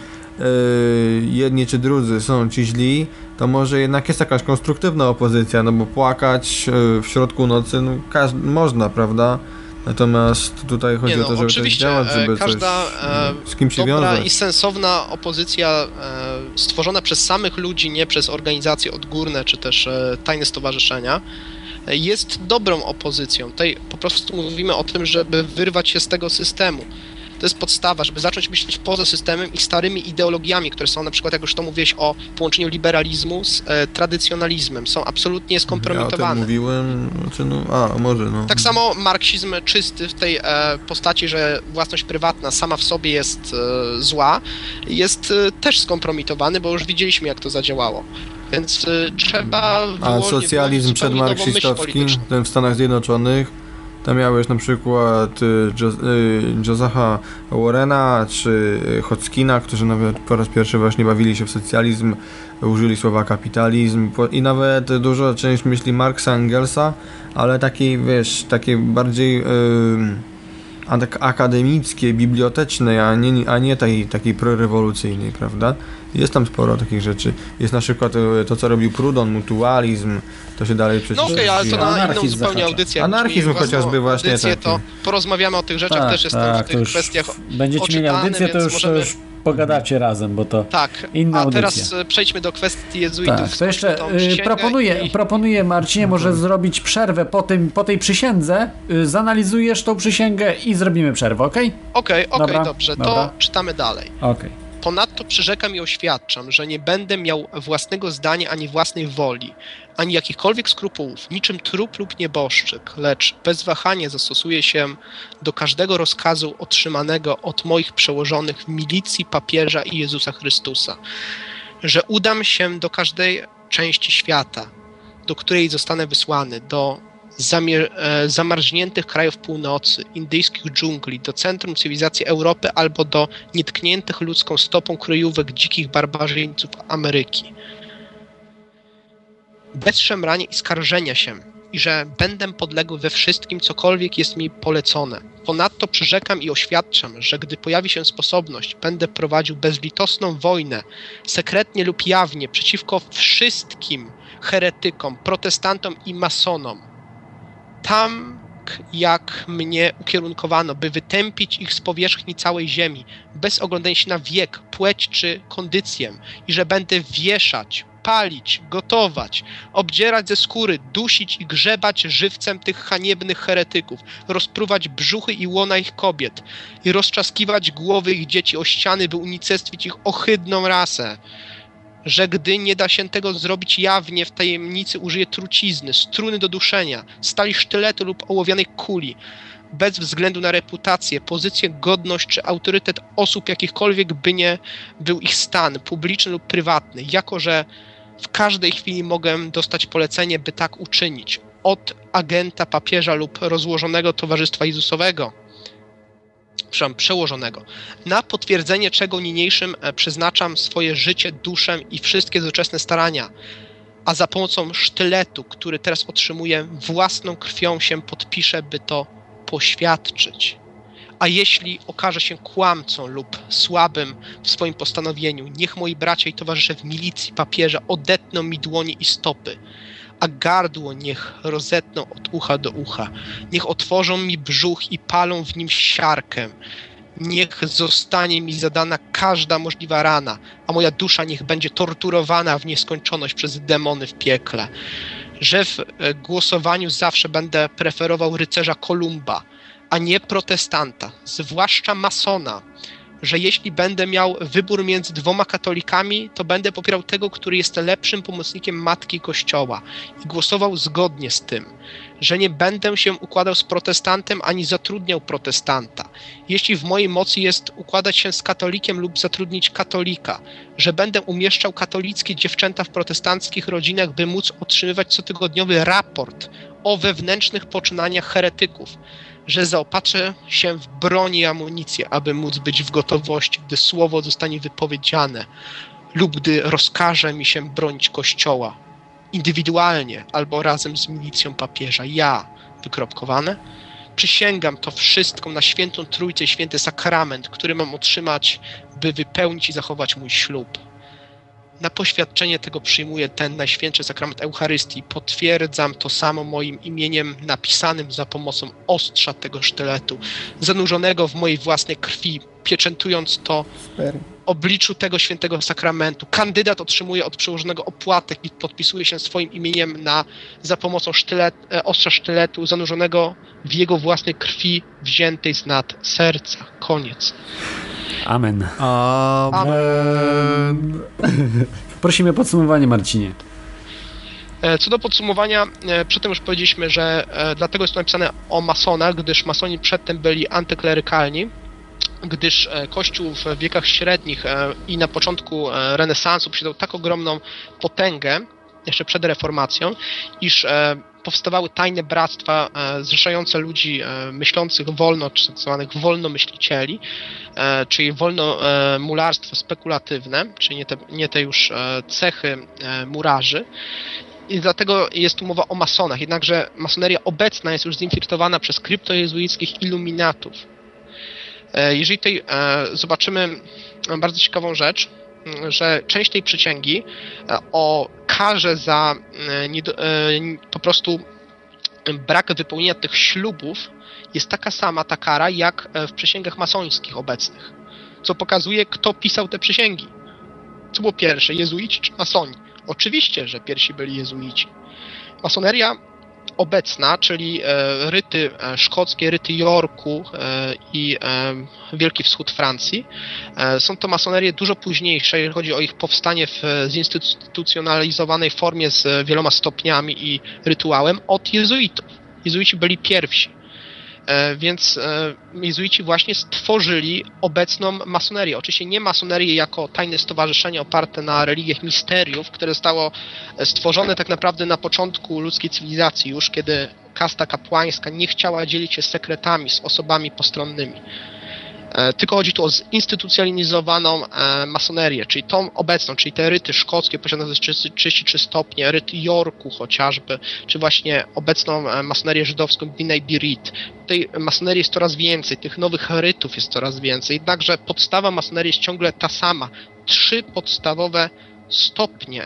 Yy, jedni czy drudzy są ci źli, to może jednak jest jakaś konstruktywna opozycja, no bo płakać yy, w środku nocy, no każ- można, prawda? Natomiast tutaj chodzi Nie o to, no, żeby oczywiście, coś działać, żeby e, każda coś z kim się dobra wiązać. i sensowna opozycja e, stworzona przez samych ludzi, nie przez organizacje odgórne czy też e, tajne stowarzyszenia, e, jest dobrą opozycją. Tutaj po prostu mówimy o tym, żeby wyrwać się z tego systemu. To jest podstawa, żeby zacząć myśleć poza systemem i starymi ideologiami, które są na przykład, jak już to mówiłeś, o połączeniu liberalizmu z e, tradycjonalizmem. Są absolutnie Ja o tym skompromitowane. mówiłem, znaczy no, a może no. Tak samo marksizm czysty w tej e, postaci, że własność prywatna sama w sobie jest e, zła, jest e, też skompromitowany, bo już widzieliśmy, jak to zadziałało. Więc e, trzeba A wyłonić socjalizm zupełnie nową myśl przedmarksistowski, polityczną. ten w Stanach Zjednoczonych, tam miałeś na przykład y, Jo- y, Josepha Warrena czy y, Hockina, którzy nawet po raz pierwszy właśnie bawili się w socjalizm, użyli słowa kapitalizm po, i nawet dużo część myśli Marksa, Engelsa, ale takiej, wiesz, takiej bardziej y, ak- akademickiej, bibliotecznej, a nie, a nie tej, takiej prorewolucyjnej, prawda? Jest tam sporo takich rzeczy. Jest na przykład y, to, co robił Proudhon, mutualizm, to się dalej przecież No okej, okay, ale to na inną Anarchizm zupełnie zahacza. audycję. Anarchizm Jakbyśmy mieli chociażby własną właśnie audycję, taki. to porozmawiamy o tych rzeczach, też jestem w to tych już kwestiach będziecie mieli oczytany, audycję, to więc już, możemy... to już pogadacie razem, bo to Tak, inna a audycja. teraz e, przejdźmy do kwestii jezuitów. Tak, to jeszcze Tą y, przysięgę proponuję, i- proponuję Marcinie, może zrobić przerwę po, tym, po tej przysiędze, y, zanalizujesz tą przysięgę i zrobimy przerwę, okej? Okej, okej, Dobra, dobrze, dobra. to czytamy dalej. Okej. Ponadto przyrzekam i oświadczam, że nie będę miał własnego zdania ani własnej woli, ani jakichkolwiek skrupułów, niczym trup lub nieboszczyk, lecz bez wahania zastosuję się do każdego rozkazu otrzymanego od moich przełożonych w milicji papieża i Jezusa Chrystusa, że udam się do każdej części świata, do której zostanę wysłany, do Zamie- e, zamarzniętych krajów północy, indyjskich dżungli, do centrum cywilizacji Europy albo do nietkniętych ludzką stopą kryjówek dzikich barbarzyńców Ameryki. Bez szemrania i skarżenia się, i że będę podległy we wszystkim, cokolwiek jest mi polecone. Ponadto przyrzekam i oświadczam, że gdy pojawi się sposobność, będę prowadził bezlitosną wojnę, sekretnie lub jawnie, przeciwko wszystkim heretykom, protestantom i masonom. Tam, jak mnie ukierunkowano, by wytępić ich z powierzchni całej ziemi, bez oglądania się na wiek, płeć czy kondycję, i że będę wieszać, palić, gotować, obdzierać ze skóry, dusić i grzebać żywcem tych haniebnych heretyków, rozpruwać brzuchy i łona ich kobiet i roztrzaskiwać głowy ich dzieci o ściany, by unicestwić ich ohydną rasę. Że gdy nie da się tego zrobić jawnie, w tajemnicy użyję trucizny, struny do duszenia, stali sztyletu lub ołowianej kuli, bez względu na reputację, pozycję, godność czy autorytet osób, jakichkolwiek by nie był ich stan, publiczny lub prywatny, jako że w każdej chwili mogę dostać polecenie, by tak uczynić, od agenta papieża lub rozłożonego Towarzystwa Jezusowego, przepraszam, przełożonego. Na potwierdzenie czego niniejszym e, przeznaczam swoje życie, duszę i wszystkie doczesne starania, a za pomocą sztyletu, który teraz otrzymuję, własną krwią się podpiszę, by to poświadczyć. A jeśli okaże się kłamcą lub słabym w swoim postanowieniu, niech moi bracia i towarzysze w milicji papieża odetną mi dłonie i stopy, a gardło niech rozetną od ucha do ucha. Niech otworzą mi brzuch i palą w nim siarkę. Niech zostanie mi zadana każda możliwa rana, a moja dusza niech będzie torturowana w nieskończoność przez demony w piekle. Że w e, głosowaniu zawsze będę preferował rycerza Kolumba, a nie protestanta, zwłaszcza masona. Że jeśli będę miał wybór między dwoma katolikami, to będę popierał tego, który jest lepszym pomocnikiem Matki Kościoła i głosował zgodnie z tym. Że nie będę się układał z protestantem ani zatrudniał protestanta. Jeśli w mojej mocy jest układać się z katolikiem lub zatrudnić katolika. Że będę umieszczał katolickie dziewczęta w protestanckich rodzinach, by móc otrzymywać cotygodniowy raport o wewnętrznych poczynaniach heretyków. Że zaopatrzę się w broń i amunicję, aby móc być w gotowości, gdy słowo zostanie wypowiedziane lub gdy rozkaże mi się bronić Kościoła. Indywidualnie albo razem z milicją papieża. Ja, wykropkowane, przysięgam to wszystko na świętą Trójcę i święty sakrament, który mam otrzymać, by wypełnić i zachować mój ślub. na poświadczenie tego przyjmuję ten Najświętszy Sakrament Eucharystii. Potwierdzam to samo moim imieniem napisanym za pomocą ostrza tego sztyletu, zanurzonego w mojej własnej krwi, pieczętując to w obliczu tego Świętego Sakramentu. Kandydat otrzymuje od przełożonego opłatek i podpisuje się swoim imieniem na, za pomocą sztylet, ostrza sztyletu zanurzonego w jego własnej krwi wziętej z nad serca. Koniec. Amen. Amen. Prosimy o podsumowanie, Marcinie. Co do podsumowania, przedtem już powiedzieliśmy, że dlatego jest to napisane o masonach, gdyż masoni przedtem byli antyklerykalni, gdyż Kościół w wiekach średnich i na początku renesansu posiadał tak ogromną potęgę, jeszcze przed reformacją, iż powstawały tajne bractwa zrzeszające ludzi myślących wolno, czy tak zwanych wolnomyślicieli, czyli wolnomularstwo spekulatywne, czyli nie te, nie te już cechy murarzy. I dlatego jest tu mowa o masonach, jednakże masoneria obecna jest już zinfiltrowana przez kryptojezuickich iluminatów. Jeżeli tutaj zobaczymy bardzo ciekawą rzecz, że część tej przysięgi o karze za nie, po prostu brak wypełnienia tych ślubów jest taka sama ta kara jak w przysięgach masońskich obecnych, co pokazuje, kto pisał te przysięgi. Co było pierwsze, jezuici czy masoni? Oczywiście, że pierwsi byli jezuici. Masoneria obecna, czyli e, ryty e, szkockie, ryty Yorku e, i e, Wielki Wschód Francji, e, są to masonerie dużo późniejsze, jeżeli chodzi o ich powstanie w zinstytucjonalizowanej formie z wieloma stopniami i rytuałem od jezuitów. Jezuici byli pierwsi. Więc jezuici właśnie stworzyli obecną masonerię. Oczywiście nie masonerię jako tajne stowarzyszenie oparte na religiach misteriów, które zostało stworzone tak naprawdę na początku ludzkiej cywilizacji, już kiedy kasta kapłańska nie chciała dzielić się sekretami z osobami postronnymi. Tylko chodzi tu o zinstytucjonalizowaną masonerię, czyli tą obecną, czyli te ryty szkockie posiadające trzydzieści trzy stopnie, ryty Yorku chociażby, czy właśnie obecną masonerię żydowską Bnei Birit. Tej masonerii jest coraz więcej, tych nowych rytów jest coraz więcej, jednakże podstawa masonerii jest ciągle ta sama. Trzy podstawowe stopnie,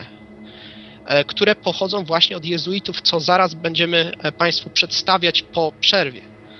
które pochodzą właśnie od jezuitów, co zaraz będziemy Państwu przedstawiać po przerwie.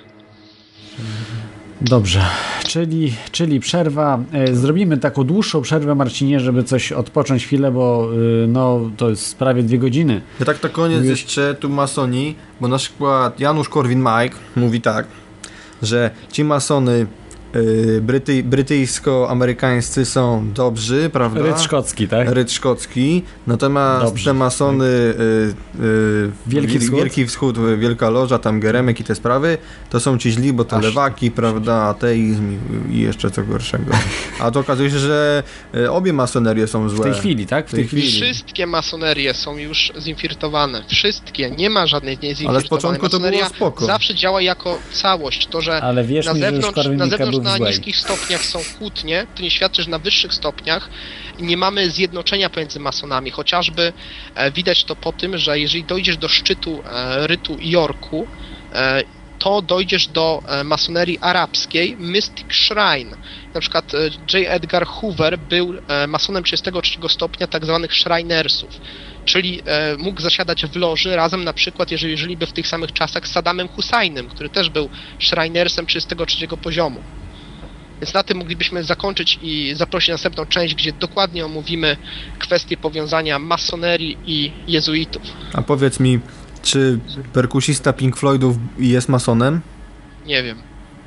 Dobrze, czyli, czyli przerwa. Zrobimy taką dłuższą przerwę, Marcinie, żeby coś odpocząć chwilę, bo no, to jest prawie dwie godziny. Ja tak na koniec Już... jeszcze tu masoni, bo na przykład Janusz Korwin-Mikke mówi tak, że ci masony yy, bryty, brytyjsko-amerykańscy są dobrzy, prawda? Ryt szkocki, tak? Ryt szkocki, natomiast Dobrze. te masony yy, yy, Wielki Wschód? Wielki Wschód, Wielka Loża, tam Geremek i te sprawy, to są ci źli, bo to Aż. lewaki, prawda, ateizm i, i jeszcze co gorszego. A to okazuje się, że obie masonerie są złe. W tej chwili, tak? W tej, tej chwili. Wszystkie masonerie są już zinfiltrowane. Wszystkie. Nie ma żadnej niezinfiltrowanej. Ale z początku to było spoko. Zawsze działa jako całość. To, że Ale wierz na mi, że już zewnątrz, na, Korwin-Mikke zewnątrz był na złej. niskich stopniach są kłótnie, to nie świadczy, że na wyższych stopniach nie mamy zjednoczenia pomiędzy masonami. Chociażby e, widać to po tym, że jeżeli dojdziesz do szczytu e, rytu Yorku, e, to dojdziesz do e, masonerii arabskiej Mystic Shrine. Na przykład e, J. Edgar Hoover był e, masonem trzydziestego trzeciego stopnia tak zwanych Shrinersów, czyli e, mógł zasiadać w loży razem na przykład, jeżeli żyliby w tych samych czasach z Saddamem Husajnem, który też był Shrinersem trzydziestego trzeciego poziomu. Więc na tym moglibyśmy zakończyć i zaprosić następną część, gdzie dokładnie omówimy kwestię powiązania masonerii i jezuitów. A powiedz mi, czy perkusista Pink Floydów jest masonem? Nie wiem.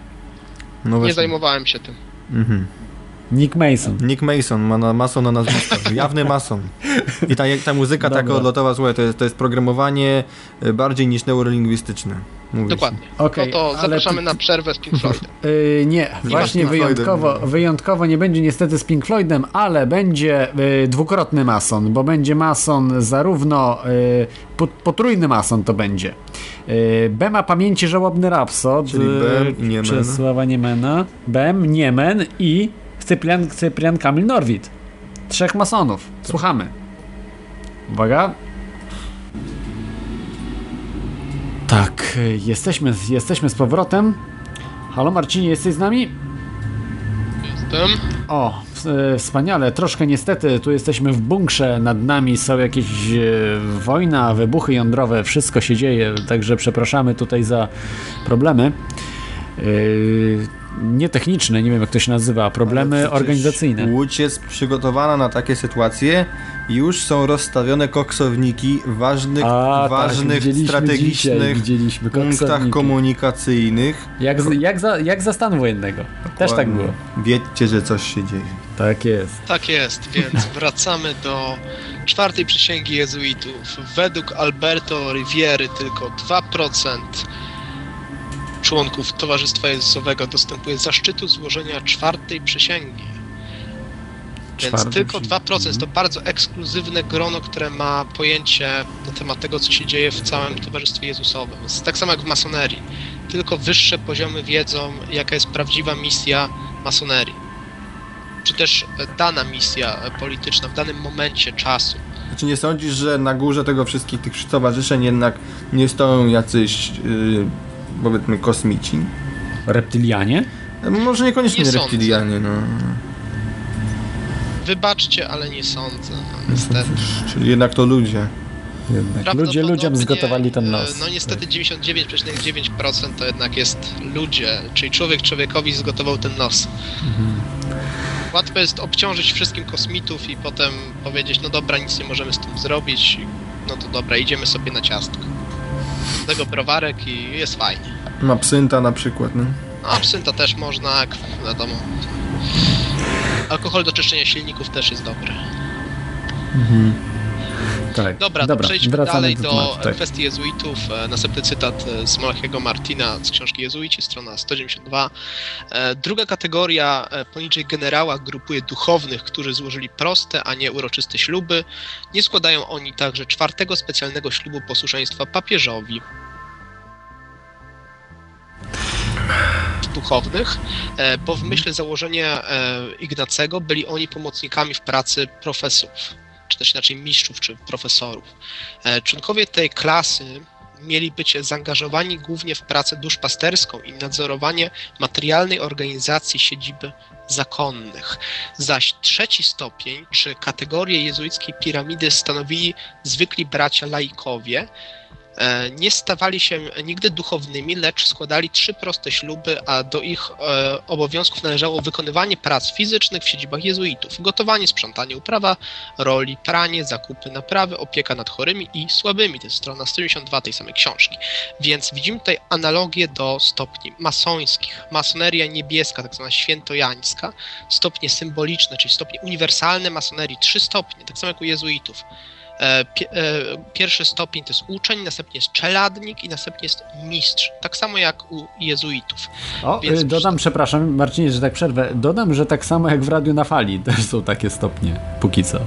No Nie właśnie. zajmowałem się tym. Mhm. Nick Mason. Nick Mason ma na mason na nazwisko. Jawny mason. I ta, ta muzyka taka odlotowa, słuchaj, to jest, to jest programowanie bardziej niż neurolingwistyczne. Mówisz. Dokładnie. Okay, no to zapraszamy ty... na przerwę z Pink Floydem. Yy, nie, właśnie wyjątkowo, wyjątkowo nie będzie niestety z Pink Floydem, ale będzie yy, dwukrotny mason, bo będzie mason zarówno yy, potrójny mason to będzie. Yy, Bema Pamięci Żałobny Rapsod, czyli Bem i Niemen. Czesława Niemena, Bem, Niemen i Cyprian, Cyprian Kamil Norwid. Trzech masonów. Słuchamy. Uwaga. Tak, jesteśmy, jesteśmy z powrotem. Halo Marcinie, jesteś z nami? Jest. Jestem. O, e, wspaniale. Troszkę niestety, tu jesteśmy w bunkrze, nad nami są jakieś e, wojna, wybuchy jądrowe, wszystko się dzieje, także przepraszamy tutaj za problemy. E, nie techniczne, nie wiem jak to się nazywa, problemy organizacyjne. Łódź jest przygotowana na takie sytuacje. Już są rozstawione koksowniki w ważnych, A, ważnych tak, strategicznych widzieliśmy punktach komunikacyjnych. Jak, jak, za, jak za stanu wojennego. Też tak było. Wiecie, że coś się dzieje. Tak jest. Tak jest, więc wracamy do czwartej przysięgi jezuitów. Według Alberto Riviery tylko dwa procent członków Towarzystwa Jezusowego dostępuje zaszczytu złożenia czwartej przysięgi. Więc Czwarty tylko przysięgi. dwa procent to bardzo ekskluzywne grono, które ma pojęcie na temat tego, co się dzieje w całym Towarzystwie Jezusowym. Jest tak samo jak w masonerii. Tylko wyższe poziomy wiedzą, jaka jest prawdziwa misja masonerii. Czy też dana misja polityczna w danym momencie czasu. Czy nie sądzisz, że na górze tego wszystkich tych stowarzyszeń jednak nie stoją jacyś, yy, powiedzmy, kosmici? Reptylianie? Może niekoniecznie Nie reptylianie, no. Wybaczcie, ale nie sądzę, no, niestety. Czyli jednak to ludzie. Jednak. Ludzie ludziom zgotowali ten los. No niestety dziewięćdziesiąt dziewięć przecinek dziewięć procent to jednak jest ludzie, czyli człowiek człowiekowi zgotował ten los. Mhm. Łatwo jest obciążyć wszystkim kosmitów i potem powiedzieć, no dobra, nic nie możemy z tym zrobić, no to dobra, idziemy sobie na ciastko. Do tego browarek i jest fajnie. Ma absynta na przykład, no. No absynta też można, jak wiadomo. Alkohol do czyszczenia silników też jest dobry. Mhm. Tak. Dobra, Dobra, to przejdźmy wracamy dalej do do tematu, tak. kwestii jezuitów. E, Następny cytat e, z Malachiego Martina z książki Jezuici, strona sto dziewięćdziesiąt dwa. E, Druga kategoria e, poniżej generała grupuje duchownych, którzy złożyli proste, a nie uroczyste śluby. Nie składają oni także czwartego specjalnego ślubu posłuszeństwa papieżowi. Duchownych, e, bo w myśl założenia e, Ignacego byli oni pomocnikami w pracy profesorów, czy też inaczej mistrzów, czy profesorów. E, członkowie tej klasy mieli być zaangażowani głównie w pracę duszpasterską i nadzorowanie materialnej organizacji siedziby zakonnych. Zaś trzeci stopień, czy kategorię jezuickiej piramidy stanowili zwykli bracia laikowie. E, nie stawali się nigdy duchownymi, lecz składali trzy proste śluby, a do ich e, obowiązków należało wykonywanie prac fizycznych w siedzibach jezuitów, gotowanie, sprzątanie, uprawa roli, pranie, zakupy, naprawy, opieka nad chorymi i słabymi. To jest strona sto dziewięćdziesiąt dwa tej samej książki. Więc widzimy tutaj analogię do stopni masońskich. Masoneria niebieska, tak zwana świętojańska, stopnie symboliczne, czyli stopnie uniwersalne masonerii, trzy stopnie, tak samo jak u jezuitów. Pierwszy stopień to jest uczeń, następnie jest czeladnik i następnie jest mistrz. Tak samo jak u jezuitów. O, Więc dodam, przepraszam Marcinie, że tak przerwę, dodam, że tak samo jak w Radiu na Fali też są takie stopnie, póki co.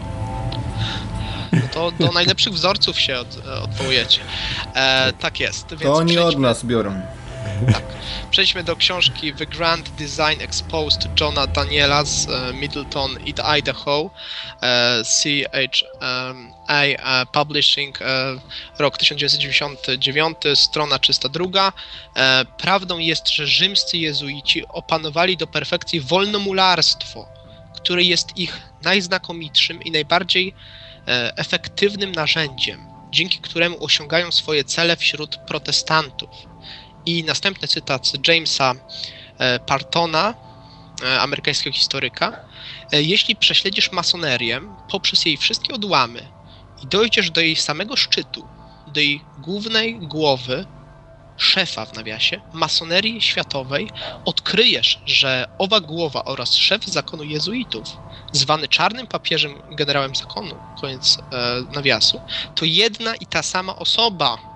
No to do najlepszych wzorców się od, odwołujecie. E, tak jest. Więc To oni od przejdźmy- nas biorą. Tak. Przejdźmy do książki The Grand Design Exposed Johna Daniela z e, Middleton i Idaho, e, C H A e, Publishing, e, rok tysiąc dziewięćset dziewięćdziesiąty dziewiąty, strona trzysta dwa. E, prawdą jest, że rzymscy jezuici opanowali do perfekcji wolnomularstwo, które jest ich najznakomitszym i najbardziej e, efektywnym narzędziem, dzięki któremu osiągają swoje cele wśród protestantów. I następny cytat z Jamesa e, Partona, e, amerykańskiego historyka. E, Jeśli prześledzisz masonerię poprzez jej wszystkie odłamy i dojdziesz do jej samego szczytu, do jej głównej głowy, szefa w nawiasie, masonerii światowej, odkryjesz, że owa głowa oraz szef zakonu jezuitów, zwany czarnym papieżem generałem zakonu, koniec e, nawiasu, to jedna i ta sama osoba.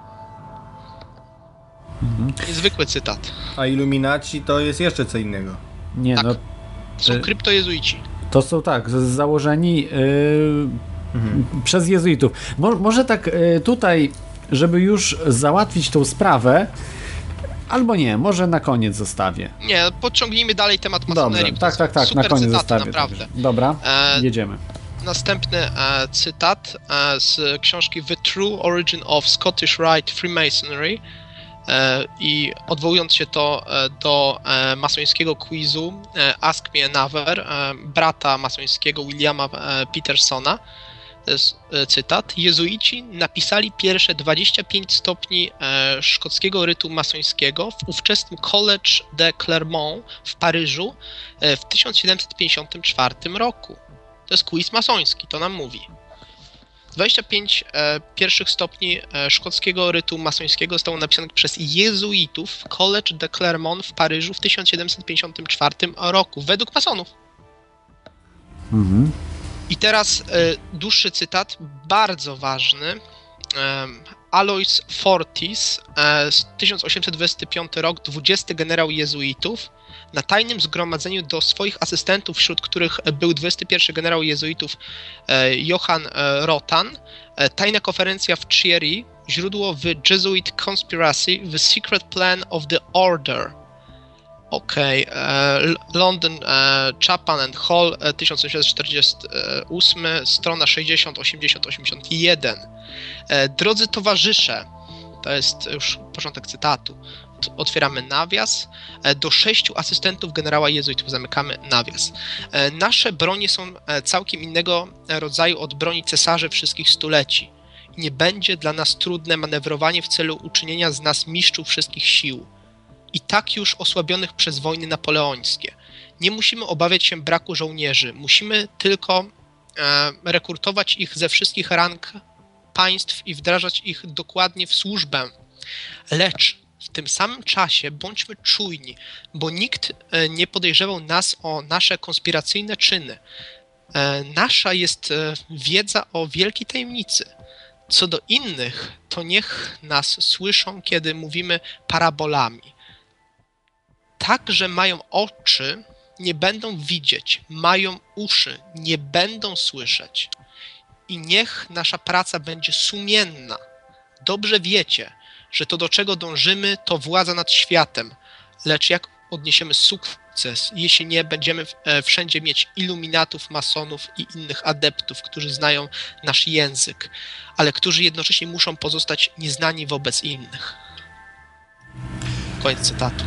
Niezwykły cytat. A iluminaci to jest jeszcze co innego. Nie, Tak. no, Są Y- kryptojezuici. to są tak, z- założeni yy, Mhm. przez jezuitów. Mo- może tak yy, tutaj, żeby już załatwić tą sprawę, albo nie, może na koniec zostawię. Nie, podciągnijmy dalej temat Dobrze, masonerii. bo to tak, tak, są tak, na super koniec cytaty, zostawię. naprawdę. Dobrze. Dobra, E, jedziemy. Następny e, cytat e, z książki The True Origin of Scottish Rite Freemasonry. i odwołując się to do masońskiego quizu Ask Me Another, brata masońskiego Williama Petersona, to jest cytat: jezuici napisali pierwsze dwadzieścia pięć stopni szkockiego rytu masońskiego w ówczesnym College de Clermont w Paryżu w tysiąc siedemset pięćdziesiątym czwartym roku. To jest quiz masoński, to nam mówi. dwadzieścia pięć e, pierwszych stopni e, szkockiego rytu masońskiego zostało napisanych przez jezuitów w College de Clermont w Paryżu w tysiąc siedemset pięćdziesiątym czwartym roku, według masonów. Mhm. I teraz e, dłuższy cytat, bardzo ważny. E, Alois Fortis, e, tysiąc osiemset dwudziesty piąty rok, dwudziesty generał jezuitów, na tajnym zgromadzeniu do swoich asystentów, wśród których był dwudziesty pierwszy generał jezuitów e, Johann e, Rotan, e, tajna konferencja w Thierry, źródło w Jesuit Conspiracy, The Secret Plan of the Order. Okej, okay. London, e, Chapman and Hall, e, tysiąc osiemset czterdziesty ósmy, strona sześćdziesiąt, osiemdziesiąt, osiemdziesiąt jeden. E, drodzy towarzysze, to jest już początek cytatu. Otwieramy nawias. Do sześciu asystentów generała jezuitów zamykamy nawias. Nasze bronie są całkiem innego rodzaju od broni cesarzy wszystkich stuleci. Nie będzie dla nas trudne manewrowanie w celu uczynienia z nas mistrzów wszystkich sił. I tak już osłabionych przez wojny napoleońskie. Nie musimy obawiać się braku żołnierzy. Musimy tylko rekrutować ich ze wszystkich rang państw i wdrażać ich dokładnie w służbę. Lecz w tym samym czasie bądźmy czujni, bo nikt nie podejrzewał nas o nasze konspiracyjne czyny. Nasza jest wiedza o wielkiej tajemnicy. Co do innych, to niech nas słyszą, kiedy mówimy parabolami. Tak, że mają oczy, nie będą widzieć, mają uszy, nie będą słyszeć. I niech nasza praca będzie sumienna. Dobrze wiecie, że to, do czego dążymy, to władza nad światem. Lecz jak odniesiemy sukces, jeśli nie będziemy wszędzie mieć iluminatów, masonów i innych adeptów, którzy znają nasz język, ale którzy jednocześnie muszą pozostać nieznani wobec innych. Koniec cytatu.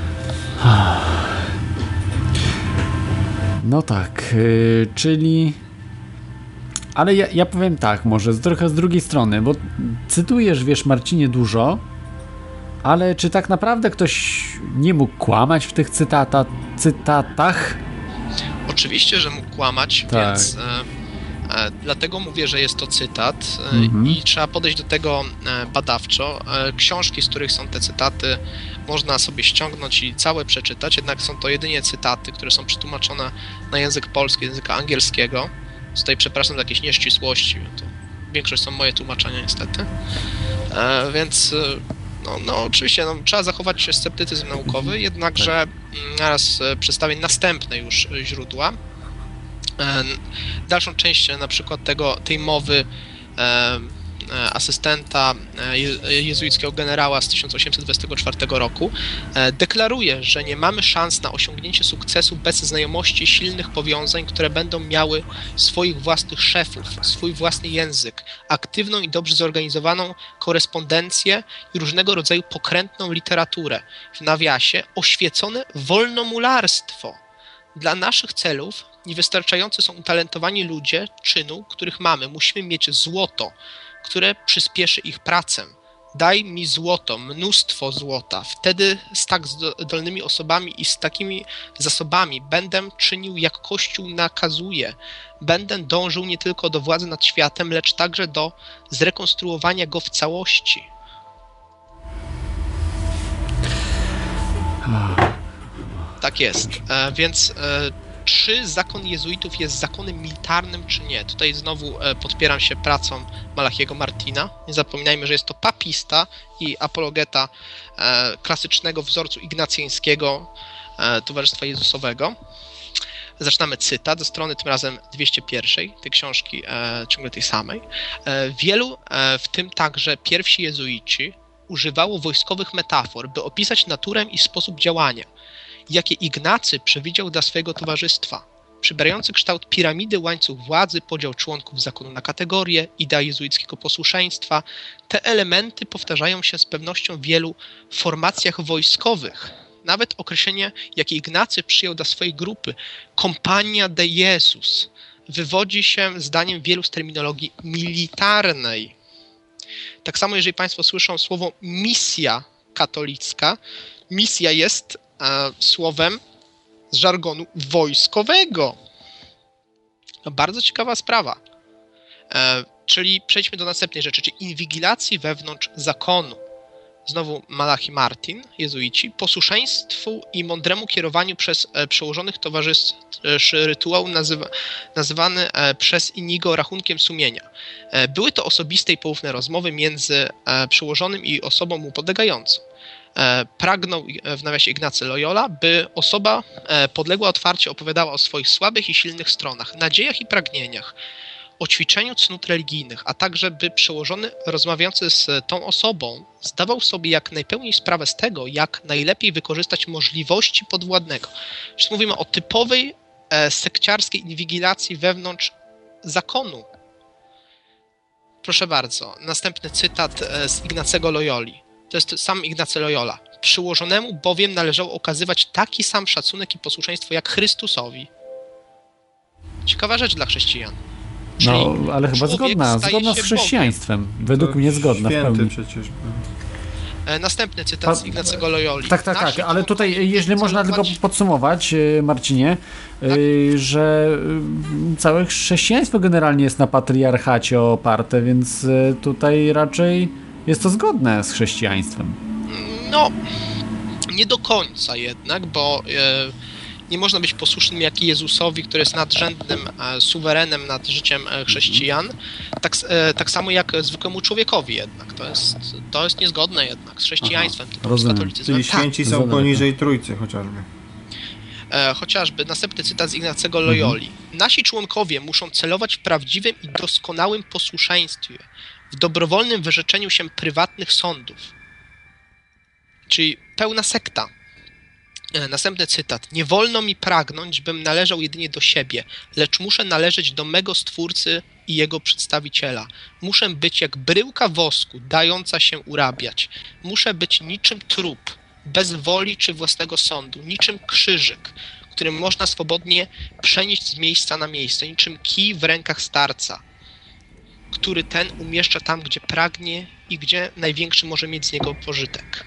No tak, yy, czyli... Ale ja, ja powiem tak, może z, trochę z drugiej strony, bo cytujesz, wiesz, Marcinie, dużo, ale czy tak naprawdę ktoś nie mógł kłamać w tych cytata, cytatach? Oczywiście, że mógł kłamać, tak. Więc e, e, dlatego mówię, że jest to cytat e, mhm. i trzeba podejść do tego e, badawczo. E, książki, z których są te cytaty, można sobie ściągnąć i całe przeczytać, jednak są to jedynie cytaty, które są przetłumaczone na język polski, języka angielskiego. Tutaj przepraszam za jakieś nieścisłości, to większość są moje tłumaczenia niestety. E, więc no, no oczywiście no, trzeba zachować sceptycyzm naukowy, jednakże zaraz przedstawię następne już źródła. E, dalszą część na przykład tego, tej mowy e, asystenta jezuickiego generała z tysiąc osiemset dwudziestego czwartego roku, deklaruje, że nie mamy szans na osiągnięcie sukcesu bez znajomości silnych powiązań, które będą miały swoich własnych szefów, swój własny język, aktywną i dobrze zorganizowaną korespondencję i różnego rodzaju pokrętną literaturę. W nawiasie oświecone wolnomularstwo. Dla naszych celów niewystarczający są utalentowani ludzie czynu, których mamy. Musimy mieć złoto, które przyspieszy ich pracę. Daj mi złoto, mnóstwo złota. Wtedy z tak zdolnymi osobami i z takimi zasobami będę czynił, jak Kościół nakazuje. Będę dążył nie tylko do władzy nad światem, lecz także do zrekonstruowania go w całości. Tak jest. E, więc e, czy zakon jezuitów jest zakonem militarnym, czy nie? Tutaj znowu e, podpieram się pracą Malachiego Martina. Nie zapominajmy, że jest to papista i apologeta e, klasycznego wzorcu ignacjańskiego e, Towarzystwa Jezusowego. Zaczynamy cytat ze strony tym razem dwieście jeden tej książki, e, ciągle tej samej. E, wielu, e, w tym także pierwsi jezuici, używało wojskowych metafor, by opisać naturę i sposób działania, jakie Ignacy przewidział dla swojego towarzystwa. przybierający kształt piramidy, łańcuch władzy, podział członków zakonu na kategorie, idea jezuickiego posłuszeństwa. Te elementy powtarzają się z pewnością w wielu formacjach wojskowych. Nawet określenie, jakie Ignacy przyjął dla swojej grupy, Compania de Jesus, wywodzi się zdaniem wielu z terminologii militarnej. Tak samo, jeżeli Państwo słyszą słowo misja katolicka, misja jest e, słowem z żargonu wojskowego. Bardzo ciekawa sprawa. E, czyli przejdźmy do następnej rzeczy, czyli inwigilacji wewnątrz zakonu. Znowu Malachi Martin, jezuici, posłuszeństwu i mądremu kierowaniu przez e, przełożonych towarzyszy rytuał nazywa, nazywany e, przez Inigo rachunkiem sumienia. E, były to osobiste i poufne rozmowy między e, przełożonym i osobą mu podlegającą. E, pragnął w nawiasie Ignacy Loyola, by osoba e, podległa otwarcie opowiadała o swoich słabych i silnych stronach, nadziejach i pragnieniach, o ćwiczeniu cnót religijnych, a także by przełożony rozmawiający z tą osobą zdawał sobie jak najpełniej sprawę z tego, jak najlepiej wykorzystać możliwości podwładnego. Czyli mówimy o typowej e, sekciarskiej inwigilacji wewnątrz zakonu. Proszę bardzo, następny cytat e, z Ignacego Loyoli. To jest sam Ignacy Loyola. Przyłożonemu bowiem należało okazywać taki sam szacunek i posłuszeństwo jak Chrystusowi. Ciekawa rzecz dla chrześcijan. Czyli no, ale chyba zgodna, zgodna z chrześcijaństwem. Bogiem. Według to mnie zgodna w pełni. Przecież. Następny cytat z Ignacego Loyoli. Tak, tak, tak, ale tutaj, jeżeli można tylko podsumować, Marcinie, tak? że całe chrześcijaństwo generalnie jest na patriarchacie oparte, więc tutaj raczej jest to zgodne z chrześcijaństwem. No, nie do końca jednak, bo nie można być posłusznym jak Jezusowi, który jest nadrzędnym e, suwerenem nad życiem e, chrześcijan, tak, e, tak samo jak zwykłemu człowiekowi jednak. To jest, to jest niezgodne jednak z chrześcijaństwem, Aha, z katolicyzmem. Czyli święci tak. są poniżej Trójcy chociażby. E, chociażby następny cytat z Ignacego Loyoli. Mhm. Nasi członkowie muszą celować w prawdziwym i doskonałym posłuszeństwie, w dobrowolnym wyrzeczeniu się prywatnych sądów. Czyli pełna sekta. Następny cytat. Nie wolno mi pragnąć, bym należał jedynie do siebie, lecz muszę należeć do mego Stwórcy i Jego przedstawiciela. Muszę być jak bryłka wosku, dająca się urabiać. Muszę być niczym trup, bez woli czy własnego sądu, niczym krzyżyk, który można swobodnie przenieść z miejsca na miejsce, niczym kij w rękach starca, który ten umieszcza tam, gdzie pragnie i gdzie największy może mieć z niego pożytek.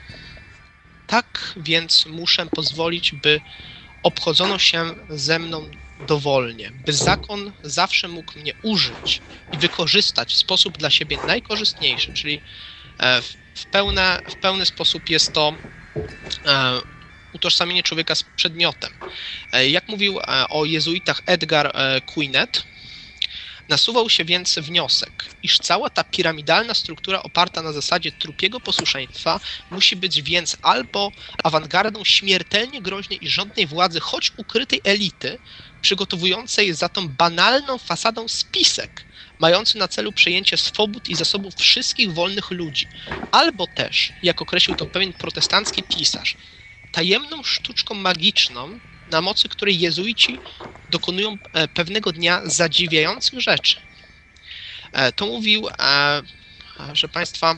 Tak więc muszę pozwolić, by obchodzono się ze mną dowolnie, by zakon zawsze mógł mnie użyć i wykorzystać w sposób dla siebie najkorzystniejszy, czyli w, pełne, w pełny sposób jest to e, utożsamienie człowieka z przedmiotem. E, jak mówił e, o jezuitach Edgar e, Quinet, nasuwał się więc wniosek, iż cała ta piramidalna struktura oparta na zasadzie trupiego posłuszeństwa musi być więc albo awangardą śmiertelnie groźnej i rządnej władzy, choć ukrytej elity, przygotowującej za tą banalną fasadą spisek, mający na celu przejęcie swobód i zasobów wszystkich wolnych ludzi, albo też, jak określił to pewien protestancki pisarz, tajemną sztuczką magiczną, na mocy której jezuici dokonują pewnego dnia zadziwiających rzeczy. To mówił, że Państwa,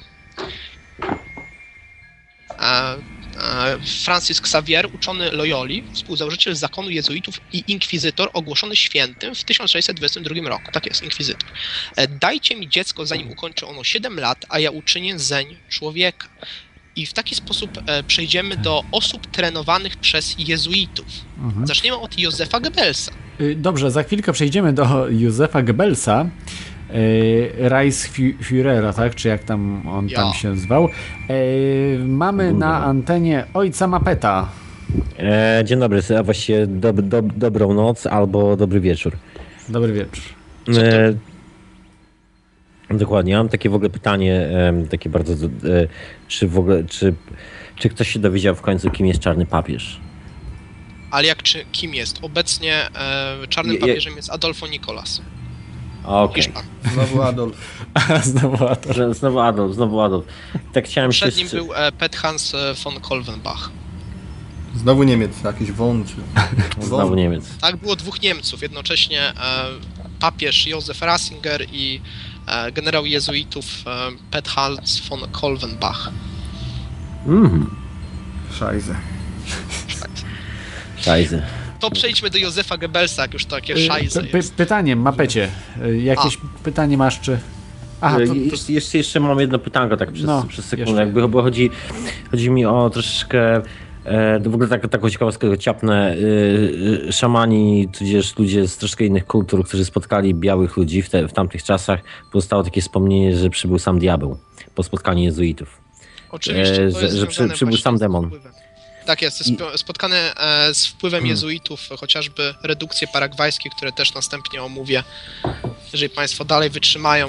Francis Xavier, uczony Loyoli, współzałożyciel zakonu jezuitów i inkwizytor ogłoszony świętym w tysiąc sześćset dwudziestym drugim roku. Tak jest, inkwizytor. Dajcie mi dziecko, zanim ukończy ono siedem lat, a ja uczynię zeń człowieka. I w taki sposób e, przejdziemy do osób trenowanych przez jezuitów. Mhm. Zaczniemy od Józefa Goebbelsa. Dobrze, za chwilkę przejdziemy do Józefa Goebbelsa, e, Reichsführera, tak? Czy jak tam on ja. tam się zwał. E, mamy Google. Na antenie ojca Mapeta. E, dzień dobry, a właściwie dob, dob, dobrą noc albo dobry wieczór. Dobry wieczór. E, Dokładnie, mam takie w ogóle pytanie, takie bardzo, czy w ogóle, czy, czy ktoś się dowiedział w końcu, kim jest czarny papież? Ale jak czy, kim jest? Obecnie e, czarnym je, papieżem jest Adolfo Nicolas. Okej. Okay. Znowu Adolf. znowu Adolf. Znowu Adolf, znowu Adolf. Tak chciałem Przed się... nim był e, Pet Hans von Kolvenbach. Znowu Niemiec, jakiś won czy... Znowu Niemiec. Tak, było dwóch Niemców, jednocześnie e, papież Józef Ratzinger i e, generał jezuitów e, Petrhals von Kolvenbach. Mhm. Szajze. Szajzy. To przejdźmy do Józefa Goebbelsa, jak już takie Y, szajze p- jest. Pytanie, Mapecie. Y, Jakieś A. pytanie masz, czy... Aha, to, to... Jeszcze, jeszcze, jeszcze mam jedno pytanko tak przez, No, przez sekundę. jeszcze. Jakby, bo chodzi, chodzi mi o troszeczkę e, w ogóle tak, taką ciekawostkę ciapnę. E, szamani, tudzież ludzie z troszkę innych kultur, którzy spotkali białych ludzi w, te, w tamtych czasach, pozostało takie wspomnienie, że przybył sam diabeł po spotkaniu jezuitów. Oczywiście, to e, jest że, że przy, związane przybył właśnie sam z demon. wpływem. Tak jest, spo- spotkane e, z wpływem Hmm. jezuitów, chociażby redukcje paragwajskie, które też następnie omówię, jeżeli Państwo dalej wytrzymają.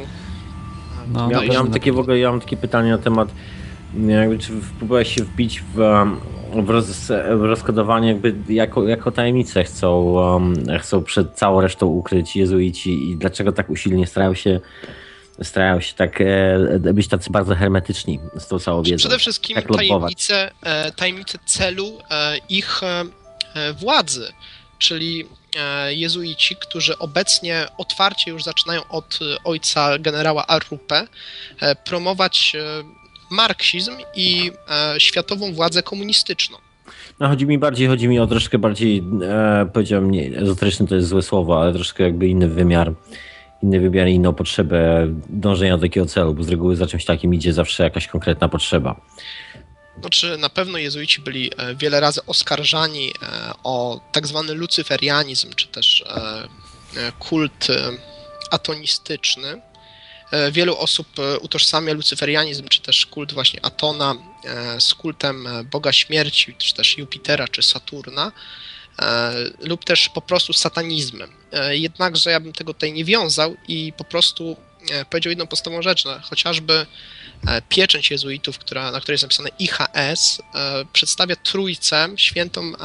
No, Ja, dobrze, ja mam na takie w pewno. ogóle, ja mam takie pytanie na temat, jakby, czy próbowałeś się wbić w, um, w, roz, w rozkodowanie, jakby jako, jako tajemnicę chcą, um, chcą przed całą resztą ukryć jezuici i dlaczego tak usilnie starają się starają się tak e, być tacy bardzo hermetyczni z tą całą wiedzą. Przede wszystkim tak lobbować. tajemnice, e, tajemnice celu e, ich e, e, władzy, czyli e, jezuici, którzy obecnie otwarcie już zaczynają od e, ojca generała Arrupe e, promować e, marksizm i e, światową władzę komunistyczną. No, chodzi mi bardziej, chodzi mi o troszkę bardziej, e, powiedziałbym, nie, ezoteryczny to jest złe słowo, ale troszkę jakby inny wymiar, inny wymiar i inną potrzebę dążenia do takiego celu, bo z reguły za czymś takim idzie zawsze jakaś konkretna potrzeba. Znaczy, na pewno jezuici byli e, wiele razy oskarżani e, o tak zwany lucyferianizm, czy też e, e, kult e, atonistyczny. E, wielu osób e, utożsamia lucyferianizm, czy też kult właśnie Atona e, z kultem e, Boga Śmierci, czy też Jupitera, czy Saturna, e, lub też po prostu satanizmem. E, jednakże ja bym tego tutaj nie wiązał i po prostu e, powiedział jedną podstawową rzecz, no, chociażby e, pieczęć jezuitów, która, na której jest napisane I H S, e, przedstawia trójcę świętą e,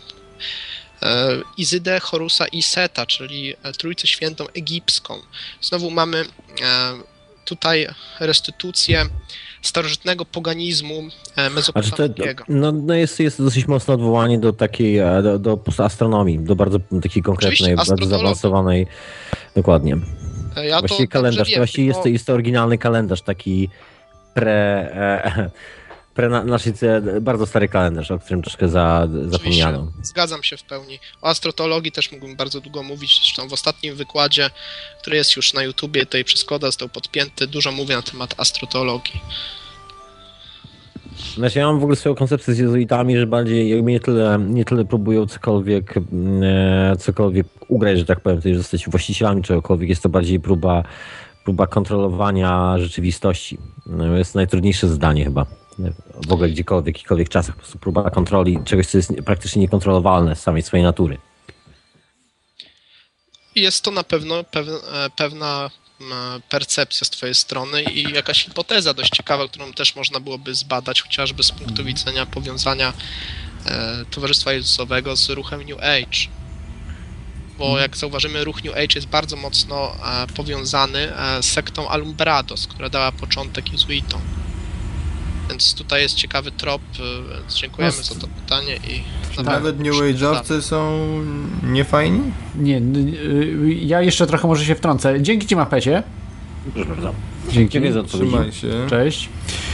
e, Izydę, Horusa i Seta, czyli e, trójcę świętą egipską. Znowu mamy e, tutaj restytucję starożytnego poganizmu e, Znaczy to, mezopotamiego. no, no jest, jest dosyć mocne odwołanie do takiej, e, do, do astronomii, do bardzo takiej konkretnej, Oczywiście, bardzo astrologii. zaawansowanej, dokładnie. E, Ja Właściwie to kalendarz, dobrze to wiem, właściwie jest, tylko- to, jest to oryginalny kalendarz, taki pre, e, pre na, naszej, bardzo stary kalendarz, o którym troszkę za, zapomniano. Oczywiście, zgadzam się w pełni. O astroteologii też mógłbym bardzo długo mówić, zresztą w ostatnim wykładzie, który jest już na YouTubie, tutaj przez Koda został podpięty, dużo mówię na temat astroteologii. Znaczy ja mam w ogóle swoją koncepcję z jezuitami, że bardziej jakby nie tyle, nie tyle próbują cokolwiek, e, cokolwiek ugrać, że tak powiem, to zostać właścicielami czegokolwiek, jest to bardziej próba, próba kontrolowania rzeczywistości. No, jest najtrudniejsze zdanie chyba. W ogóle gdziekolwiek, w jakichkolwiek czasach, po prostu próba kontroli czegoś, co jest praktycznie niekontrolowalne z samej swojej natury. Jest to na pewno pewna, pewna percepcja z twojej strony i jakaś hipoteza dość ciekawa, którą też można byłoby zbadać, chociażby z punktu widzenia powiązania e, Towarzystwa Jezusowego z ruchem New Age. Bo jak zauważymy, ruch New Age jest bardzo mocno e, powiązany e, z sektą Alumbrados, która dała początek jezuitom. Więc tutaj jest ciekawy trop, e, więc dziękujemy No, za to pytanie i Nawet New Age'owcy są niefajni? Nie, n- y, ja jeszcze trochę może się wtrącę. Dzięki ci, Mapecie. Proszę bardzo. Dzięki. Dziękuję za odpowiedzi. Trzymaj się. Cześć.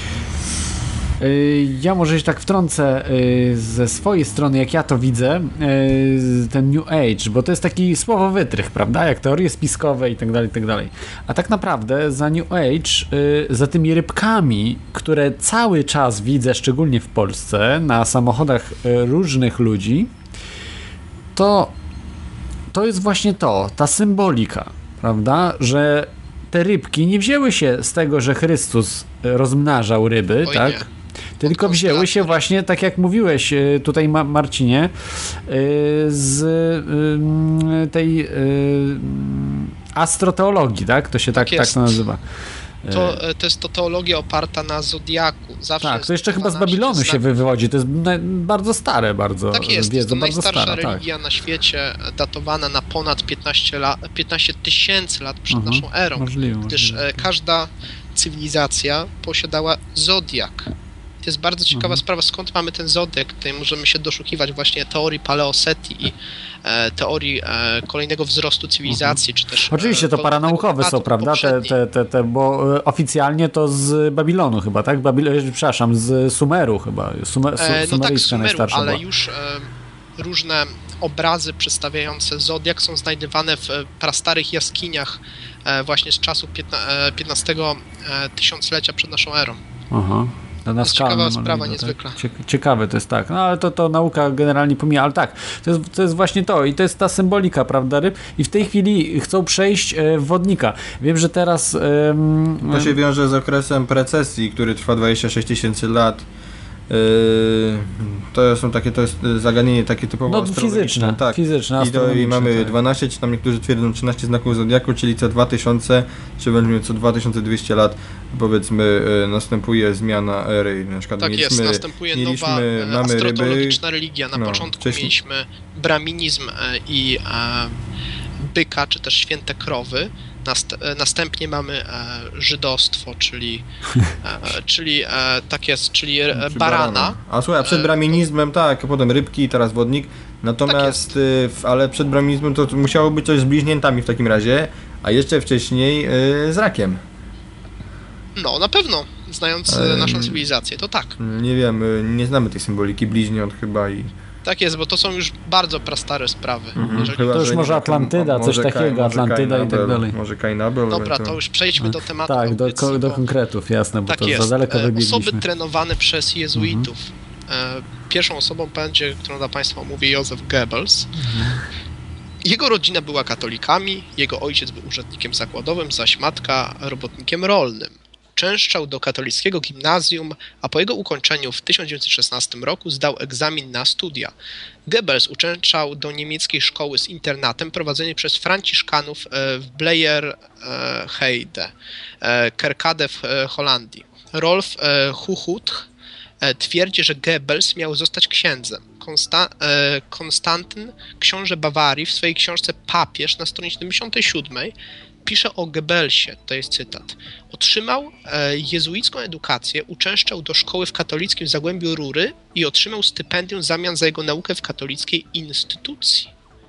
Y, Ja może się tak wtrącę y, ze swojej strony, jak ja to widzę, y, ten New Age, bo to jest taki słowowytrych, prawda, jak teorie spiskowe i tak dalej, i tak dalej. A tak naprawdę za New Age, y, za tymi rybkami, które cały czas widzę, szczególnie w Polsce, na samochodach y, różnych ludzi, to to jest właśnie to, ta symbolika, prawda, że te rybki nie wzięły się z tego, że Chrystus rozmnażał ryby, Oj, tak? nie. Tylko wzięły się właśnie, tak jak mówiłeś y, tutaj, Ma- Marcinie, y, z y, tej y, astroteologii, tak? To się tak, Tak tak, jest. to nazywa. To, e, to jest to teologia oparta na Zodiaku. Zawsze Tak, jest to jeszcze chyba z dwanaście Babilonu się znaków. wy- wywodzi, to jest na- bardzo stare, bardzo Tak jest, wiedza, jest to bardzo najstarsza stara, tak. religia na świecie, e, datowana na ponad piętnaście, lat, piętnaście tysięcy lat przed Mhm, naszą erą, możliwe, gdyż możliwe. e, każda cywilizacja posiadała zodiak. To jest bardzo ciekawa Mhm. sprawa, skąd mamy ten zodiak. Tutaj możemy się doszukiwać właśnie teorii Paleoseti i e, teorii e, kolejnego wzrostu cywilizacji, czy też... Oczywiście e, to kolejnego paranaukowe są, etatu prawda? Te, poprzedniej. te, te, te, bo e, oficjalnie to z Babilonu chyba, tak? Babil... e, Przepraszam, z Sumeru chyba. Sumer... Su... E, no tak, z Sumeryjska Sumeru, najstarsza ale była. już e, różne obrazy przedstawiające zodiak są znajdywane w e, prastarych jaskiniach e, właśnie z czasu piętna, e, piętnastego e, tysiąclecia przed naszą erą. Aha. To na jest ciekawa skalnym, sprawa, ale niezwykła. Tak? Cie- Ciekawe to jest, tak. No ale to, to nauka generalnie pomija, ale tak, to jest, to jest właśnie to i to jest ta symbolika, prawda, ryb? I w tej chwili chcą przejść e, w wodnika. Wiem, że teraz... em, To się wiąże z okresem precesji, który trwa dwadzieścia sześć tysięcy lat. Yy, to są takie, to jest zagadnienie takie typowo No astrologiczne, fizyczne, tak. fizyczne, I, to, I astronomiczne, mamy tak. dwanaście, czy tam niektórzy twierdzą trzynaście znaków zodiaku, czyli co dwa tysiące, czy wręcz co dwa tysiące dwieście lat, powiedzmy, yy, następuje zmiana ery. Na przykład Tak mieliśmy, jest, następuje mieliśmy, nowa e, mamy ryby, astrologiczna religia. Na no, początku wcześniej- mieliśmy braminizm e, i e, byka, czy też święte krowy. Nast, e, następnie mamy e, żydostwo, czyli, e, czyli e, tak jest, czyli e, Czy barana. A słuchaj, a przed E, braminizmem, tak, a potem rybki i teraz wodnik. Natomiast, Tak y, w- ale przed braminizmem to musiało być coś z bliźniętami w takim razie, a jeszcze wcześniej y, z rakiem. No, na pewno, znając e, Em. naszą cywilizację, to tak. Nie wiem, y, nie znamy tej symboliki bliźniąt chyba i... Tak jest, bo to są już bardzo prastare sprawy. Mhm, Jeżeli... chyba, To już że może nie- Atlantyda, coś może takiego, Kain- może Atlantyda Kain i tak Abel, dalej. Może Kain Abel, Dobra, ewentualnie. to już przejdźmy do tematu Tak, do, audycji, ko- do bo- konkretów, jasne, bo Tak to jest. za daleko E, wybiegliśmy. Osoby trenowane przez jezuitów. E, Pierwszą osobą będzie, którą dla Państwa omówię, Józef Goebbels. Jego rodzina była katolikami, jego ojciec był urzędnikiem zakładowym, zaś matka robotnikiem rolnym. Uczęszczał do katolickiego gimnazjum, a po jego ukończeniu w tysiąc dziewięćset szesnastym roku zdał egzamin na studia. Goebbels uczęszczał do niemieckiej szkoły z internatem prowadzonej przez Franciszkanów e, w Bleierheide, e, Kerkrade w e, Holandii. Rolf e, Huchut e, twierdzi, że Goebbels miał zostać księdzem. Konsta- e, Konstantyn, książę Bawarii, w swojej książce Papież na stronie siedemdziesiątej siódmej pisze o Goebbelsie, to jest cytat. Otrzymał e, jezuicką edukację, uczęszczał do szkoły w katolickim Zagłębiu Rury i otrzymał stypendium w zamian za jego naukę w katolickiej instytucji.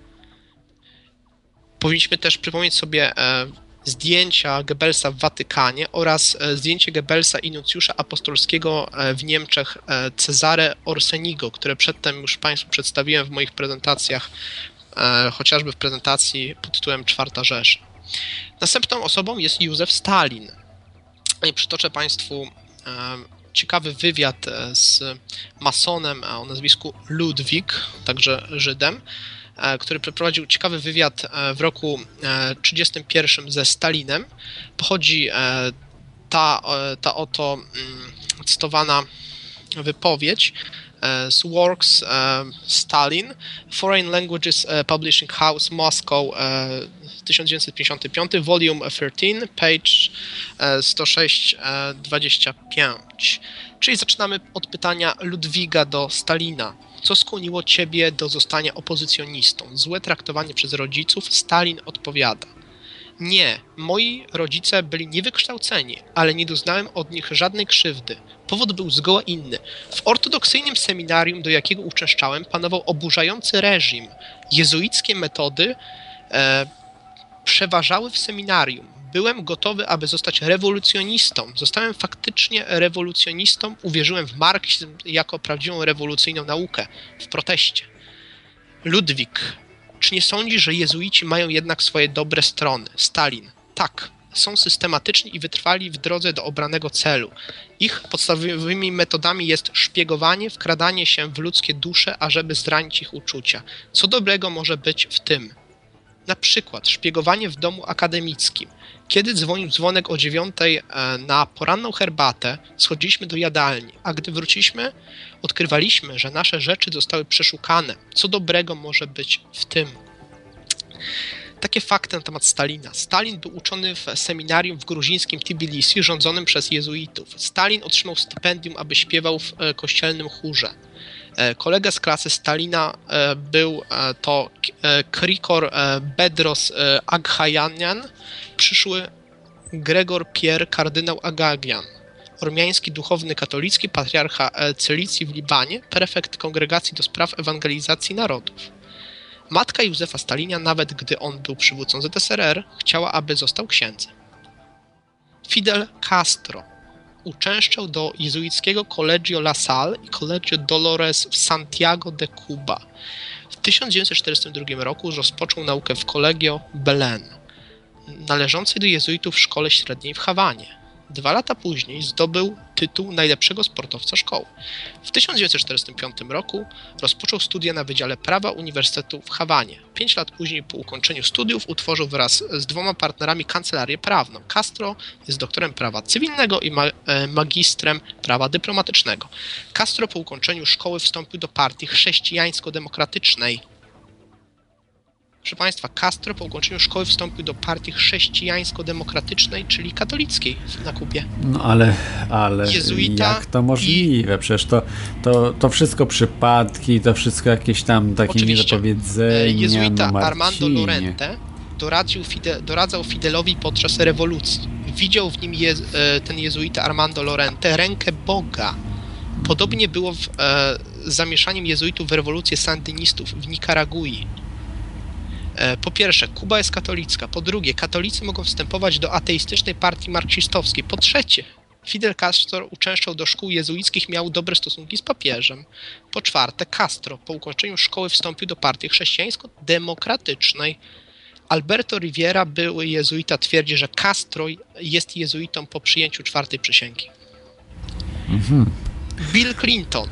Powinniśmy też przypomnieć sobie e, zdjęcia Goebbelsa w Watykanie oraz e, zdjęcie Goebbelsa i nuncjusza apostolskiego e, w Niemczech e, Cezare Orsenigo, które przedtem już Państwu przedstawiłem w moich prezentacjach, e, chociażby w prezentacji pod tytułem Czwarta Rzesza. Następną osobą jest Józef Stalin. I przytoczę Państwu e, ciekawy wywiad e, z masonem e, o nazwisku Ludwik, także Żydem, e, który przeprowadził ciekawy wywiad e, w roku e, trzydziestym pierwszym ze Stalinem. Pochodzi e, ta, e, ta oto mm, cytowana wypowiedź e, z Works e, Stalin, Foreign Languages e, Publishing House, Moscow, e, tysiąc dziewięćset pięćdziesiąty piąty, volume trzynaście, page e, sto sześć dwadzieścia pięć. Czyli zaczynamy od pytania Ludwiga do Stalina. Co skłoniło ciebie do zostania opozycjonistą? Złe traktowanie przez rodziców? Stalin odpowiada. Nie, moi rodzice byli niewykształceni, ale nie doznałem od nich żadnej krzywdy. Powód był zgoła inny. W ortodoksyjnym seminarium, do jakiego uczęszczałem, panował oburzający reżim. Jezuickie metody e, przeważały w seminarium. Byłem gotowy, aby zostać rewolucjonistą. Zostałem faktycznie rewolucjonistą. Uwierzyłem w marksizm jako prawdziwą rewolucyjną naukę. W proteście. Ludwik. Czy nie sądzisz, że jezuici mają jednak swoje dobre strony? Stalin. Tak. Są systematyczni i wytrwali w drodze do obranego celu. Ich podstawowymi metodami jest szpiegowanie, wkradanie się w ludzkie dusze, ażeby zranić ich uczucia. Co dobrego może być w tym? Na przykład szpiegowanie w domu akademickim. Kiedy dzwonił dzwonek o dziewiątej na poranną herbatę, schodziliśmy do jadalni, a gdy wróciliśmy, odkrywaliśmy, że nasze rzeczy zostały przeszukane. Co dobrego może być w tym? Takie fakty na temat Stalina. Stalin był uczony w seminarium w gruzińskim Tbilisi rządzonym przez jezuitów. Stalin otrzymał stypendium, aby śpiewał w kościelnym chórze. Kolega z klasy Stalina był to Krikor Bedros Aghajanian, przyszły Gregor Pierre, kardynał Agagian. ormiański duchowny katolicki, patriarcha Celicji w Libanie, prefekt Kongregacji do Spraw Ewangelizacji Narodów. Matka Józefa Stalina, nawet gdy on był przywódcą Z S R R, chciała, aby został księdzem. Fidel Castro uczęszczał do jezuickiego Colegio La Salle i Colegio Dolores w Santiago de Cuba. W tysiąc dziewięćset czterdziestym drugim roku rozpoczął naukę w Colegio Belén, należącej do jezuitów w szkole średniej w Hawanie. Dwa lata później zdobył tytuł najlepszego sportowca szkoły. W tysiąc dziewięćset czterdziestym piątym roku rozpoczął studia na Wydziale Prawa Uniwersytetu w Hawanie. Pięć lat później, po ukończeniu studiów, utworzył wraz z dwoma partnerami kancelarię prawną. Castro jest doktorem prawa cywilnego i ma- magistrem prawa dyplomatycznego. Castro po ukończeniu szkoły wstąpił do partii chrześcijańsko-demokratycznej. Proszę Państwa, Castro po ukończeniu szkoły wstąpił do partii chrześcijańsko-demokratycznej, czyli katolickiej na Kubie. No ale, ale Jezuita jak to możliwe? Przecież to, to, to wszystko przypadki, to wszystko jakieś tam takie Oczywiście. niedopowiedzenia. Jezuita no Armando Marcinie. Lorente doradził Fide, doradzał Fidelowi podczas rewolucji. Widział w nim je, ten jezuita Armando Lorente rękę Boga. Podobnie było w e, zamieszaniem jezuitów w rewolucję sandynistów w Nikaragui. Po pierwsze, Kuba jest katolicka. Po drugie, katolicy mogą wstępować do ateistycznej partii marksistowskiej. Po trzecie, Fidel Castro uczęszczał do szkół jezuickich, miał dobre stosunki z papieżem. Po czwarte, Castro po ukończeniu szkoły wstąpił do partii chrześcijańsko-demokratycznej. Alberto Rivera, były jezuita, twierdzi, że Castro jest jezuitą po przyjęciu czwartej przysięgi. Mhm. Bill Clinton.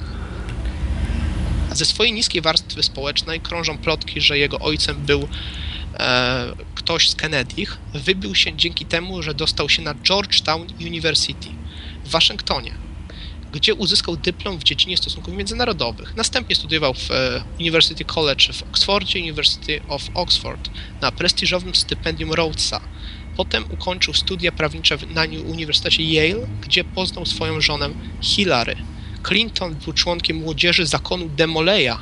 Ze swojej niskiej warstwy społecznej krążą plotki, że jego ojcem był e, ktoś z Kennedych. Wybił się dzięki temu, że dostał się na Georgetown University w Waszyngtonie, gdzie uzyskał dyplom w dziedzinie stosunków międzynarodowych. Następnie studiował w e, University College w Oxfordzie, University of Oxford na prestiżowym stypendium Rhodesa. Potem ukończył studia prawnicze na Uniwersytecie Yale, gdzie poznał swoją żonę Hillary. Clinton był członkiem młodzieży zakonu Demoleya.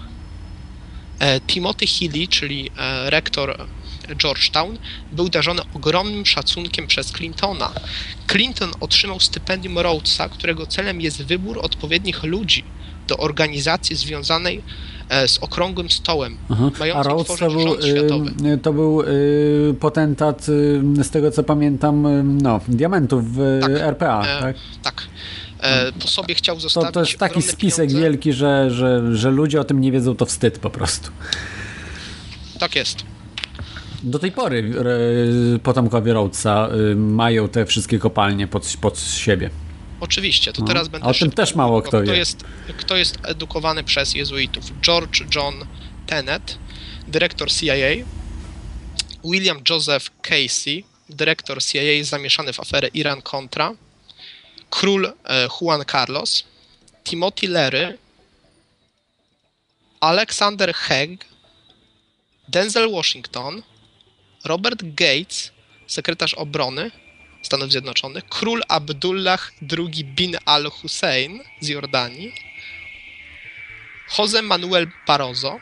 Timothy Healy, czyli rektor Georgetown, był darzony ogromnym szacunkiem przez Clintona. Clinton otrzymał stypendium Rhodesa, którego celem jest wybór odpowiednich ludzi do organizacji związanej z okrągłym stołem, Aha. mającym A Rhodes tworzyć to był, rząd światowy. y, to był y, potentat, y, z tego co pamiętam, y, no, diamentów w Tak. R P A, E, tak? Tak. E, po sobie chciał zostawić To, to jest taki ogromne spisek pieniądze. wielki, że, że, że ludzie o tym nie wiedzą, to wstyd po prostu. Tak jest. Do tej pory y, potomkowie Rhodesa y, mają te wszystkie kopalnie pod, pod siebie. Oczywiście, to No. teraz będę A o tym szybko też mało mówił, kto kto wie. jest, kto jest edukowany przez jezuitów. George John Tenet, dyrektor C I A, William Joseph Casey, dyrektor C I A zamieszany w aferę Iran-Contra, król e, Juan Carlos, Timothy Leary, Alexander Haig, Denzel Washington, Robert Gates, sekretarz obrony Stanów Zjednoczonych, król Abdullah drugi bin al-Hussein z Jordanii, Jose Manuel Barroso,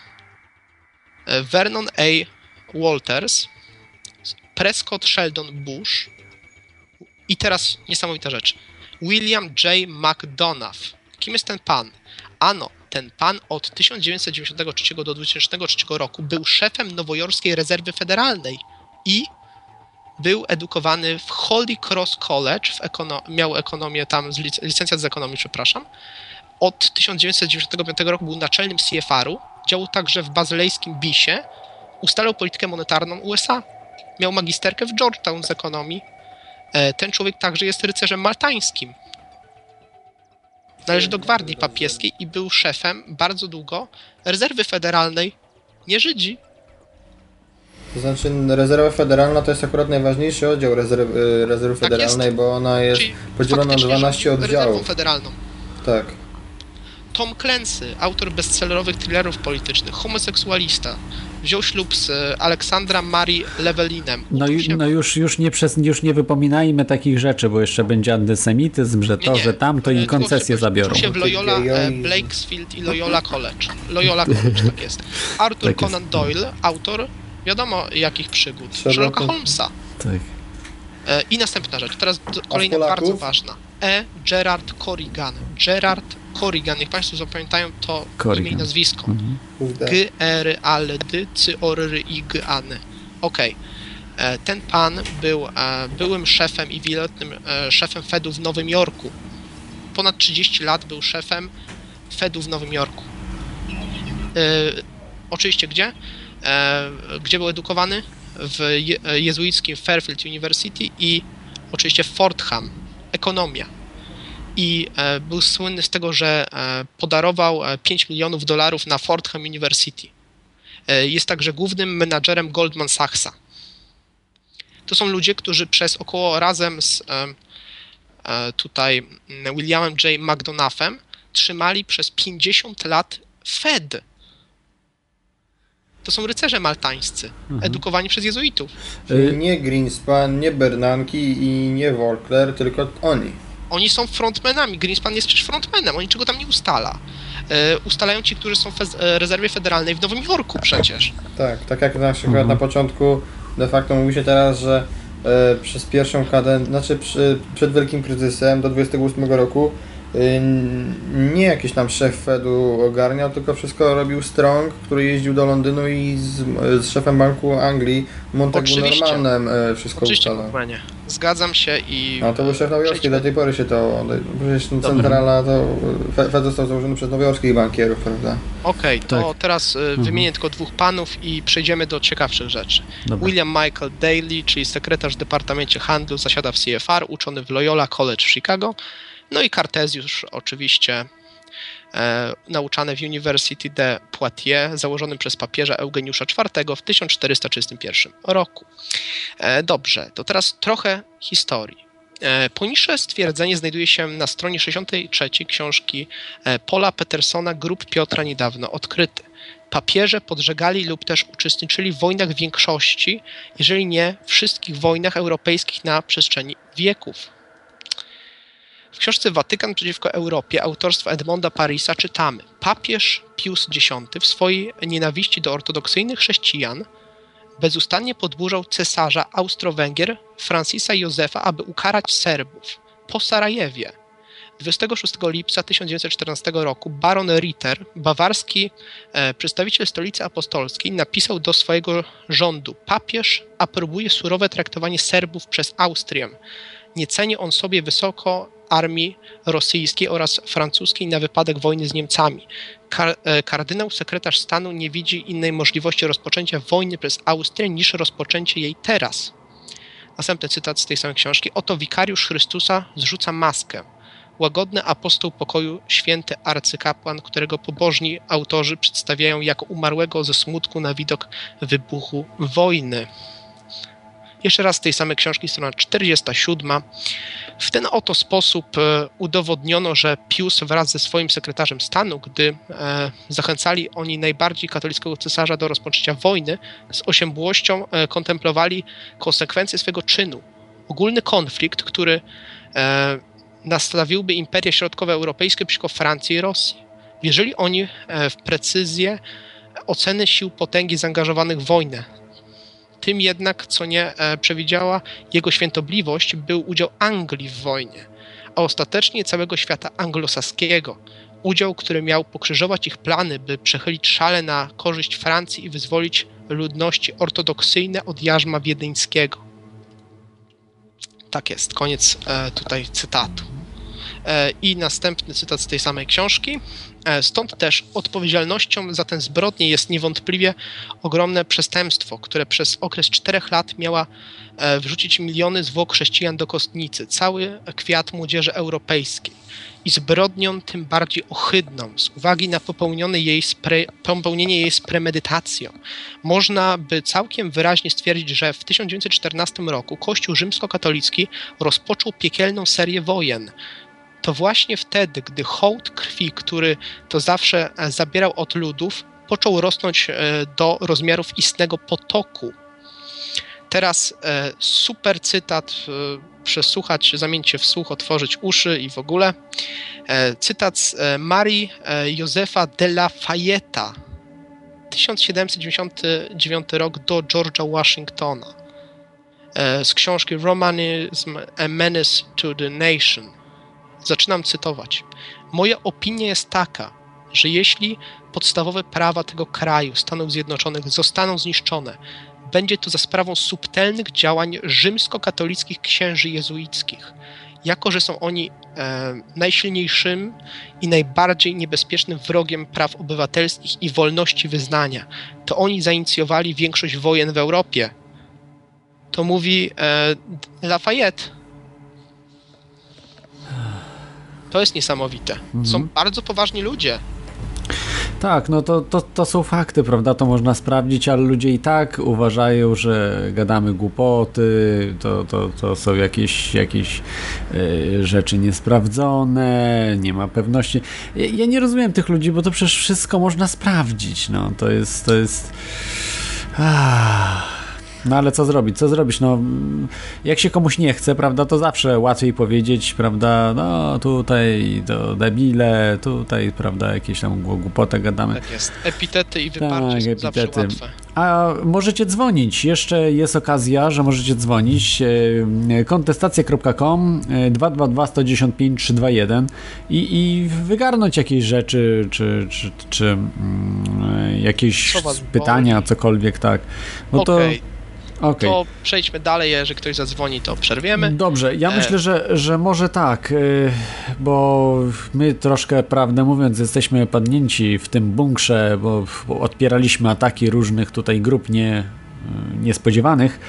Vernon A. Walters, Prescott Sheldon Bush i teraz niesamowita rzecz. William J. McDonough. Kim jest ten pan? Ano, ten pan od tysiąc dziewięćset dziewięćdziesiątego trzeciego do dwutysięcznego trzeciego roku był szefem Nowojorskiej Rezerwy Federalnej i był edukowany w Holy Cross College, w ekono- miał ekonomię tam, z lic- licencjat z ekonomii, przepraszam. Od tysiąc dziewięćset dziewięćdziesiątego piątego roku był naczelnym C F R-u, działał także w bazylejskim B I S-ie, ustalał politykę monetarną U S A. Miał magisterkę w Georgetown z ekonomii. Ten człowiek także jest rycerzem maltańskim. Należy do Gwardii Papieskiej i był szefem bardzo długo Rezerwy Federalnej, nie Żydzi. To znaczy rezerwa federalna to jest akurat najważniejszy oddział rezerwy, rezerwy Tak federalnej, jest. bo ona jest Czyli podzielona na faktycznie dwanaście rządził Rezerwą oddziałów. Federalną. Tak. Tom Clancy, autor bestsellerowych thrillerów politycznych, homoseksualista, wziął ślub z Aleksandra Marii Lewelinem. No, ju, no już, już, nie przez, już nie wypominajmy takich rzeczy, bo jeszcze będzie antysemityzm, że to, Nie, nie. że tamto i E, koncesje uczył zabiorą. Uczył się w Loyola e, Gejowi. Blakesfield i Loyola College. Loyola College, tak jest. Arthur Tak jest. Conan Doyle, autor wiadomo jakich przygód. Sherlocka. Sherlocka Holmesa. Tak. E, I następna rzecz, teraz do- kolejna Polaków? bardzo ważna. E. Gerard Corrigan. Gerard Corrigan, niech Państwo zapamiętają to Corrigan. imię i nazwisko. Mhm. G R A L D C O R R I G A N. Okej. E, Ten pan był e, byłym szefem i wieloletnim e, szefem Fedu w Nowym Jorku. Ponad trzydzieści lat był szefem Fedu w Nowym Jorku. E, oczywiście gdzie? E, gdzie był edukowany? W je, jezuickim Fairfield University i oczywiście w Fordham. Ekonomia. I e, był słynny z tego, że e, podarował e, pięć milionów dolarów na Fordham University. E, jest także głównym menadżerem Goldman Sachsa. To są ludzie, którzy przez około razem z e, e, tutaj Williamem J. McDonough'em trzymali przez pięćdziesiąt lat Fed. To są rycerze maltańscy, Mhm. edukowani przez jezuitów. Czyli nie Greenspan, nie Bernanke i nie Volcker, tylko oni. Oni są frontmenami. Greenspan jest przecież frontmenem. On niczego tam nie ustala. E, ustalają ci, którzy są w fez- e, rezerwie federalnej w Nowym Jorku przecież. Tak, tak jak na przykład Mhm. na początku de facto mówi się teraz, że e, przez pierwszą kadencję, znaczy przy, przed wielkim kryzysem do dwudziestego ósmego roku e, nie jakiś tam szef Fedu ogarniał, tylko wszystko robił Strong, który jeździł do Londynu i z, z szefem Banku Anglii Montagu Oczywiście. Normanem e, wszystko Oczywiście, ustalał. Panie. Zgadzam się i... No to był szef nowojorski, Przejdźmy. do tej pory się to... Przecież no, centrala to... Fe- Fed został założony przez nowojorskich bankierów, prawda? Okej, to Tak. teraz y, wymienię tylko dwóch panów i przejdziemy do ciekawszych rzeczy. Dobra. William Michael Daly, czyli sekretarz w Departamencie Handlu, zasiada w C F R, uczony w Loyola College w Chicago. No i Cartesiusz oczywiście e, nauczany w University de Poitiers, założonym przez papieża Eugeniusza czwartego w tysiąc czterysta trzydziestym pierwszym roku. E, dobrze, to teraz trochę historii. E, Poniższe stwierdzenie znajduje się na stronie sześćdziesiątej trzeciej książki e, Paula Petersona Grób Piotra niedawno odkryty. Papieże podżegali lub też uczestniczyli w wojnach w większości, jeżeli nie wszystkich wojnach europejskich na przestrzeni wieków. W książce Watykan przeciwko Europie autorstwa Edmonda Parisa czytamy: papież Pius X w swojej nienawiści do ortodoksyjnych chrześcijan bezustannie podburzał cesarza Austro-Węgier Francisa Józefa, aby ukarać Serbów po Sarajewie. dwudziestego szóstego lipca tysiąc dziewięćset czternastego roku baron Ritter, bawarski e, przedstawiciel stolicy apostolskiej, napisał do swojego rządu: papież aprobuje surowe traktowanie Serbów przez Austrię. Nie ceni on sobie wysoko armii rosyjskiej oraz francuskiej na wypadek wojny z Niemcami. Kar- e, kardynał sekretarz stanu nie widzi innej możliwości rozpoczęcia wojny przez Austrię niż rozpoczęcie jej teraz. Następny cytat z tej samej książki. Oto wikariusz Chrystusa zrzuca maskę. Łagodny apostoł pokoju, święty arcykapłan, którego pobożni autorzy przedstawiają jako umarłego ze smutku na widok wybuchu wojny. Jeszcze raz z tej samej książki, strona czterdziesta siódma. W ten oto sposób e, udowodniono, że Pius wraz ze swoim sekretarzem stanu, gdy e, zachęcali oni najbardziej katolickiego cesarza do rozpoczęcia wojny, z osiębłością e, kontemplowali konsekwencje swego czynu. Ogólny konflikt, który e, nastawiłby Imperia Środkowoeuropejskie przeciwko Francji i Rosji. Wierzyli oni e, w precyzję oceny sił potęgi zaangażowanych w wojnę. Tym jednak, co nie e, przewidziała jego świętobliwość, był udział Anglii w wojnie, a ostatecznie całego świata anglosaskiego. Udział, który miał pokrzyżować ich plany, by przechylić szale na korzyść Francji i wyzwolić ludności ortodoksyjne od jarzma wiedeńskiego. Tak jest, koniec e, tutaj cytatu. E, I następny cytat z tej samej książki. E, stąd też odpowiedzialnością za tę zbrodnię jest niewątpliwie ogromne przestępstwo, które przez okres czterech lat miała e, wrzucić miliony zwłok chrześcijan do kostnicy, cały kwiat młodzieży europejskiej. I zbrodnią tym bardziej ohydną, z uwagi na popełnione jej spre, popełnienie jej z premedytacją. Można by całkiem wyraźnie stwierdzić, że w tysiąc dziewięćset czternastym roku Kościół rzymskokatolicki rozpoczął piekielną serię wojen. To właśnie wtedy, gdy hołd krwi, który to zawsze zabierał od ludów, począł rosnąć do rozmiarów istnego potoku. Teraz e, super cytat, e, przesłuchać, zamieńcie w słuch, otworzyć uszy i w ogóle. E, cytat z e, Marii e, Józefa de la Fayetta, tysiąc siedemset dziewięćdziesiąty dziewiąty rok, do George'a Washingtona, e, z książki Romanism, A Menace to the Nation. zaczynam cytować. Moja opinia jest taka, że jeśli podstawowe prawa tego kraju, Stanów Zjednoczonych, zostaną zniszczone, będzie to za sprawą subtelnych działań rzymskokatolickich księży jezuickich. Jako że są oni e, najsilniejszym i najbardziej niebezpiecznym wrogiem praw obywatelskich i wolności wyznania, to oni zainicjowali większość wojen w Europie. To mówi e, Lafayette. To jest niesamowite. Mhm. Są bardzo poważni ludzie. Tak, no to, to, to są fakty, prawda, to można sprawdzić, ale ludzie i tak uważają, że gadamy głupoty, to, to, to są jakieś, jakieś y, rzeczy niesprawdzone, nie ma pewności. Ja, ja nie rozumiem tych ludzi, bo to przecież wszystko można sprawdzić, no, to jest, to jest... Ah. No ale co zrobić, co zrobisz, no jak się komuś nie chce, prawda, to zawsze łatwiej powiedzieć, prawda, no tutaj to debile, tutaj, prawda, jakieś tam głupotę gadamy. Tak jest, epitety i wyparcie tak, są epitety. zawsze łatwe. A możecie dzwonić, jeszcze jest okazja, że możecie dzwonić, kontestacja kropka com dwa dwa dwa, sto dziesięć pięć, trzysta dwadzieścia jeden i, i wygarnąć jakieś rzeczy, czy, czy, czy mm, jakieś pytania, boli? Cokolwiek, tak. No to okay. Okay. To przejdźmy dalej, jeżeli ktoś zadzwoni, to przerwiemy. Dobrze, ja e... myślę, że, że może tak, bo my troszkę, prawdę mówiąc, jesteśmy padnięci w tym bunkrze, bo odpieraliśmy ataki różnych tutaj grup nie, niespodziewanych.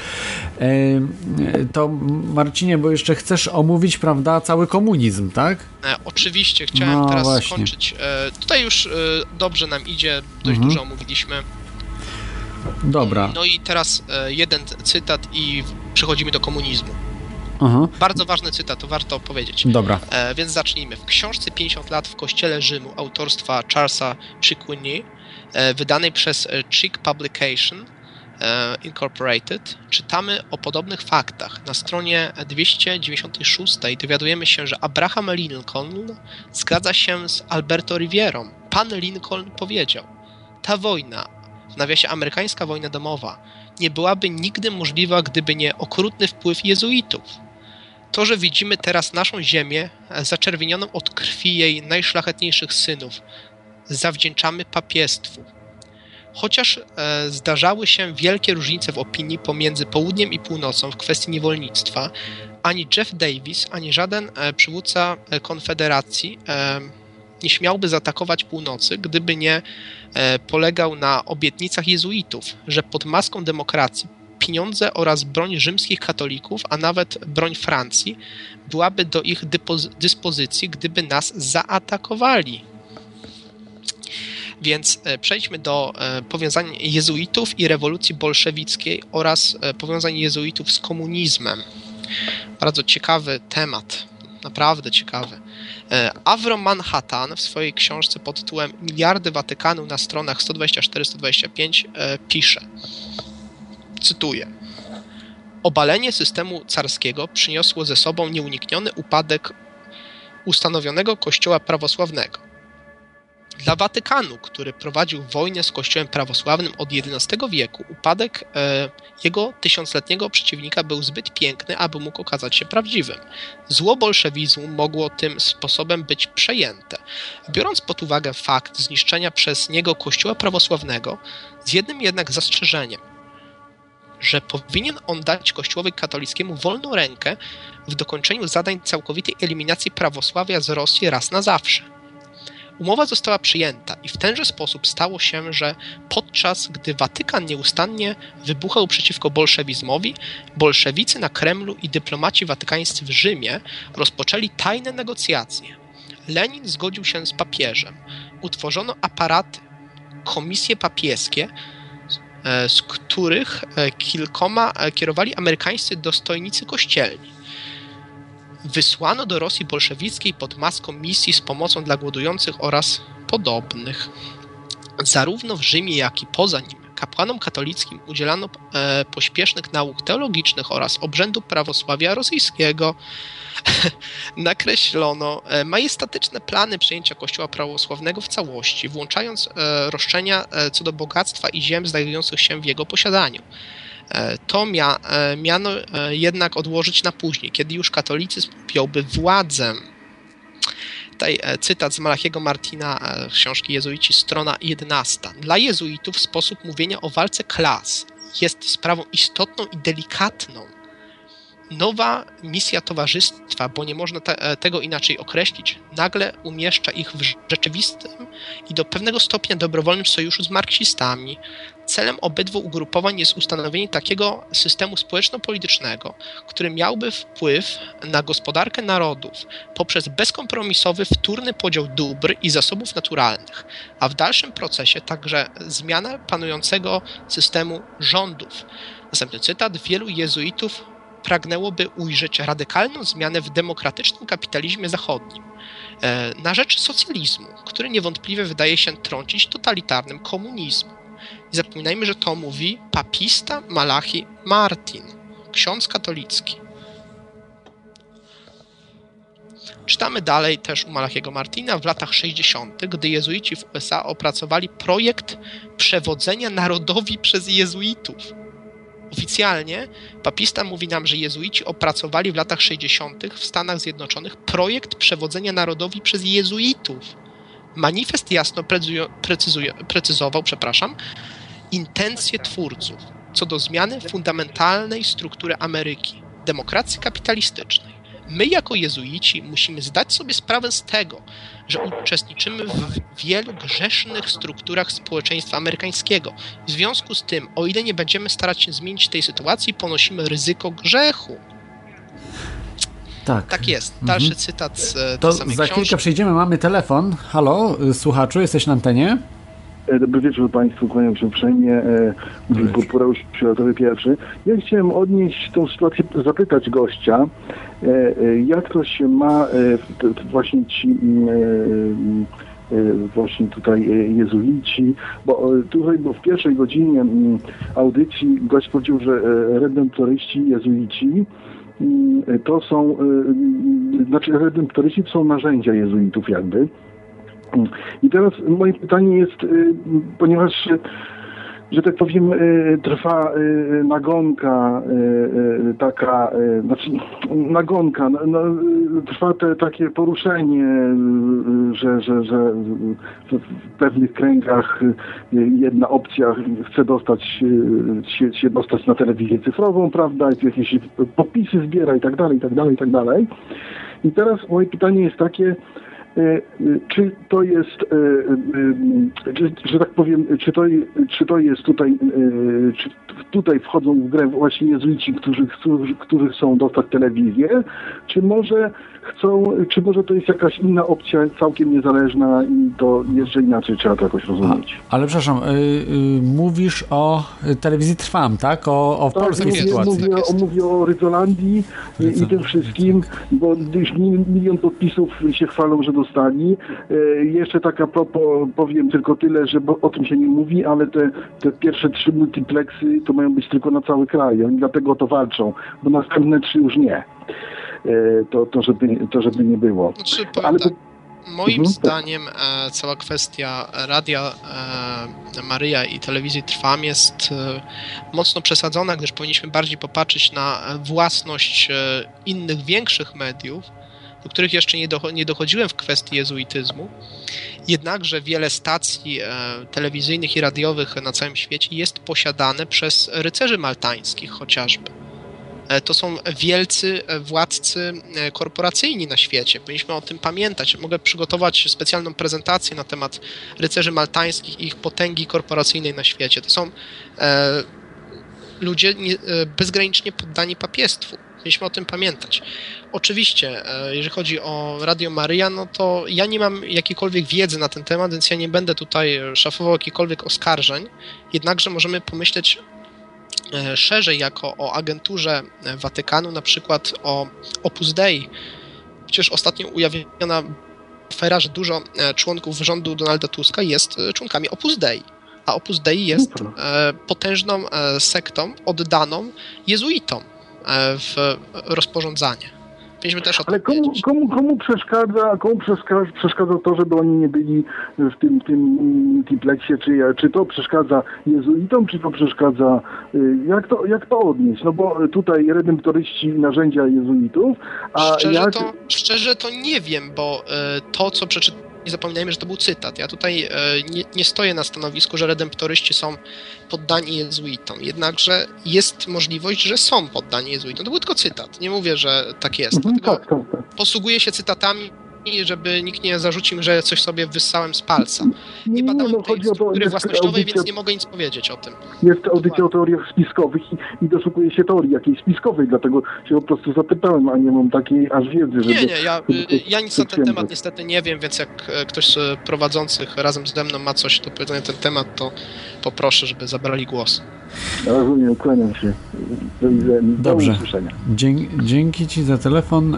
To Marcinie, bo jeszcze chcesz omówić, prawda, cały komunizm, tak? E, oczywiście, chciałem no, teraz właśnie. skończyć. E, tutaj już e, dobrze nam idzie, dość mhm. dużo omówiliśmy. Dobra. No i teraz e, jeden cytat i przechodzimy do komunizmu. Aha. Bardzo ważny cytat, to warto powiedzieć. Dobra. E, więc zacznijmy. W książce pięćdziesiąt lat w kościele Rzymu autorstwa Charlesa Chicouni, e, wydanej przez Chick Publication e, Incorporated, czytamy o podobnych faktach. Na stronie dwieście dziewięćdziesiąt sześć dowiadujemy się, że Abraham Lincoln zgadza się z Alberto Rivierą. Pan Lincoln powiedział: ta wojna, w nawiasie amerykańska wojna domowa, nie byłaby nigdy możliwa, gdyby nie okrutny wpływ jezuitów. To, że widzimy teraz naszą ziemię zaczerwienioną od krwi jej najszlachetniejszych synów, zawdzięczamy papiestwu. Chociaż e, zdarzały się wielkie różnice w opinii pomiędzy południem i północą w kwestii niewolnictwa, ani Jeff Davis, ani żaden e, przywódca e, Konfederacji e, nie śmiałby zaatakować północy, gdyby nie e, polegał na obietnicach jezuitów, że pod maską demokracji pieniądze oraz broń rzymskich katolików, a nawet broń Francji byłaby do ich dypozy- dyspozycji, gdyby nas zaatakowali. Więc e, przejdźmy do e, powiązań jezuitów i rewolucji bolszewickiej oraz e, powiązań jezuitów z komunizmem. Bardzo ciekawy temat, naprawdę ciekawy. Avram Manhattan w swojej książce pod tytułem Miliardy Watykanu na stronach sto dwadzieścia cztery sto dwadzieścia pięć pisze, cytuję: obalenie systemu carskiego przyniosło ze sobą nieunikniony upadek ustanowionego kościoła prawosławnego. Dla Watykanu, który prowadził wojnę z kościołem prawosławnym od jedenastego wieku, upadek e, jego tysiącletniego przeciwnika był zbyt piękny, aby mógł okazać się prawdziwym. Zło bolszewizmu mogło tym sposobem być przejęte. Biorąc pod uwagę fakt zniszczenia przez niego kościoła prawosławnego, z jednym jednak zastrzeżeniem, że powinien on dać kościołowi katolickiemu wolną rękę w dokończeniu zadań całkowitej eliminacji prawosławia z Rosji raz na zawsze. Umowa została przyjęta i w tenże sposób stało się, że podczas gdy Watykan nieustannie wybuchał przeciwko bolszewizmowi, bolszewicy na Kremlu i dyplomaci watykańscy w Rzymie rozpoczęli tajne negocjacje. Lenin zgodził się z papieżem. Utworzono aparaty, komisje papieskie, z których kilkoma kierowali amerykańscy dostojnicy kościelni. Wysłano do Rosji bolszewickiej pod maską misji z pomocą dla głodujących oraz podobnych. Zarówno w Rzymie, jak i poza nim kapłanom katolickim udzielano e, pośpiesznych nauk teologicznych oraz obrzędu prawosławia rosyjskiego. Nakreślono e, majestatyczne plany przejęcia kościoła prawosławnego w całości, włączając e, roszczenia e, co do bogactwa i ziem znajdujących się w jego posiadaniu. To mia, miano jednak odłożyć na później, kiedy już katolicyzm objąłby władzę tutaj cytat z Malachiego Martina, książki Jezuici, strona jedenasta. Dla jezuitów sposób mówienia o walce klas jest sprawą istotną i delikatną. Nowa misja towarzystwa, bo nie można te, tego inaczej określić, nagle umieszcza ich w rzeczywistym i do pewnego stopnia dobrowolnym sojuszu z marksistami. Celem obydwu ugrupowań jest ustanowienie takiego systemu społeczno-politycznego, który miałby wpływ na gospodarkę narodów poprzez bezkompromisowy, wtórny podział dóbr i zasobów naturalnych, a w dalszym procesie także zmiana panującego systemu rządów. Następny cytat. Wielu jezuitów pragnęłoby ujrzeć radykalną zmianę w demokratycznym kapitalizmie zachodnim na rzecz socjalizmu, który niewątpliwie wydaje się trącić totalitarnym komunizmem. Nie zapominajmy, że to mówi papista Malachi Martin, ksiądz katolicki. Czytamy dalej też u Malachiego Martina w latach sześćdziesiątych, gdy jezuici w U S A opracowali projekt przewodzenia narodowi przez jezuitów. Oficjalnie papista mówi nam, że jezuici opracowali w latach sześćdziesiątych w Stanach Zjednoczonych projekt przewodzenia narodowi przez jezuitów. Manifest jasno precyzuje, precyzował, przepraszam, intencje twórców co do zmiany fundamentalnej struktury Ameryki, demokracji kapitalistycznej. My jako jezuici musimy zdać sobie sprawę z tego, że uczestniczymy w wielu grzesznych strukturach społeczeństwa amerykańskiego. W związku z tym, o ile nie będziemy starać się zmienić tej sytuacji, ponosimy ryzyko grzechu. Tak. Tak jest. Dalszy mhm. cytat z tej to samej za książki. chwilkę przejdziemy, mamy telefon. Halo, słuchaczu, jesteś na antenie? Dobry wieczór Państwu, kłaniam się uprzejmie. Mówi Purpureusz Przygotowy pierwszy. Ja chciałem odnieść tą sytuację, zapytać gościa, jak to się ma właśnie ci właśnie tutaj jezuici, bo tutaj bo w pierwszej godzinie audycji gość powiedział, że redemptoryści, jezuici to są, znaczy redemptoryści to są narzędzia jezuitów jakby. I teraz moje pytanie jest, ponieważ, że tak powiem, trwa nagonka taka, znaczy nagonka, no, trwa te takie poruszenie, że, że, że w pewnych kręgach jedna opcja chce dostać się, się dostać na telewizję cyfrową, prawda, jakieś popisy zbiera i tak dalej, i tak dalej, i tak dalej. I teraz moje pytanie jest takie, czy to jest, że tak powiem, czy to, czy to jest tutaj, czy tutaj wchodzą w grę właśnie jezuici, którzy, którzy, którzy chcą dostać telewizję, czy może chcą, czy może to jest jakaś inna opcja całkiem niezależna i to jeszcze inaczej trzeba to jakoś rozumieć. A, ale przepraszam, y, y, mówisz o telewizji Trwam, tak? O, o tak, polskiej mówię, sytuacji. Mówię, o, mówię o Ryzolandii i, i tym wszystkim, bo już milion podpisów się chwalą, że dostali. E, jeszcze taka propos, powiem tylko tyle, że bo o tym się nie mówi, ale te, te pierwsze trzy multiplexy to mają być tylko na cały kraj. Oni dlatego o to walczą, bo następne trzy już nie. To, to, żeby, to żeby nie było. Znaczy, ale tak, moim mhm. zdaniem e, cała kwestia Radia e, Maryja i telewizji Trwam jest e, mocno przesadzona, gdyż powinniśmy bardziej popatrzeć na własność e, innych, większych mediów, do których jeszcze nie, docho- nie dochodziłem w kwestii jezuityzmu. Jednakże wiele stacji e, telewizyjnych i radiowych na całym świecie jest posiadane przez rycerzy maltańskich chociażby. To są wielcy władcy korporacyjni na świecie. Powinniśmy o tym pamiętać. Mogę przygotować specjalną prezentację na temat rycerzy maltańskich i ich potęgi korporacyjnej na świecie. To są e, ludzie nie, bezgranicznie poddani papiestwu. Powinniśmy o tym pamiętać. Oczywiście, e, jeżeli chodzi o Radio Maryja, no to ja nie mam jakiejkolwiek wiedzy na ten temat, więc ja nie będę tutaj szafował jakichkolwiek oskarżeń. Jednakże możemy pomyśleć szerzej jako o agenturze Watykanu, na przykład o Opus Dei. Przecież ostatnio ujawniona afera, że dużo członków rządu Donalda Tuska jest członkami Opus Dei, a Opus Dei jest potężną sektą oddaną jezuitom w rozporządzanie. powinniśmy też o tym Ale komu, wiedzieć. komu, komu przeszkadza, komu przeszkadza, przeszkadza to, żeby oni nie byli w tym, w tym multiplexie, czy, czy to przeszkadza jezuitom, czy to przeszkadza, jak to, jak to odnieść? No bo tutaj redemptoryści narzędzia jezuitów, a Szczerze, jak... to, szczerze to nie wiem, bo y, to, co przeczytałem, nie zapominajmy, że to był cytat. Ja tutaj y, nie, nie stoję na stanowisku, że redemptoryści są poddani jezuitom. Jednakże jest możliwość, że są poddani jezuitom. To był tylko cytat. Nie mówię, że tak jest. Mhm, Dlatego tak, tak, tak. posługuję się cytatami, żeby nikt nie zarzucił mi, że coś sobie wyssałem z palca. Nie badałem no, tej chodzi o to, struktury jest własnościowej, audycja- więc nie mogę nic powiedzieć o tym. Jest audycja o teoriach spiskowych i, i doszukuje się teorii jakiejś spiskowej, dlatego się po prostu zapytałem, a nie mam takiej aż wiedzy, żeby... Nie, nie, ja, żeby to ja nic na ten przyciągać. temat niestety nie wiem, więc jak e, ktoś z prowadzących razem ze mną ma coś do powiedzenia na ten temat, to poproszę, żeby zabrali głos. Rozumiem, kłaniam się. Do widzenia. Do Dobrze. usłyszenia. Dzięki, dzięki Ci za telefon. E,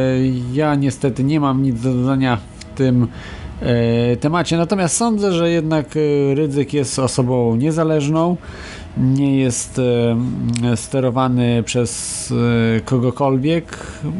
ja niestety nie mam nic do dodania w tym e, temacie, natomiast sądzę, że jednak e, Rydzyk jest osobą niezależną, nie jest e, sterowany przez e, kogokolwiek.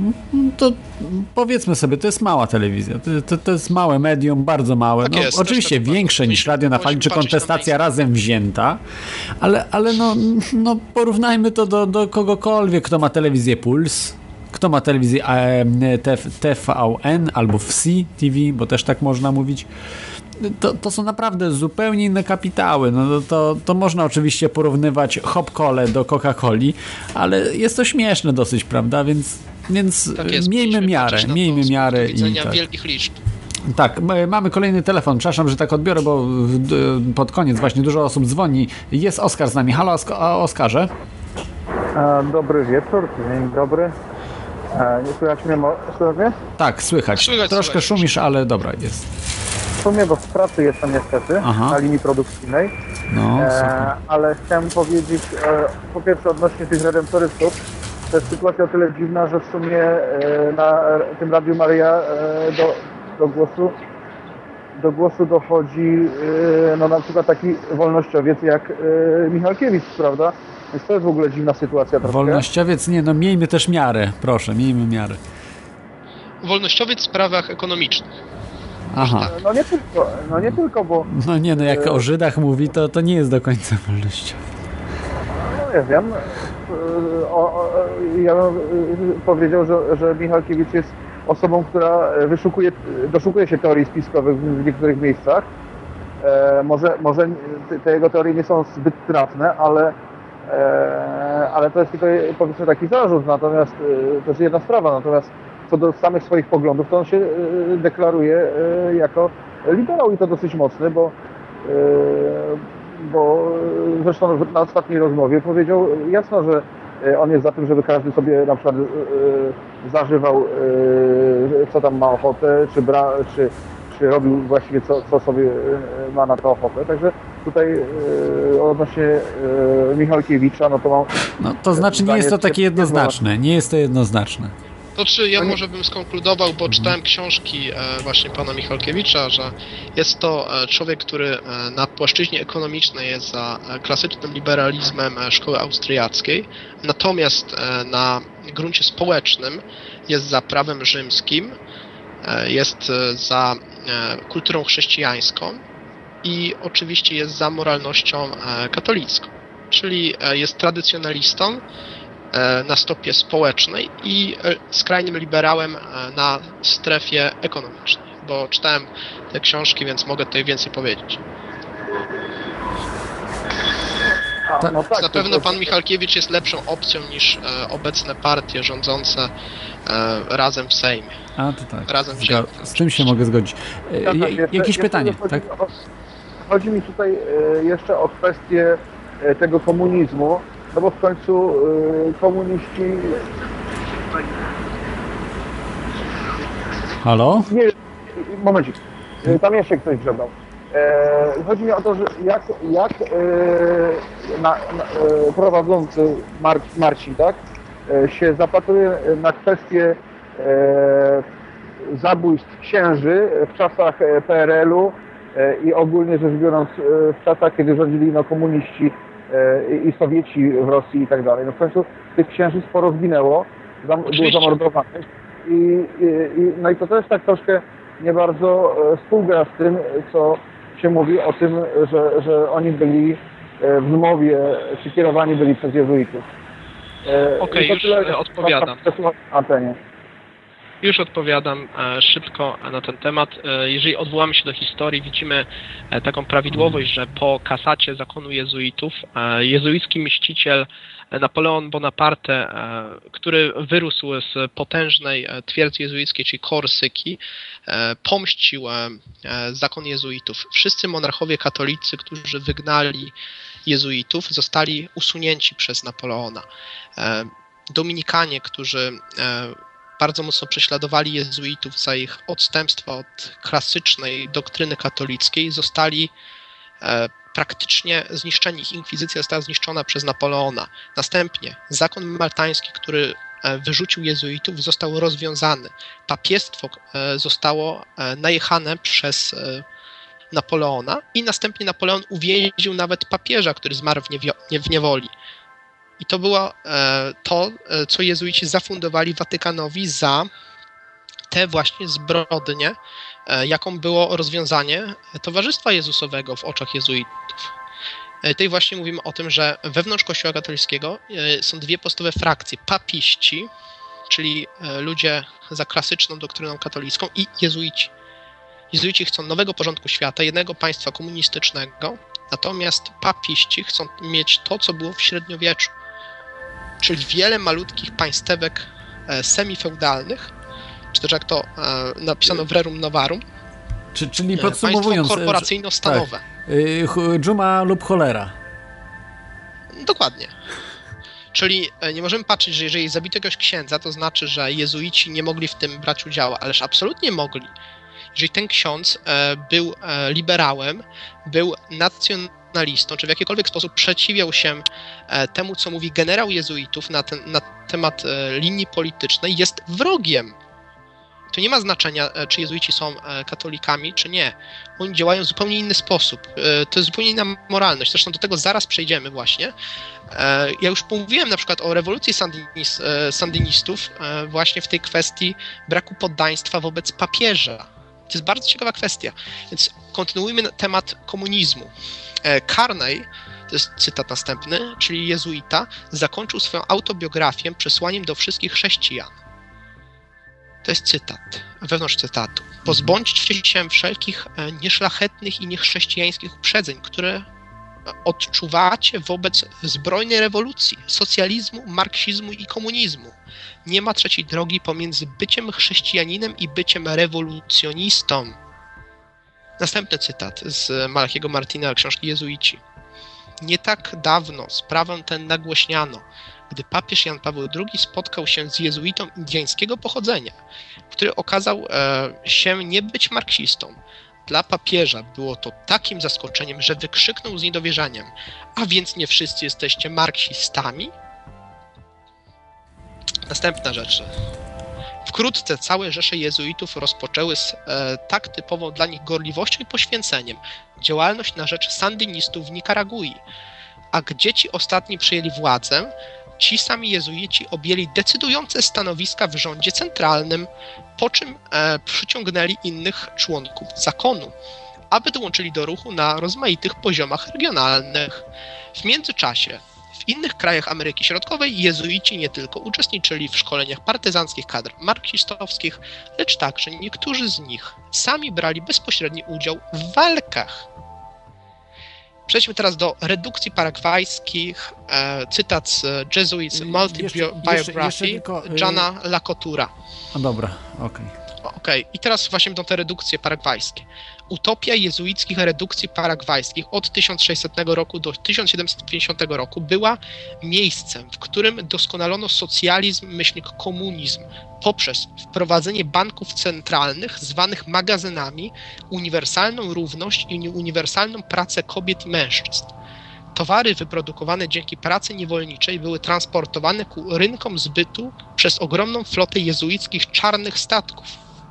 To powiedzmy sobie, to jest mała telewizja, to, to, to jest małe medium, bardzo małe. Tak No, jest, oczywiście też tak większe niż Radio na Fali, czy patrzeć na Kontestacja miejsce. razem wzięta, ale, ale no, no porównajmy to do, do kogokolwiek, kto ma telewizję Puls, kto ma telewizję e, T V N albo W S I T V, bo też tak można mówić. To, to są naprawdę zupełnie inne kapitały. No to, to można oczywiście porównywać hop-colę do Coca-Coli, ale jest to śmieszne dosyć, prawda? Więc, więc Tak jest, miejmy musimy miarę, patrzeć na to miejmy z miarę. punktu I widzenia tak. wielkich liczb. Tak, m- mamy kolejny telefon. Przepraszam, że tak odbiorę, bo d- pod koniec właśnie dużo osób dzwoni. Jest Oskar z nami. Halo, Osk- o Oskarze. E, Dobry wieczór, dzień dobry. E, Nie słychać mnie? mo- Słychać mnie? Tak, słychać. Słychać, Troszkę słychać. szumisz, ale dobra, jest. W sumie, bo w pracy jestem niestety, Aha. na linii produkcyjnej, No, super. e, ale chciałem powiedzieć e, po pierwsze odnośnie tych redemptorystów. To jest sytuacja o tyle dziwna, że w sumie e, na tym Radiu Maryja e, do, do głosu do głosu dochodzi e, no na przykład taki wolnościowiec jak e, Michalkiewicz, prawda? Więc to jest w ogóle dziwna sytuacja troszkę. Wolnościowiec, nie, no miejmy też miarę, proszę, miejmy miarę. Wolnościowiec w sprawach ekonomicznych. Aha. No nie tylko, no nie tylko, bo No nie, no jak o Żydach mówi, to, to nie jest do końca wolnościowy. no nie wiem, o, o, ja bym powiedział, że, że Michalkiewicz jest osobą, która wyszukuje, doszukuje się teorii spiskowych w niektórych miejscach. E, może, może te jego teorie nie są zbyt trafne, ale, e, ale to jest tylko powiedzmy taki zarzut, natomiast e, to jest jedna sprawa, natomiast co do samych swoich poglądów, to on się e, deklaruje e, jako liberał i to dosyć mocny, bo e, bo zresztą na ostatniej rozmowie powiedział jasno, że on jest za tym, żeby każdy sobie na przykład e, zażywał e, co tam ma ochotę, czy, bra, czy, czy robił właściwie co, co sobie e, ma na to ochotę. Także tutaj e, odnośnie e, Michalkiewicza, no to mam... No to znaczy nie jest to takie jednoznaczne, nie jest to jednoznaczne. To czy ja może bym skonkludował, bo czytałem książki e, właśnie pana Michalkiewicza, że jest to e, człowiek, który e, na płaszczyźnie ekonomicznej jest za e, klasycznym liberalizmem e, szkoły austriackiej, natomiast e, na gruncie społecznym jest za prawem rzymskim, e, jest e, za e, kulturą chrześcijańską i oczywiście jest za moralnością e, katolicką, czyli e, jest tradycjonalistą na stopie społecznej i skrajnym liberałem na strefie ekonomicznej, bo czytałem te książki, więc mogę tutaj więcej powiedzieć. A, no tak, Na to- pewno to- pan Michalkiewicz jest lepszą opcją niż e, obecne partie rządzące e, razem w Sejmie. A to tak, Razem Zga- wzięte. z tym się mogę zgodzić. E, Tak, ja- tak, jeszcze- jakieś jeszcze pytanie, chodzi tak? O, chodzi mi tutaj e, jeszcze o kwestię e, tego komunizmu, no bo w końcu e, komuniści... Halo? Nie, momencik. E, Tam jeszcze ktoś grzebał. E, chodzi mi o to, że jak, jak e, na, na, e, prowadzący Mar Marcin, tak, e, się zapatruje na kwestię e, zabójstw księży w czasach e, P R L-u e, i ogólnie rzecz biorąc e, w czasach, kiedy rządzili no, komuniści e, i Sowieci w Rosji i tak dalej. No w końcu tych księży sporo zginęło, zam było Oczywiście. zamordowanych. I, i, no i to też tak troszkę nie bardzo współgra z tym, co się mówi o tym, że, że oni byli w zmowie, czy kierowani byli przez jezuitów. Okej, okay, już tyle, odpowiadam. Antenie. Już odpowiadam e, szybko na ten temat. E, jeżeli odwołamy się do historii, widzimy e, taką prawidłowość, że po kasacie zakonu jezuitów e, jezuicki mściciel Napoleon Bonaparte, e, który wyrósł z potężnej twierdzy jezuickiej, czyli Korsyki, e, pomścił e, zakon jezuitów. Wszyscy monarchowie katolicy, którzy wygnali jezuitów, zostali usunięci przez Napoleona. E, Dominikanie, którzy e, bardzo mocno prześladowali jezuitów za ich odstępstwo od klasycznej doktryny katolickiej, zostali e, praktycznie zniszczeni. Ich inkwizycja została zniszczona przez Napoleona. Następnie zakon maltański, który e, wyrzucił jezuitów, został rozwiązany. Papiestwo e, zostało e, najechane przez e, Napoleona i następnie Napoleon uwięził nawet papieża, który zmarł w, niewio- w niewoli. I to było e, to, e, co jezuici zafundowali Watykanowi za te właśnie zbrodnie, e, jaką było rozwiązanie Towarzystwa Jezusowego w oczach jezuitów. E, tutaj właśnie mówimy o tym, że wewnątrz Kościoła katolickiego e, są dwie podstawowe frakcje. Papiści, czyli e, ludzie za klasyczną doktryną katolicką, i jezuici. Jezuici chcą nowego porządku świata, jednego państwa komunistycznego, natomiast papiści chcą mieć to, co było w średniowieczu. Czyli wiele malutkich państewek e, semifeudalnych, czy też jak to e, napisano w Rerum Novarum, czy, czyli podsumowując, państwo korporacyjno-stanowe. Tak. Dżuma lub cholera. Dokładnie. Czyli e, nie możemy patrzeć, że jeżeli zabito jakiegoś księdza, to znaczy, że jezuici nie mogli w tym brać udziału, ależ absolutnie mogli. Jeżeli ten ksiądz e, był e, liberałem, był nacjonalistą, czy w jakikolwiek sposób przeciwiał się e, temu, co mówi generał jezuitów na, ten, na temat e, linii politycznej, jest wrogiem. To nie ma znaczenia, e, czy jezuici są e, katolikami, czy nie. Oni działają w zupełnie inny sposób. E, to jest zupełnie inna moralność. Zresztą do tego zaraz przejdziemy właśnie. E, ja już mówiłem na przykład o rewolucji sandynis, e, sandynistów e, właśnie w tej kwestii braku poddaństwa wobec papieża. To jest bardzo ciekawa kwestia. Więc kontynuujmy temat komunizmu. Carney, to jest cytat następny, czyli jezuita, zakończył swoją autobiografię przesłaniem do wszystkich chrześcijan. To jest cytat, wewnątrz cytatu. Pozbądźcie się wszelkich nieszlachetnych i niechrześcijańskich uprzedzeń, które odczuwacie wobec zbrojnej rewolucji, socjalizmu, marksizmu i komunizmu. Nie ma trzeciej drogi pomiędzy byciem chrześcijaninem i byciem rewolucjonistą. Następny cytat z Malachiego Martina, książki Jezuici. Nie tak dawno sprawę tę nagłośniano, gdy papież Jan Paweł drugi spotkał się z jezuitą indyjskiego pochodzenia, który okazał e, się nie być marksistą. Dla papieża było to takim zaskoczeniem, że wykrzyknął z niedowierzaniem: a więc nie wszyscy jesteście marksistami? Następna rzecz. Wkrótce całe rzesze jezuitów rozpoczęły z e, tak typową dla nich gorliwością i poświęceniem działalność na rzecz sandynistów w Nikaragui. A gdzie ci ostatni przejęli władzę, ci sami jezuici objęli decydujące stanowiska w rządzie centralnym, po czym e, przyciągnęli innych członków zakonu, aby dołączyli do ruchu na rozmaitych poziomach regionalnych. W międzyczasie w innych krajach Ameryki Środkowej jezuici nie tylko uczestniczyli w szkoleniach partyzanckich kadr marksistowskich, lecz także niektórzy z nich sami brali bezpośredni udział w walkach. Przejdźmy teraz do redukcji paragwajskich. E, cytat z Jesuits Multi-Biography Jana Lacotura. No dobra, okej. Okay. Okej, okay. I teraz właśnie będą te redukcje paragwajskie. Utopia jezuickich redukcji paragwajskich od tysiąc sześćsetnego roku do tysiąc siedemset pięćdziesiątego roku była miejscem, w którym doskonalono socjalizm, myślnik komunizm, poprzez wprowadzenie banków centralnych zwanych magazynami, uniwersalną równość i uniwersalną pracę kobiet i mężczyzn. Towary wyprodukowane dzięki pracy niewolniczej były transportowane ku rynkom zbytu przez ogromną flotę jezuickich czarnych statków.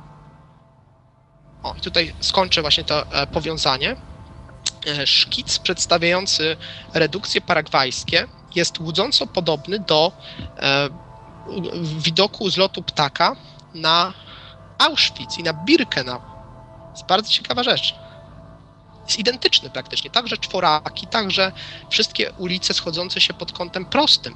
O, i tutaj skończę właśnie to e, powiązanie. E, szkic przedstawiający redukcje paragwajskie jest łudząco podobny do e, widoku z lotu ptaka na Auschwitz i na Birkenau. To jest bardzo ciekawa rzecz. Jest identyczny praktycznie. Także czworaki, także wszystkie ulice schodzące się pod kątem prostym.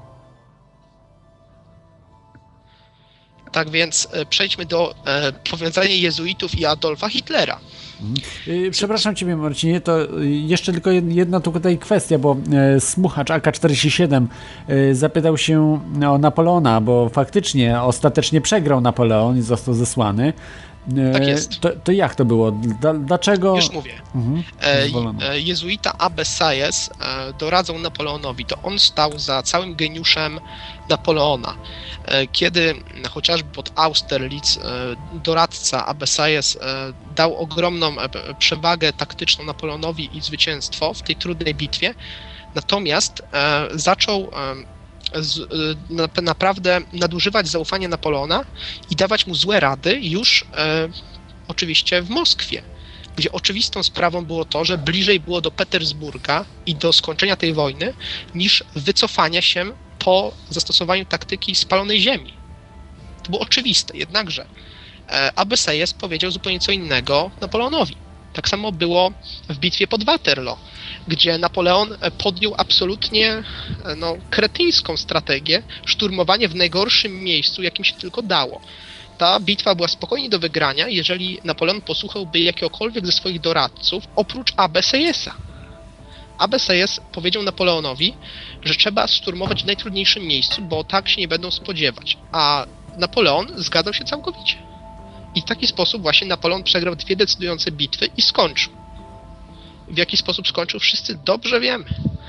Tak więc przejdźmy do e, powiązania jezuitów i Adolfa Hitlera. Przepraszam Ciebie, Marcinie, to jeszcze tylko jedna tutaj kwestia, bo Smuchacz A K czterdzieści siedem zapytał się o Napoleona, bo faktycznie ostatecznie przegrał Napoleon i został zesłany. Tak jest. To, to jak to było? Dlaczego? Już mówię. Mhm, e, jezuita Abbe Sayes e, doradzał Napoleonowi. To on stał za całym geniuszem Napoleona. E, kiedy chociażby pod Austerlitz e, doradca Abbe Sayes e, dał ogromną e, przewagę taktyczną Napoleonowi i zwycięstwo w tej trudnej bitwie, natomiast e, zaczął e, Z, na, naprawdę nadużywać zaufania Napoleona i dawać mu złe rady już e, oczywiście w Moskwie, gdzie oczywistą sprawą było to, że bliżej było do Petersburga i do skończenia tej wojny niż wycofania się po zastosowaniu taktyki spalonej ziemi. To było oczywiste, jednakże e, Abbe Sayes powiedział zupełnie co innego Napoleonowi. Tak samo było w bitwie pod Waterloo, gdzie Napoleon podjął absolutnie no, kretyńską strategię, szturmowanie w najgorszym miejscu, jakim się tylko dało. Ta bitwa była spokojnie do wygrania, jeżeli Napoleon posłuchałby jakiegokolwiek ze swoich doradców, oprócz Abbe Sayesa. Abbe Sayes powiedział Napoleonowi, że trzeba szturmować w najtrudniejszym miejscu, bo tak się nie będą spodziewać. A Napoleon zgadzał się całkowicie. I w taki sposób właśnie Napoleon przegrał dwie decydujące bitwy i skończył. W jaki sposób skończył, wszyscy dobrze wiemy.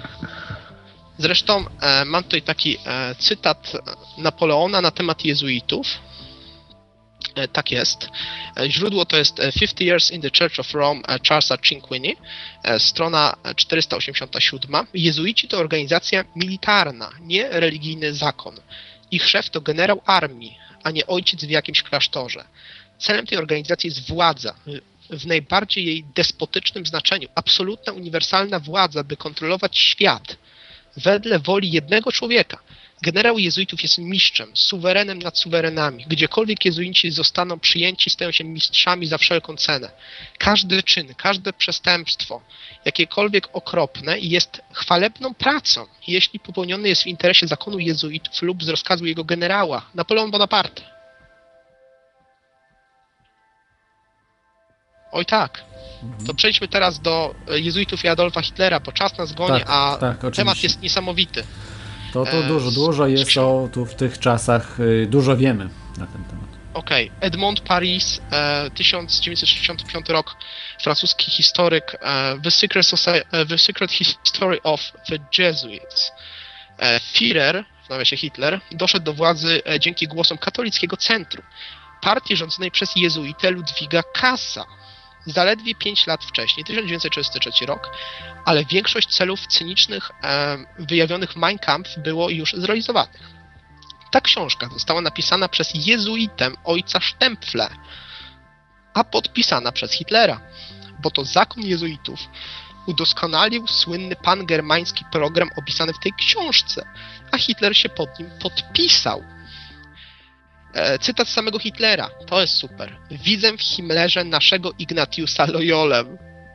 Zresztą e, mam tutaj taki e, cytat Napoleona na temat jezuitów. E, tak jest. E, źródło to jest fifty Years in the Church of Rome e, Charlesa Cinquini, e, strona czterysta osiemdziesiąt siedem. Jezuici to organizacja militarna, nie religijny zakon. Ich szef to generał armii, a nie ojciec w jakimś klasztorze. Celem tej organizacji jest władza, w najbardziej jej despotycznym znaczeniu, absolutna, uniwersalna władza, by kontrolować świat wedle woli jednego człowieka. Generał jezuitów jest mistrzem, suwerenem nad suwerenami. Gdziekolwiek jezuici zostaną przyjęci, stają się mistrzami za wszelką cenę. Każdy czyn, każde przestępstwo, jakiekolwiek okropne, jest chwalebną pracą, jeśli popełnione jest w interesie zakonu jezuitów lub z rozkazu jego generała, Napoleon Bonaparte. Oj tak. To przejdźmy teraz do jezuitów i Adolfa Hitlera, bo czas nas goni, tak, a tak, temat jest niesamowity. To, to dużo, dużo jest o, tu w tych czasach, dużo wiemy na ten temat. Okej. Okay. Edmond Paris, e, tysiąc dziewięćset sześćdziesiąty piąty rok, francuski historyk, e, The, Secret Society, The Secret History of the Jesuits. E, Führer, w nawiasie Hitler, doszedł do władzy e, dzięki głosom katolickiego centrum, partii rządzonej przez jezuitę Ludwiga Kassa. Zaledwie pięć lat wcześniej, tysiąc dziewięćset trzydziesty trzeci rok, ale większość celów cynicznych e, wyjawionych w Mein Kampf było już zrealizowanych. Ta książka została napisana przez jezuitę ojca Stempfle, a podpisana przez Hitlera, bo to zakon jezuitów udoskonalił słynny pangermański program opisany w tej książce, a Hitler się pod nim podpisał. Cytat samego Hitlera, to jest super. Widzę w Himmlerze naszego Ignatiusa Loyolę.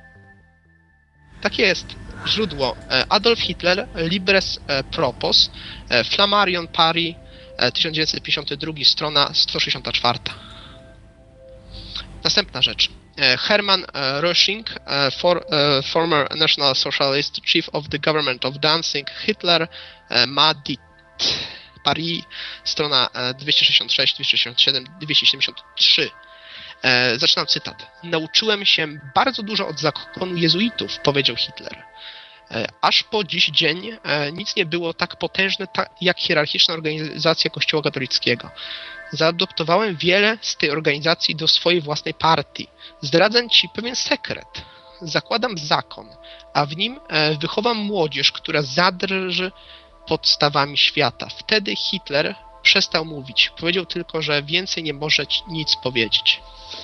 Tak jest. Źródło Adolf Hitler, Libres Propos, Flammarion Paris, tysiąc dziewięćset pięćdziesiąty drugi, strona sto sześćdziesiąta czwarta. Następna rzecz. Hermann Rösching, for, former National Socialist, Chief of the Government of Danzig, Hitler, Madrid. Paris, strona dwieście sześćdziesiąt sześć, dwieście sześćdziesiąt siedem, dwieście siedemdziesiąt trzy. E, zaczynam cytat. Nauczyłem się bardzo dużo od zakonu jezuitów, powiedział Hitler. E, aż po dziś dzień e, nic nie było tak potężne ta, jak hierarchiczna organizacja Kościoła katolickiego. Zaadoptowałem wiele z tej organizacji do swojej własnej partii. Zdradzę ci pewien sekret. Zakładam zakon, a w nim e, wychowam młodzież, która zadrży podstawami świata. Wtedy Hitler przestał mówić. Powiedział tylko, że więcej nie może nic powiedzieć.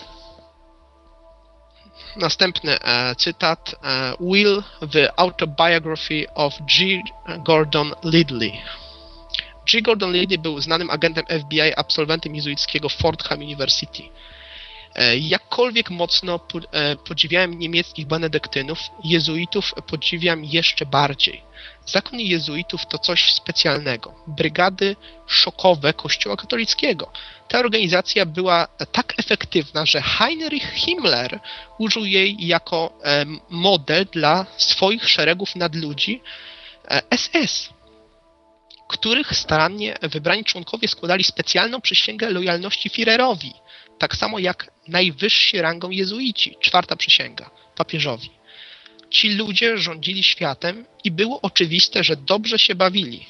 Następny e, cytat. E, Will, the autobiography of G. Gordon Lidley. G. Gordon Liddy był znanym agentem F B I, absolwentem jezuickiego Fordham University. Jakkolwiek mocno podziwiałem niemieckich benedyktynów, jezuitów podziwiam jeszcze bardziej. Zakon jezuitów to coś specjalnego. Brygady szokowe Kościoła katolickiego. Ta organizacja była tak efektywna, że Heinrich Himmler użył jej jako model dla swoich szeregów nadludzi S S, których starannie wybrani członkowie składali specjalną przysięgę lojalności Führerowi, tak samo jak najwyżsi rangą jezuici, czwarta przysięga, papieżowi. Ci ludzie rządzili światem i było oczywiste, że dobrze się bawili.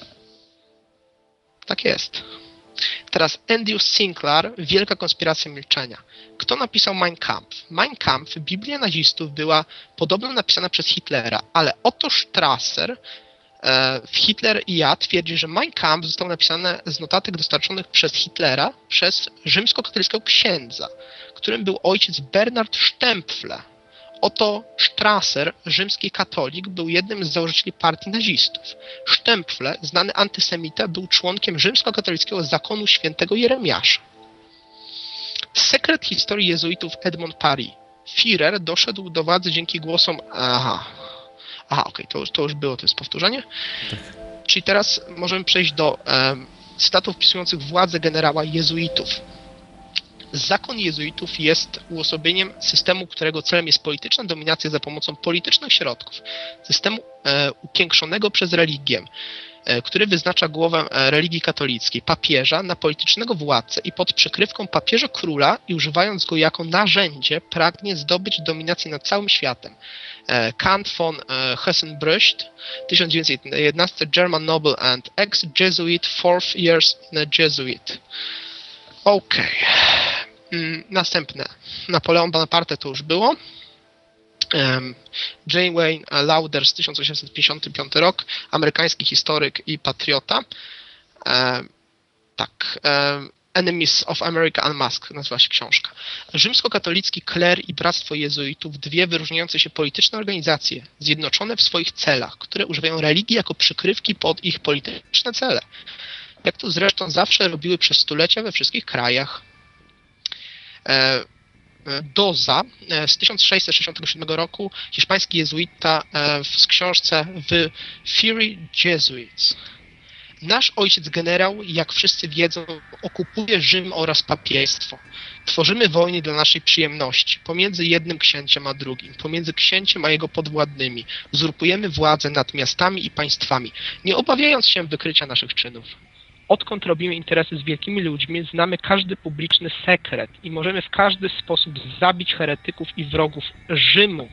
Tak jest. Teraz Andrew Sinclair, Wielka konspiracja milczenia. Kto napisał Mein Kampf? Mein Kampf, Biblia nazistów, była podobno napisana przez Hitlera, ale Otto Strasser, Hitler i ja twierdzi, że Mein Kampf został napisany z notatek dostarczonych przez Hitlera przez rzymskokatolickiego księdza, którym był ojciec Bernard Stempfle. Otto Strasser, rzymski katolik, był jednym z założycieli partii nazistów. Stempfle, znany antysemita, był członkiem rzymskokatolickiego zakonu świętego Jeremiasza. Sekret historii jezuitów Edmond Parry. Führer doszedł do władzy dzięki głosom... Aha, Aha okej, okay, to, to już było, to jest powtórzenie. Tak. Czyli teraz możemy przejść do um, cytatów opisujących władzę generała jezuitów. Zakon jezuitów jest uosobieniem systemu, którego celem jest polityczna dominacja za pomocą politycznych środków. Systemu e, upiększonego przez religię, e, który wyznacza głowę e, religii katolickiej, papieża, na politycznego władcę i pod przykrywką papieża króla i używając go jako narzędzie pragnie zdobyć dominację nad całym światem. E, Kant von e, Hessenbrücht, tysiąc dziewięćset jedenaście, German noble and ex-Jesuit, fourth years in a Jesuit. Okej. Okay. Następne. Napoleon Bonaparte to już było. Um, Jane Wayne Lauder z tysiąc osiemset pięćdziesiąty piąty rok, amerykański historyk i patriota. Um, tak. Um, Enemies of America Unmasked nazywa się książka. Rzymskokatolicki kler i Bractwo Jezuitów, dwie wyróżniające się polityczne organizacje, zjednoczone w swoich celach, które używają religii jako przykrywki pod ich polityczne cele. Jak to zresztą zawsze robiły przez stulecia we wszystkich krajach. Doza z tysiąc sześćset sześćdziesiątego siódmego roku, hiszpański jezuita w książce The Fury Jesuits. Nasz ojciec generał, jak wszyscy wiedzą, okupuje Rzym oraz papiestwo. Tworzymy wojny dla naszej przyjemności, pomiędzy jednym księciem a drugim, pomiędzy księciem a jego podwładnymi. Uzurpujemy władzę nad miastami i państwami, nie obawiając się wykrycia naszych czynów. Odkąd robimy interesy z wielkimi ludźmi, znamy każdy publiczny sekret i możemy w każdy sposób zabić heretyków i wrogów Rzymu.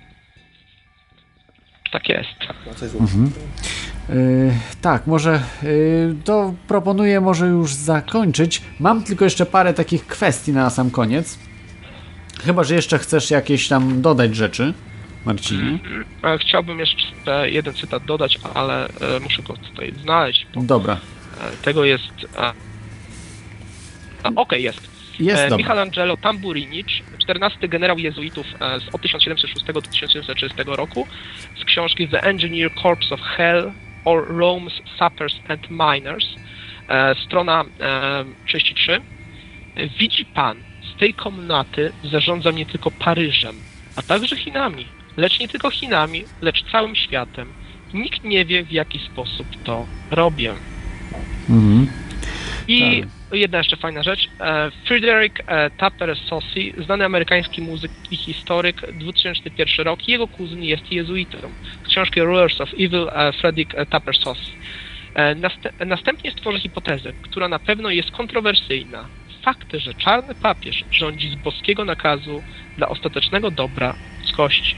Tak jest. Mhm. Yy, tak, może yy, to proponuję może już zakończyć. Mam tylko jeszcze parę takich kwestii na sam koniec. Chyba że jeszcze chcesz jakieś tam dodać rzeczy, Marcinie. Chciałbym jeszcze jeden cytat dodać, ale muszę go tutaj znaleźć. Dobra. Tego jest... A, a, Okej, okay, jest. jest e, Michelangelo Tamburinich, czternasty generał jezuitów z, od tysiąc siedemset szóstego do tysiąc siedemset trzydziestego roku, z książki The Engineer Corps of Hell or Rome's Sappers and Miners, e, strona e, trzydzieści trzy. Widzi pan, z tej komnaty zarządzam nie tylko Paryżem, a także Chinami, lecz nie tylko Chinami, lecz całym światem. Nikt nie wie, w jaki sposób to robię. Mhm. I tak. jedna jeszcze fajna rzecz. Frederick Tupper Saussy, znany amerykański muzyk i historyk, dwa tysiące pierwszy rok. Jego kuzyn jest jezuitą. Książki Rulers of Evil, Frederick Tupper Saussy. Następnie stworzy hipotezę, która na pewno jest kontrowersyjna. Fakt, że czarny papież rządzi z boskiego nakazu dla ostatecznego dobra ludzkości.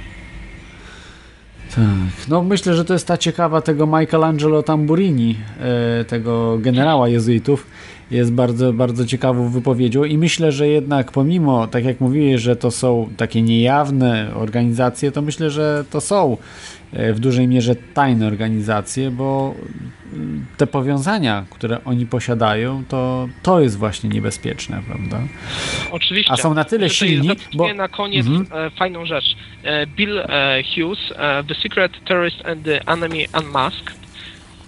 Tak, no myślę, że to jest ta ciekawa tego Michelangelo Tamburini, e, tego generała jezuitów, jest bardzo, bardzo ciekawą wypowiedzią i myślę, że jednak pomimo, tak jak mówiłeś, że to są takie niejawne organizacje, to myślę, że to są w dużej mierze tajne organizacje, bo te powiązania, które oni posiadają, to, to jest właśnie niebezpieczne, prawda? Oczywiście. A są na tyle silni, bo... na koniec mhm. fajną rzecz. Bill Hughes, The Secret Terrorist and the Enemy Unmasked.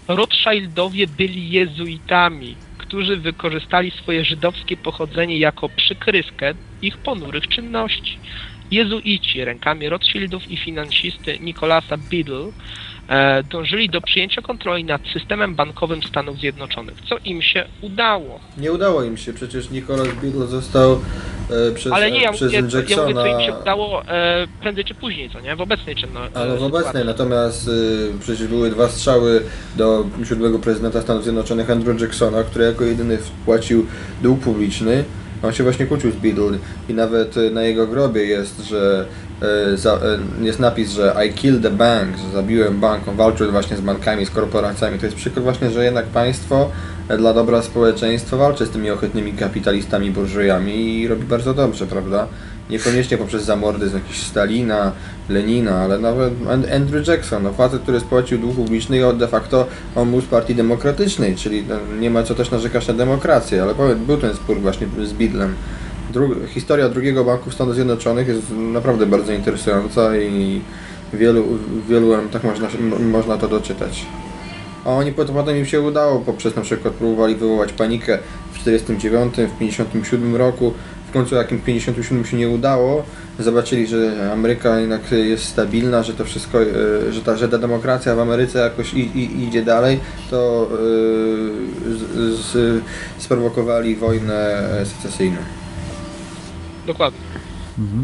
Rothschildowie byli jezuitami, którzy wykorzystali swoje żydowskie pochodzenie jako przykrywkę ich ponurych czynności. Jezuici rękami Rothschildów i finansisty Nicolasa Biddle e, dążyli do przyjęcia kontroli nad systemem bankowym Stanów Zjednoczonych, co im się udało. Nie udało im się, przecież Nicholas Biddle został e, przez, Ale nie, ja przez mówię, Jacksona... ja mówię, co im się udało e, prędzej czy później, co nie? W obecnej czynności. Ale w obecnej, natomiast y, przecież były dwa strzały do siódmego prezydenta Stanów Zjednoczonych, Andrew Jacksona, który jako jedyny wpłacił dług publiczny. On się właśnie kłócił z Biddle i nawet y, na jego grobie jest, że y, za, y, jest napis, że I killed the bank, że zabiłem bank, on walczył właśnie z bankami, z korporacjami. To jest przykład właśnie, że jednak państwo y, dla dobra społeczeństwa walczy z tymi ohydnymi kapitalistami, burżujami i robi bardzo dobrze, prawda? Niekoniecznie poprzez zamordyzm jakiś Stalina, Lenina, ale nawet Andrew Jackson, no facet, który spłacił dług publiczny i de facto on był z partii demokratycznej, czyli nie ma co też narzekać na demokrację, ale powiem, był ten spór właśnie z Biddlem. Dru- historia drugiego banku Stanów Zjednoczonych jest naprawdę bardzo interesująca i wielu, wielu tak można, można to doczytać. A oni potem im się udało, poprzez na przykład próbowali wywołać panikę w czterdziestym dziewiątym, w pięćdziesiątym siódmym roku. W końcu jak im w pięćdziesiątym siódmym się nie udało, zobaczyli, że Ameryka jednak jest stabilna, że to wszystko, że ta, że ta demokracja w Ameryce jakoś i, i, idzie dalej, to yy, z, z, sprowokowali wojnę secesyjną. Dokładnie. Mhm.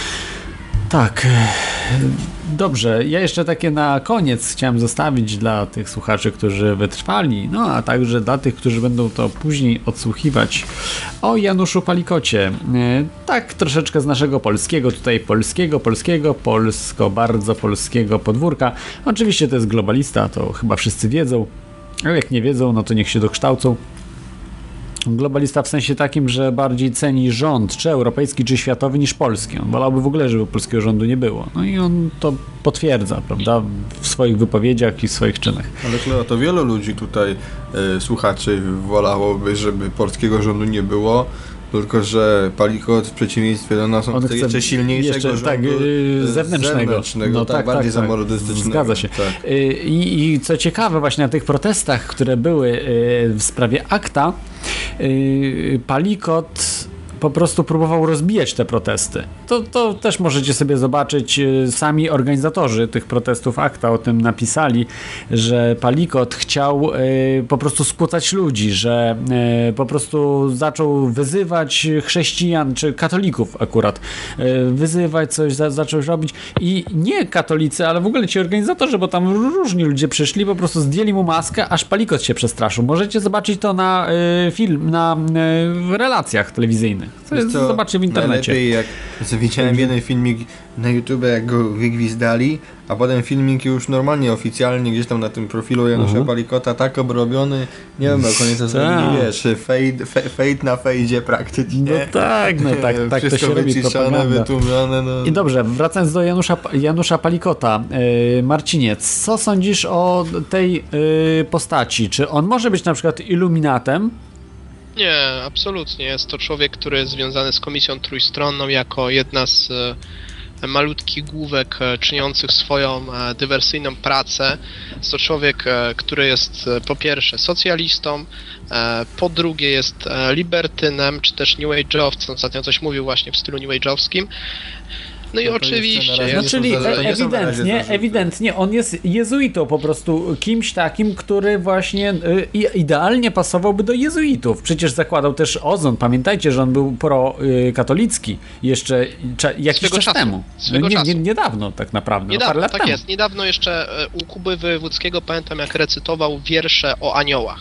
Tak. Dobrze, ja jeszcze takie na koniec chciałem zostawić dla tych słuchaczy, którzy wytrwali, no a także dla tych, którzy będą to później odsłuchiwać, o Januszu Palikocie. Tak troszeczkę z naszego polskiego, tutaj polskiego, polskiego, polsko, bardzo polskiego podwórka. Oczywiście to jest globalista, to chyba wszyscy wiedzą, ale jak nie wiedzą, no to niech się dokształcą. Globalista w sensie takim, że bardziej ceni rząd, czy europejski, czy światowy, niż polski. On wolałby w ogóle, żeby polskiego rządu nie było. No i on to potwierdza, prawda, w swoich wypowiedziach i w swoich czynach. Ale Kleo, to wielu ludzi tutaj, y, słuchaczy, wolałoby, żeby polskiego rządu nie było, tylko że Palikot w przeciwieństwie do nas on, on chce jeszcze silniejszego jeszcze, rządu tak, yy, zewnętrznego, zewnętrznego, no, tak, tak, bardziej tak, zamordystycznego. Zgadza się. Tak. Yy, i, I co ciekawe, właśnie na tych protestach, które były yy, w sprawie akta, yy, Palikot po prostu próbował rozbijać te protesty. To, to też możecie sobie zobaczyć, sami organizatorzy tych protestów akta o tym napisali, że Palikot chciał y, po prostu skłócać ludzi, że y, po prostu zaczął wyzywać chrześcijan, czy katolików akurat, y, wyzywać coś, za, zaczął robić i nie katolicy, ale w ogóle ci organizatorzy, bo tam różni ludzie przyszli, po prostu zdjęli mu maskę, aż Palikot się przestraszył. Możecie zobaczyć to na y, film, na y, relacjach telewizyjnych. Co jest, co, zobaczcie w internecie. Najlepiej jak widziałem jeden filmik na YouTube, jak go wygwizdali, a potem filmik już normalnie, oficjalnie gdzieś tam na tym profilu Janusza uh-huh. Palikota, tak obrobiony, nie wiem, na koniec to zrobili, wiesz, fade, fade na fejdzie praktycznie. No tak, no tak, tak to się robi propaganda. Wytłumione, no. I dobrze, wracając do Janusza, Janusza Palikota, yy, Marcinie, co sądzisz o tej yy, postaci? Czy on może być na przykład iluminatem? Nie, absolutnie. Jest to człowiek, który jest związany z Komisją Trójstronną jako jedna z e, malutkich główek e, czyniących swoją e, dywersyjną pracę. Jest to człowiek, e, który jest e, po pierwsze socjalistą, e, po drugie jest e, libertynem, czy też new age'owcem. Ostatnio coś mówił właśnie w stylu new age'owskim. No i no oczywiście... Jest, no czyli e- ewidentnie, ewidentnie on jest jezuitą, po prostu kimś takim, który właśnie y, idealnie pasowałby do jezuitów. Przecież zakładał też ozon. Pamiętajcie, że on był pro-katolicki jeszcze cza, jakiś Swego czas czasu. temu. Swego nie, czasu. nie, niedawno tak naprawdę. Niedawno, no, parę lat tak temu. jest. Niedawno jeszcze u Kuby Wojewódzkiego pamiętam, jak recytował wiersze o aniołach.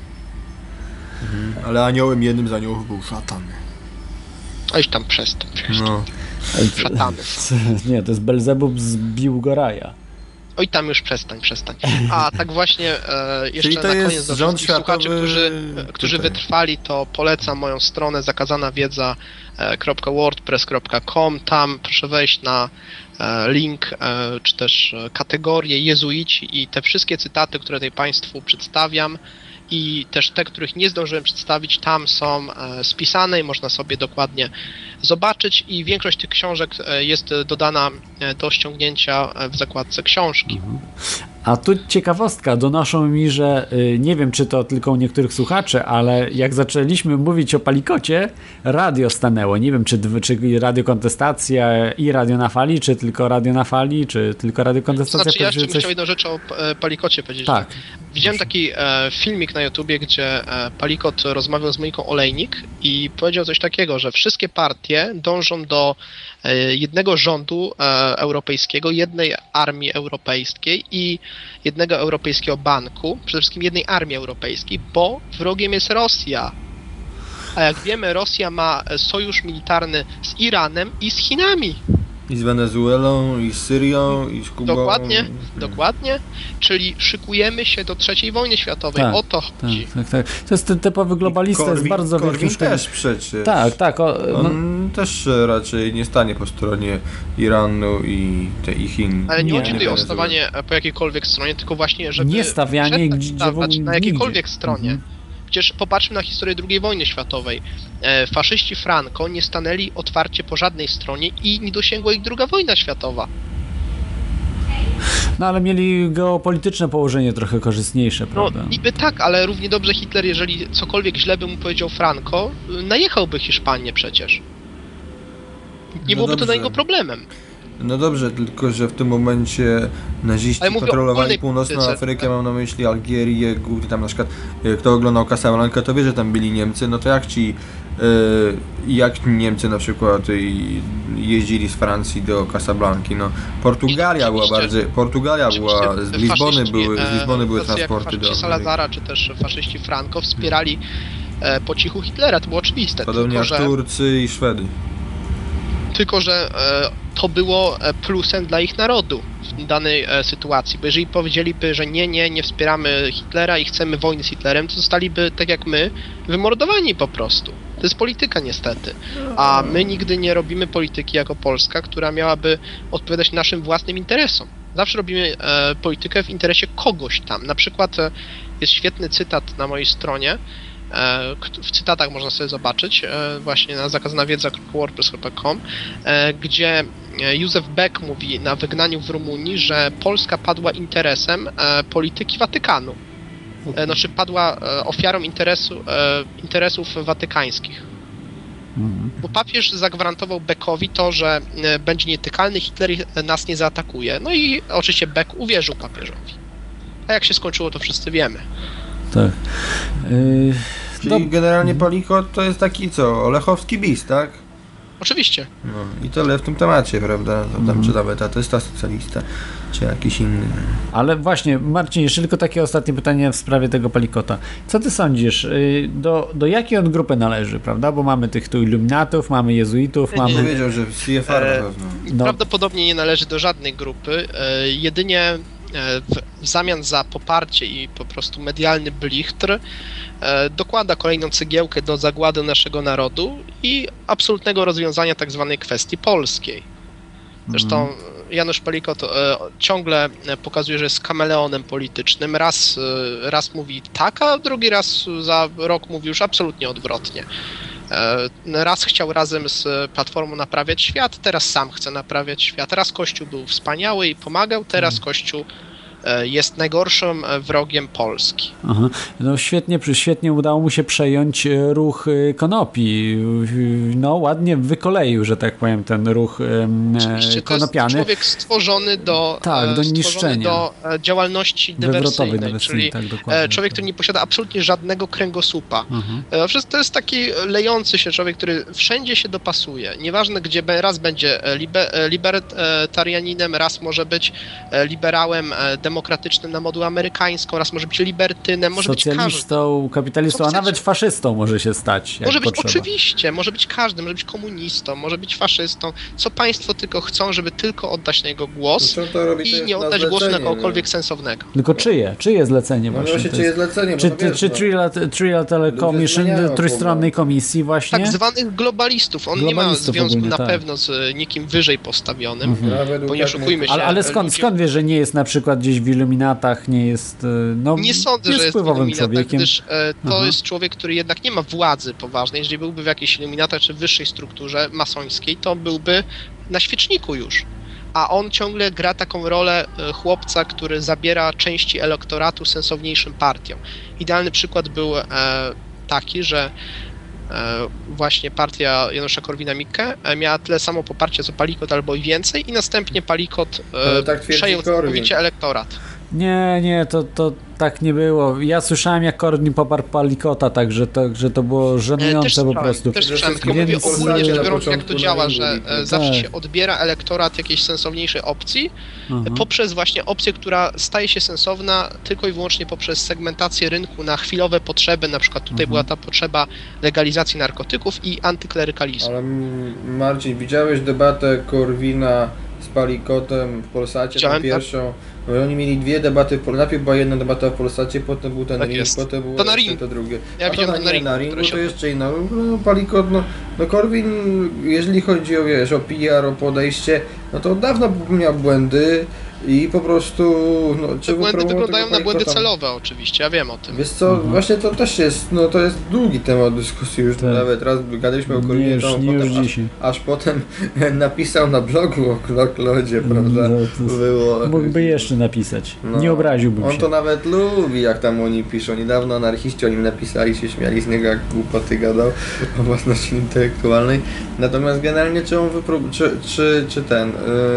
Mhm. Ale aniołem jednym z aniołów był szatan. Oj tam przestań. No. Szatany. Nie, to jest Belzebub z Biłgoraja. Oj tam już przestań, przestań. A tak właśnie e, jeszcze to na jest koniec do rząd wszystkich słuchaczy, światowy... którzy, którzy wytrwali, to polecam moją stronę zakazana wiedza kropka wordpress kropka com. Tam proszę wejść na e, link, e, czy też kategorię jezuici i te wszystkie cytaty, które tutaj Państwu przedstawiam i też te, których nie zdążyłem przedstawić, tam są e, spisane i można sobie dokładnie zobaczyć i większość tych książek e, jest dodana e, do ściągnięcia w zakładce książki. Mhm. A tu ciekawostka, donoszą mi, że y, nie wiem, czy to tylko u niektórych słuchaczy, ale jak zaczęliśmy mówić o Palikocie, radio stanęło. Nie wiem, czy, czy radio Kontestacja i radio na fali, czy tylko radio na fali, czy tylko radio Kontestacja. Znaczy, ja jeszcze coś... chciał jedną rzecz o e, Palikocie powiedzieć. Tak. Widziałem taki e, filmik na YouTubie, gdzie e, Palikot rozmawiał z Moniką Olejnik i powiedział coś takiego, że wszystkie partie dążą do e, jednego rządu e, europejskiego, jednej armii europejskiej i jednego europejskiego banku, przede wszystkim jednej armii europejskiej, bo wrogiem jest Rosja. A jak wiemy, Rosja ma sojusz militarny z Iranem i z Chinami. I z Wenezuelą, i z Syrią, i z Kubą. Dokładnie, dokładnie. Czyli szykujemy się do trzeciej wojny światowej. Tak, o to chodzi. Tak, tak, tak. To jest ten typowy globalista, Korwin, jest bardzo Korwin wielkim szkodem. też przecież. Tak, tak. O, no. On też raczej nie stanie po stronie Iranu i, te, i Chin. Ale nie, nie chodzi tutaj o stawanie po jakiejkolwiek stronie, tylko właśnie, żeby nie stawianie gdzie stawać na jakiejkolwiek nigdzie. stronie. Mhm. Przecież popatrzmy na historię drugiej wojny światowej. E, faszyści Franco nie stanęli otwarcie po żadnej stronie i nie dosięgła ich druga wojna światowa. No ale mieli geopolityczne położenie trochę korzystniejsze, prawda? No niby tak, ale równie dobrze Hitler, jeżeli cokolwiek źle by mu powiedział Franco, najechałby Hiszpanię przecież. Nie No byłoby dobrze. to dla niego problemem. No dobrze, tylko że w tym momencie naziści Ale mówię o kontrolowali ogólnej północną polityce, Afrykę, tak? mam na myśli Algierię, głównie tam na przykład, e, kto oglądał Casablanca, to wie, że tam byli Niemcy, no to jak ci, e, jak Niemcy na przykład e, jeździli z Francji do Casablanki, no Portugalia była bardziej, Portugalia była, z Lizbony były, z Lizbony były transporty do Faszyści Salazara czy też faszyści Franco wspierali e, po cichu Hitlera, to było oczywiste. Podobnie tylko, jak że... Turcy i Szwedy. Tylko, że e, to było plusem dla ich narodu w danej e, sytuacji, bo jeżeli powiedzieliby, że nie, nie, nie wspieramy Hitlera i chcemy wojny z Hitlerem, to zostaliby, tak jak my, wymordowani po prostu. To jest polityka niestety. A my nigdy nie robimy polityki jako Polska, która miałaby odpowiadać naszym własnym interesom. Zawsze robimy e, politykę w interesie kogoś tam. Na przykład e, jest świetny cytat na mojej stronie, w cytatach można sobie zobaczyć właśnie na zakazana wiedza kropka wordpress kropka com, gdzie Józef Beck mówi na wygnaniu w Rumunii, że Polska padła interesem polityki Watykanu. Znaczy padła ofiarą interesu, interesów watykańskich. Bo papież zagwarantował Beckowi to, że będzie nietykalny, Hitler nas nie zaatakuje. No i oczywiście Beck uwierzył papieżowi. A jak się skończyło, to wszyscy wiemy. Tak. Yy, Czyli no, generalnie Palikot to jest taki co, Lechowski bis, tak? Oczywiście. No i tyle w tym temacie, prawda? To tam, mm. Czy nawet ateista, socjalista, czy jakiś inny. Ale właśnie, Marcin, jeszcze tylko takie ostatnie pytanie w sprawie tego Palikota. Co ty sądzisz? Do, do jakiej on grupy należy, prawda? Bo mamy tych tu iluminatów, mamy jezuitów, ja mamy... Nie powiedział, że C F R na pewno. No. Prawdopodobnie nie należy do żadnej grupy. E, jedynie w, w zamian za poparcie i po prostu medialny blichtr e, dokłada kolejną cegiełkę do zagłady naszego narodu i absolutnego rozwiązania tak zwanej kwestii polskiej. Zresztą mm. Janusz Palikot e, ciągle pokazuje, że jest kameleonem politycznym. Raz, e, raz mówi tak, a drugi raz za rok mówi już absolutnie odwrotnie. E, raz chciał razem z Platformą naprawiać świat, teraz sam chce naprawiać świat. Raz Kościół był wspaniały i pomagał, teraz mm. Kościół jest najgorszym wrogiem Polski. Aha. No świetnie, świetnie udało mu się przejąć ruch konopi. No ładnie wykoleił, że tak powiem, ten ruch Oczywiście, konopiany. To jest człowiek stworzony do, tak, do niszczenia. do działalności dywersyjnej, dywersyjnej, czyli tak, człowiek, który nie posiada absolutnie żadnego kręgosłupa. Uh-huh. To jest taki lejący się człowiek, który wszędzie się dopasuje. Nieważne gdzie, raz będzie liber, libertarianinem, raz może być liberałem demokratycznym na moduł amerykańską, raz może być libertynem, może socjalistą, być kapitalistą, a nawet faszystą może się stać. Może być potrzeba. Oczywiście, może być każdym, może być komunistą, może być faszystą, co państwo tylko chcą, żeby tylko oddać na jego głos no to robi, i nie oddać zlecenie, głosu na kogokolwiek no. sensownego. Tylko czyje? Czyje zlecenie no właśnie? właśnie czyje zlecenie? Czy, wiesz, czy no. Trilateral Commission, trójstronnej komisji właśnie? Tak zwanych globalistów. On globalistów nie ma związku ogólnie, na tak. pewno z nikim wyżej postawionym, mhm. bo nie oszukujmy się. Ale, ale skąd, ludzie... skąd wiesz, że nie jest na przykład gdzieś w Iluminatach, nie jest no, nie sądzę, jest że jest wpływowym iluminatach, człowiekiem. Gdyż e, to Aha. jest człowiek, który jednak nie ma władzy poważnej. Jeżeli byłby w jakiejś iluminatach czy wyższej strukturze masońskiej, to byłby na świeczniku już. a on ciągle gra taką rolę e, chłopca, który zabiera części elektoratu sensowniejszym partiom. Idealny przykład był e, taki, że e, właśnie partia Janusza Korwina-Mikke e, miała tyle samo poparcie co Palikot albo i więcej i następnie Palikot e, tak przejął całkowicie elektorat. Nie, nie, to, to tak nie było. Ja słyszałem, jak Korwin poparł Palikota, także to, że to było żenujące po prostu. Też słyszałem, tylko Więc, mówię ogólnie rzecz biorąc, jak to początku działa, na że rynku. e, zawsze Tak. się odbiera elektorat jakiejś sensowniejszej opcji Aha. poprzez właśnie opcję, która staje się sensowna tylko i wyłącznie poprzez segmentację rynku na chwilowe potrzeby, na przykład tutaj Mhm. była ta potrzeba legalizacji narkotyków i antyklerykalizmu. Ale mm, Marcin, widziałeś debatę Korwina z Palikotem w Polsacie, tą Widziałem, pierwszą? No, oni mieli dwie debaty, w Pol- najpierw była jedna debata w Polsacie, potem był ten Tak ring, jest. potem było To na jeszcze ring. to drugie. Ja A to widziałem na, to na nie, ringu, na ringu które się to jeszcze inna. No, no Palikot, no, no Korwin, jeżeli chodzi o, wiesz, o P R, o podejście, no to od dawna miał błędy i po prostu... No, Te czy błędy wypróbował wyglądają tego na błędy Palikota? celowe oczywiście, ja wiem o tym. Wiesz co, Mhm. właśnie to też jest, no to jest długi temat dyskusji już, Tak. nawet raz gadaliśmy o Nie Korwinie, już- to nie już potem aż, dzisiaj. aż potem napisał na blogu o Klocklodzie, prawda, No, to jest- było... Mógłby jeszcze napisać. No, Nie obraziłbym on się. to nawet lubi, jak tam oni piszą. Niedawno anarchiści o nim napisali, się śmiali z niego, jak głupoty gadał o własności intelektualnej. Natomiast generalnie czy on wyprób... czy, czy, czy ten...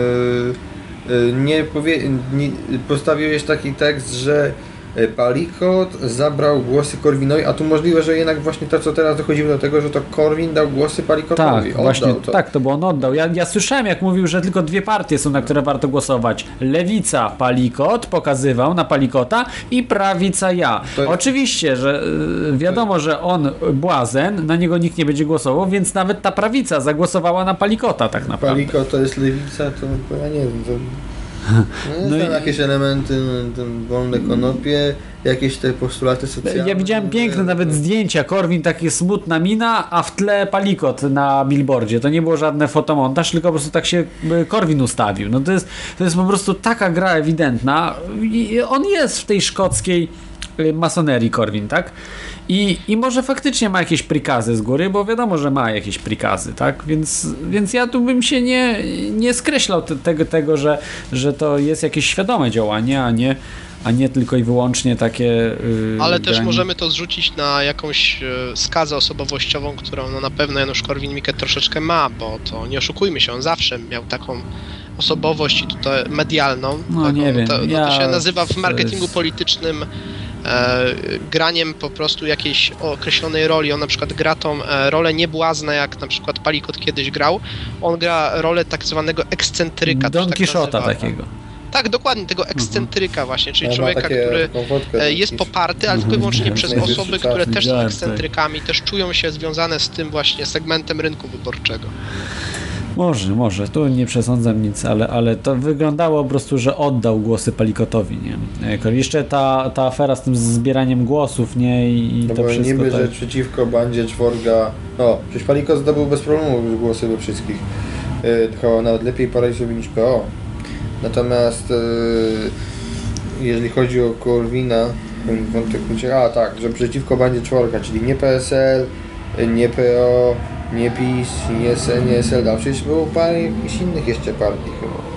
Yy, yy, nie, powie... nie postawiłeś taki tekst, że Palikot zabrał głosy Korwinowi, a tu możliwe, że jednak właśnie to, co teraz dochodzimy do tego, że to Korwin dał głosy Palikotowi. Tak, Oddał właśnie, to. tak, to bo on oddał. Ja, ja słyszałem, jak mówił, że tylko dwie partie są, na które warto głosować. Lewica Palikot, pokazywał na Palikota i prawica ja. To- Oczywiście, że y, wiadomo, że on błazen, na niego nikt nie będzie głosował, więc nawet ta prawica zagłosowała na Palikota tak naprawdę. Palikot to jest lewica, to, to ja nie wiem, to... No, No no tam i- jakieś elementy, no, ten wolne konopie, jakieś te postulaty socjalne. Ja widziałem piękne nawet zdjęcia, Korwin takie smutna mina, a w tle Palikot na billboardzie. To nie było żadne fotomontaż, tylko po prostu tak się y, Korwin ustawił. No to jest, to jest po prostu taka gra ewidentna. I on jest w tej szkockiej y, masonerii, Korwin, tak? I, I może faktycznie ma jakieś prikazy z góry, bo wiadomo, że ma jakieś prikazy, tak? Więc, więc ja tu bym się nie, nie skreślał te, tego, tego że, że to jest jakieś świadome działanie, a nie, a nie tylko i wyłącznie takie... Yy, Ale też granie. możemy to zrzucić na jakąś e, skazę osobowościową, którą no, na pewno Janusz Korwin-Mikke troszeczkę ma, bo to nie oszukujmy się, on zawsze miał taką osobowość i tutaj medialną. No, taką, nie wiem, To, no, ja- to się nazywa w to marketingu jest- politycznym e, graniem po prostu jakiejś określonej roli. On na przykład gra tą e, rolę niebłazna, jak na przykład Palikot kiedyś grał. On gra rolę tak zwanego ekscentryka. to się Don tak Quixota nazywa. takiego. Tak, dokładnie, tego ekscentryka właśnie, czyli On ma człowieka, takie- który taką fotkę, e, jest jakiś- poparty, ale tylko i wyłącznie Mhm. przez Najwyższy osoby, czas. które też są Widziałem, tak. ekscentrykami, też czują się związane z tym właśnie segmentem rynku wyborczego. Może, może, tu nie przesądzam nic, ale, ale to wyglądało po prostu, że oddał głosy Palikotowi, nie? Jako jeszcze ta, ta afera z tym zbieraniem głosów, nie? I, i No to bo wszystko niby, tak. że przeciwko bandzie czworga... No, przecież Palikot zdobył bez problemu głosy we wszystkich. Yy, chyba nawet lepiej parę sobie niż P O. Natomiast yy, jeżeli chodzi o Korwina, ten wątek ucieka, a tak, że przeciwko bandzie czworga, czyli nie P S L, nie P O, nie PiS, nie S L, nie S L D, a przecież było parę jakichś innych jeszcze partii chyba.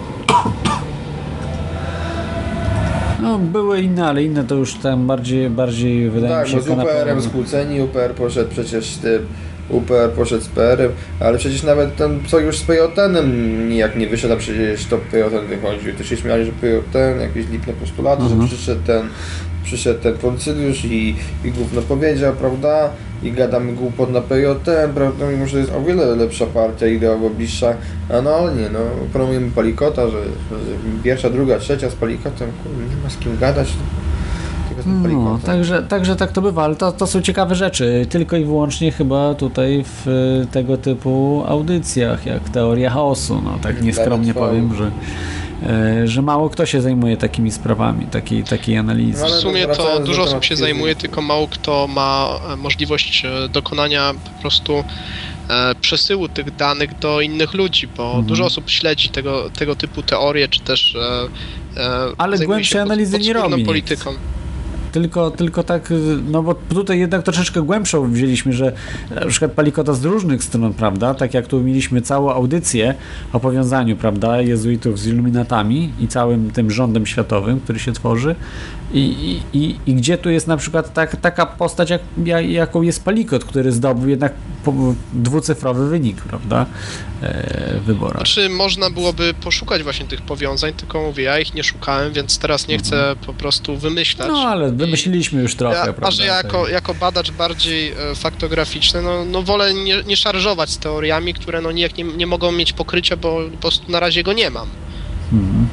No, były inne, ale inne to już tam bardziej, bardziej wydaje Tak, mi się... bo z U P R-em kanapowe. skłóceni, U P R poszedł przecież z tym, U P R poszedł z P R-em, ale przecież nawet ten sojusz z P J N-em nijak nie wyszedł, a przecież to P J N wychodził. To się śmiali, że P J N, jakieś lipne postulaty, Mhm. że przyszedł ten, przyszedł ten Poncyliusz i, i gówno powiedział, prawda? I gadamy głupot na P J N, prawda? Mimo, że jest o wiele lepsza partia, ideowo bliższa, a no nie, no, promujemy Palikota, że, że pierwsza, druga, trzecia z Palikotem, kurde, nie ma z kim gadać. Tylko z tym No, Palikotem. także, także tak to bywa, ale to, to są ciekawe rzeczy, tylko i wyłącznie chyba tutaj w y, tego typu audycjach, jak Teoria Chaosu, no tak nieskromnie Trwało. powiem, że, y, że mało kto się zajmuje takimi sprawami, takiej, takiej analizy. No, W ale sumie to wracając do dużo osób tematu się fizyki. zajmuje, tylko mało kto ma e, możliwość e, dokonania po prostu e, przesyłu tych danych do innych ludzi, bo Mhm. dużo osób śledzi tego, tego typu teorie, czy też e, e, Ale zajmuje głębszej się pod- analizy nie podskórną robi nikt. polityką. tylko, tylko tak, no bo tutaj jednak troszeczkę głębszą wzięliśmy, że na przykład Palikota z różnych stron, prawda, tak jak tu mieliśmy całą audycję o powiązaniu, prawda, jezuitów z iluminatami i całym tym rządem światowym, który się tworzy i, i, i, i gdzie tu jest na przykład tak, taka postać, jak, jak, jaką jest Palikot, który zdobył jednak po, dwucyfrowy wynik, prawda, e, w wyborach. Znaczy, można byłoby poszukać właśnie tych powiązań, tylko mówię, ja ich nie szukałem, więc teraz nie chcę mhm. po prostu wymyślać. No, ale wymyśliliśmy już trochę, ja, prawda? A że ja jako, jako badacz bardziej e, faktograficzny, no, no wolę nie, nie szarżować z teoriami, które no nijak nie, nie mogą mieć pokrycia, bo po prostu na razie go nie mam. Mhm.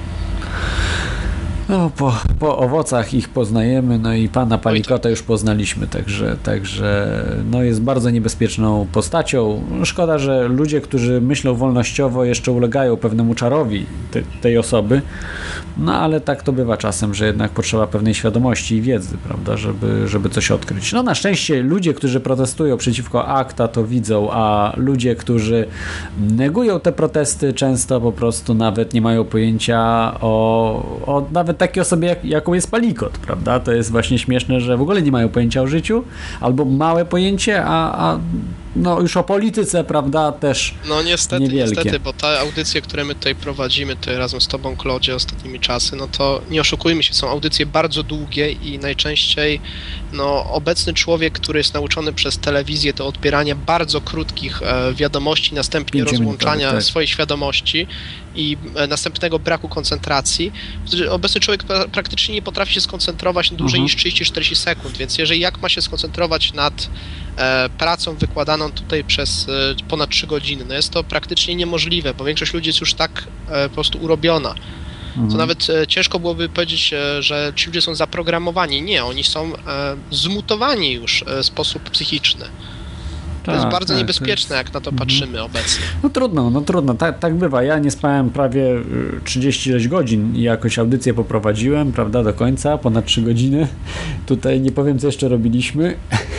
No, po, po owocach ich poznajemy, no i pana Palikota już poznaliśmy, także, także no jest bardzo niebezpieczną postacią. Szkoda, że ludzie, którzy myślą wolnościowo, jeszcze ulegają pewnemu czarowi te, tej osoby, no ale tak to bywa czasem, że jednak potrzeba pewnej świadomości i wiedzy, prawda, żeby, żeby coś odkryć. No na szczęście ludzie, którzy protestują przeciwko akta, to widzą, a ludzie, którzy negują te protesty, często po prostu nawet nie mają pojęcia o, o nawet takiej osobie, jak, jaką jest Palikot, prawda? To jest właśnie śmieszne, że w ogóle nie mają pojęcia o życiu, albo małe pojęcie, a, a no już o polityce, prawda, też no niestety, niewielkie. niestety, bo te audycje, które my tutaj prowadzimy, tutaj razem z tobą, Klodzie, ostatnimi czasy, no to nie oszukujmy się, są audycje bardzo długie i najczęściej no obecny człowiek, który jest nauczony przez telewizję do odbierania bardzo krótkich e, wiadomości, następnie rozłączania tak. swojej świadomości i e, następnego braku koncentracji, obecny człowiek pra praktycznie nie potrafi się skoncentrować dłużej uh-huh. niż trzydzieści czterdzieści sekund, więc jeżeli jak ma się skoncentrować nad e, pracą wykładaną tutaj przez e, ponad trzy godziny, no jest to praktycznie niemożliwe, bo większość ludzi jest już tak e, po prostu urobiona. To nawet e, ciężko byłoby powiedzieć, e, że ci ludzie są zaprogramowani. Nie, oni są e, zmutowani już w e, sposób psychiczny. To tak, jest bardzo tak, niebezpieczne, jest... jak na to patrzymy obecnie. No trudno, no trudno, tak, tak bywa. Ja nie spałem prawie trzydzieści sześć godzin i jakoś audycję poprowadziłem, prawda, do końca, ponad trzy godziny. Tutaj nie powiem, co jeszcze robiliśmy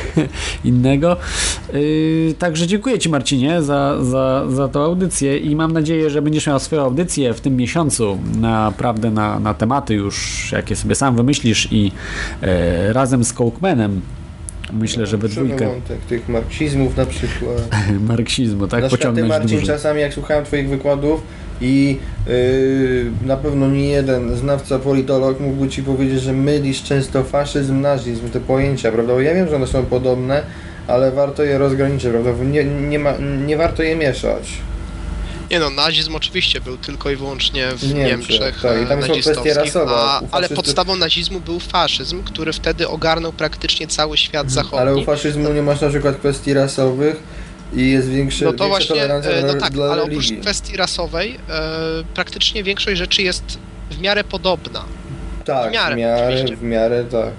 innego. Yy, także dziękuję Ci, Marcinie, za, za, za tą audycję i mam nadzieję, że będziesz miał swoją audycję w tym miesiącu naprawdę na, na tematy już, jakie sobie sam wymyślisz i yy, razem z Cołkmanem. Myślę, że we dwójkę. Wątek tych marksizmów na przykład. Marksizmu, tak? Na przykład ty, Marcin, dużo. Czasami jak słuchałem twoich wykładów i yy, na pewno nie jeden znawca, politolog mógłby ci powiedzieć, że mylisz często faszyzm, nazizm, te pojęcia, prawda? Bo ja wiem, że one są podobne, ale warto je rozgraniczyć, prawda? Nie, nie, ma, nie warto je mieszać. Nie no, nazizm oczywiście był tylko i wyłącznie w Niemczech, Niemczech tak, i tam są kwestie rasowe, a, ale podstawą nazizmu był faszyzm, który wtedy ogarnął praktycznie cały świat zachodni. Ale u faszyzmu nie masz na przykład kwestii rasowych i jest większy, no to większa właśnie, tolerancja no dla, tak, dla ale religii. oprócz kwestii rasowej e, praktycznie większość rzeczy jest w miarę podobna. Tak, w miarę, w miarę, w miarę tak.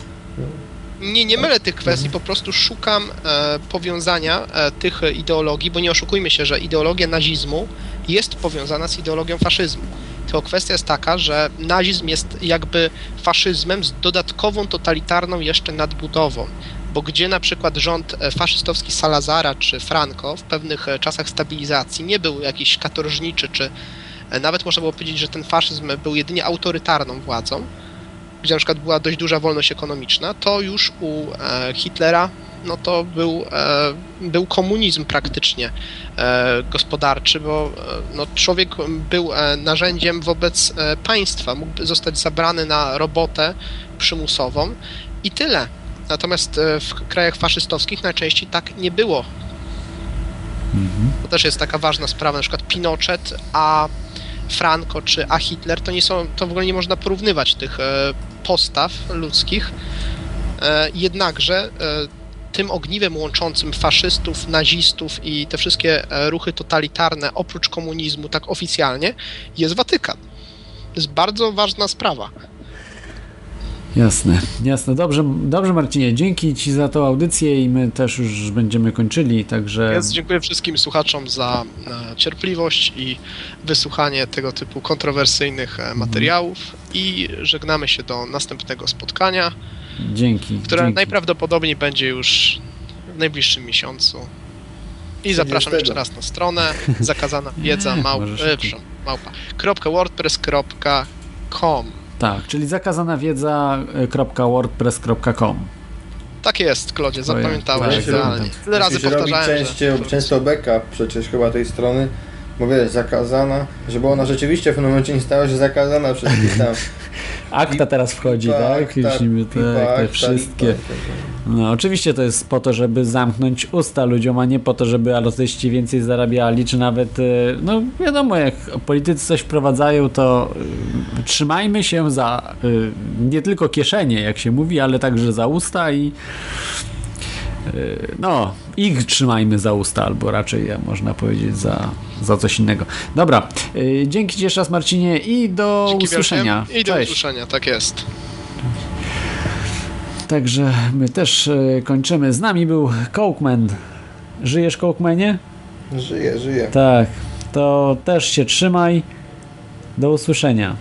Nie, nie mylę tych kwestii, po prostu szukam e, powiązania e, tych ideologii, bo nie oszukujmy się, że ideologia nazizmu jest powiązana z ideologią faszyzmu. Tylko kwestia jest taka, że nazizm jest jakby faszyzmem z dodatkową totalitarną jeszcze nadbudową, bo gdzie na przykład rząd faszystowski Salazara czy Franco w pewnych czasach stabilizacji nie był jakiś katorżniczy, czy nawet można było powiedzieć, że ten faszyzm był jedynie autorytarną władzą, gdzie na przykład była dość duża wolność ekonomiczna, to już u e, Hitlera no to był, e, był komunizm praktycznie e, gospodarczy, bo e, no, człowiek był e, narzędziem wobec e, państwa, mógł zostać zabrany na robotę przymusową i tyle. Natomiast e, w krajach faszystowskich najczęściej tak nie było. Mhm. To też jest taka ważna sprawa, na przykład Pinochet, a Franco czy a Hitler, to nie są, to w ogóle nie można porównywać tych e, postaw ludzkich, e, jednakże e, tym ogniwem łączącym faszystów, nazistów i te wszystkie e, ruchy totalitarne oprócz komunizmu, tak oficjalnie, jest Watykan. To jest bardzo ważna sprawa. Jasne, jasne. Dobrze, dobrze Marcinie, dzięki Ci za tą audycję i my też już będziemy kończyli, także... Więc dziękuję wszystkim słuchaczom za e, cierpliwość i wysłuchanie tego typu kontrowersyjnych e, materiałów i żegnamy się do następnego spotkania, dzięki, które dzięki. najprawdopodobniej będzie już w najbliższym miesiącu. I zapraszam jeszcze raz na stronę zakazana wiedza małpa, e, małpa, wordpress kropka com. Tak, czyli zakazana wiedza kropka wordpress kropka com. Tak jest, Klodzie, zapamiętałeś tak, idealnie. Tyle razy Musisz robić powtarzałem, częściej, że... często backup przecież chyba tej strony, bo wiesz, zakazana, żeby ona rzeczywiście w pewnym momencie nie stała się zakazana przez jakiś tam... Akta teraz wchodzi, pipa, tak? Akta, Musimy, pipa, tak, te akta, wszystkie. lipa, No oczywiście to jest po to, żeby zamknąć usta ludziom, a nie po to, żeby artyści więcej zarabiali, czy nawet, no wiadomo, jak politycy coś wprowadzają, to y, trzymajmy się za y, nie tylko kieszenie, jak się mówi, ale także za usta i y, no, ich trzymajmy za usta, albo raczej można powiedzieć za, za coś innego. Dobra, y, dzięki Ci jeszcze raz, Marcinie, i do Dzięki usłyszenia. wielkie. I do Cześć. usłyszenia, tak jest. Także my też y, kończymy. Z nami był Cokeman. Żyjesz, Cokemanie? Żyję, żyję. Tak. To też się trzymaj. Do usłyszenia.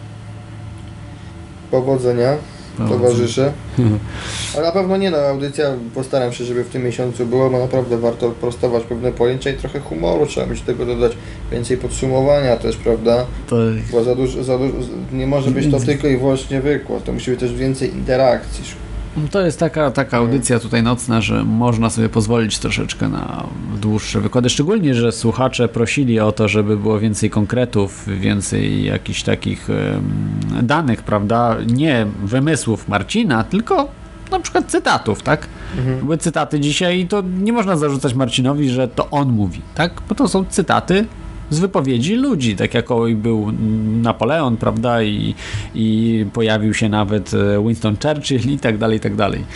Powodzenia, Powodzenia. towarzysze. Ale na pewno nie no, audycja postaram się, żeby w tym miesiącu było, bo naprawdę warto prostować pewne pojęcia i trochę humoru trzeba być do tego dodać, więcej podsumowania też, prawda? To... Bo za dużo, za dużo, nie może być to tylko i wyłącznie wykład, to musi być też więcej interakcji. To jest taka, taka audycja tutaj nocna, że można sobie pozwolić troszeczkę na dłuższe wykłady, szczególnie, że słuchacze prosili o to, żeby było więcej konkretów, więcej jakichś takich um, danych, prawda, nie wymysłów Marcina, tylko na przykład cytatów, tak? Mhm. Były cytaty dzisiaj i to nie można zarzucać Marcinowi, że to on mówi, tak? Bo to są cytaty z wypowiedzi ludzi, tak jak był Napoleon, prawda, i, i pojawił się nawet Winston Churchill i tak dalej, i tak dalej.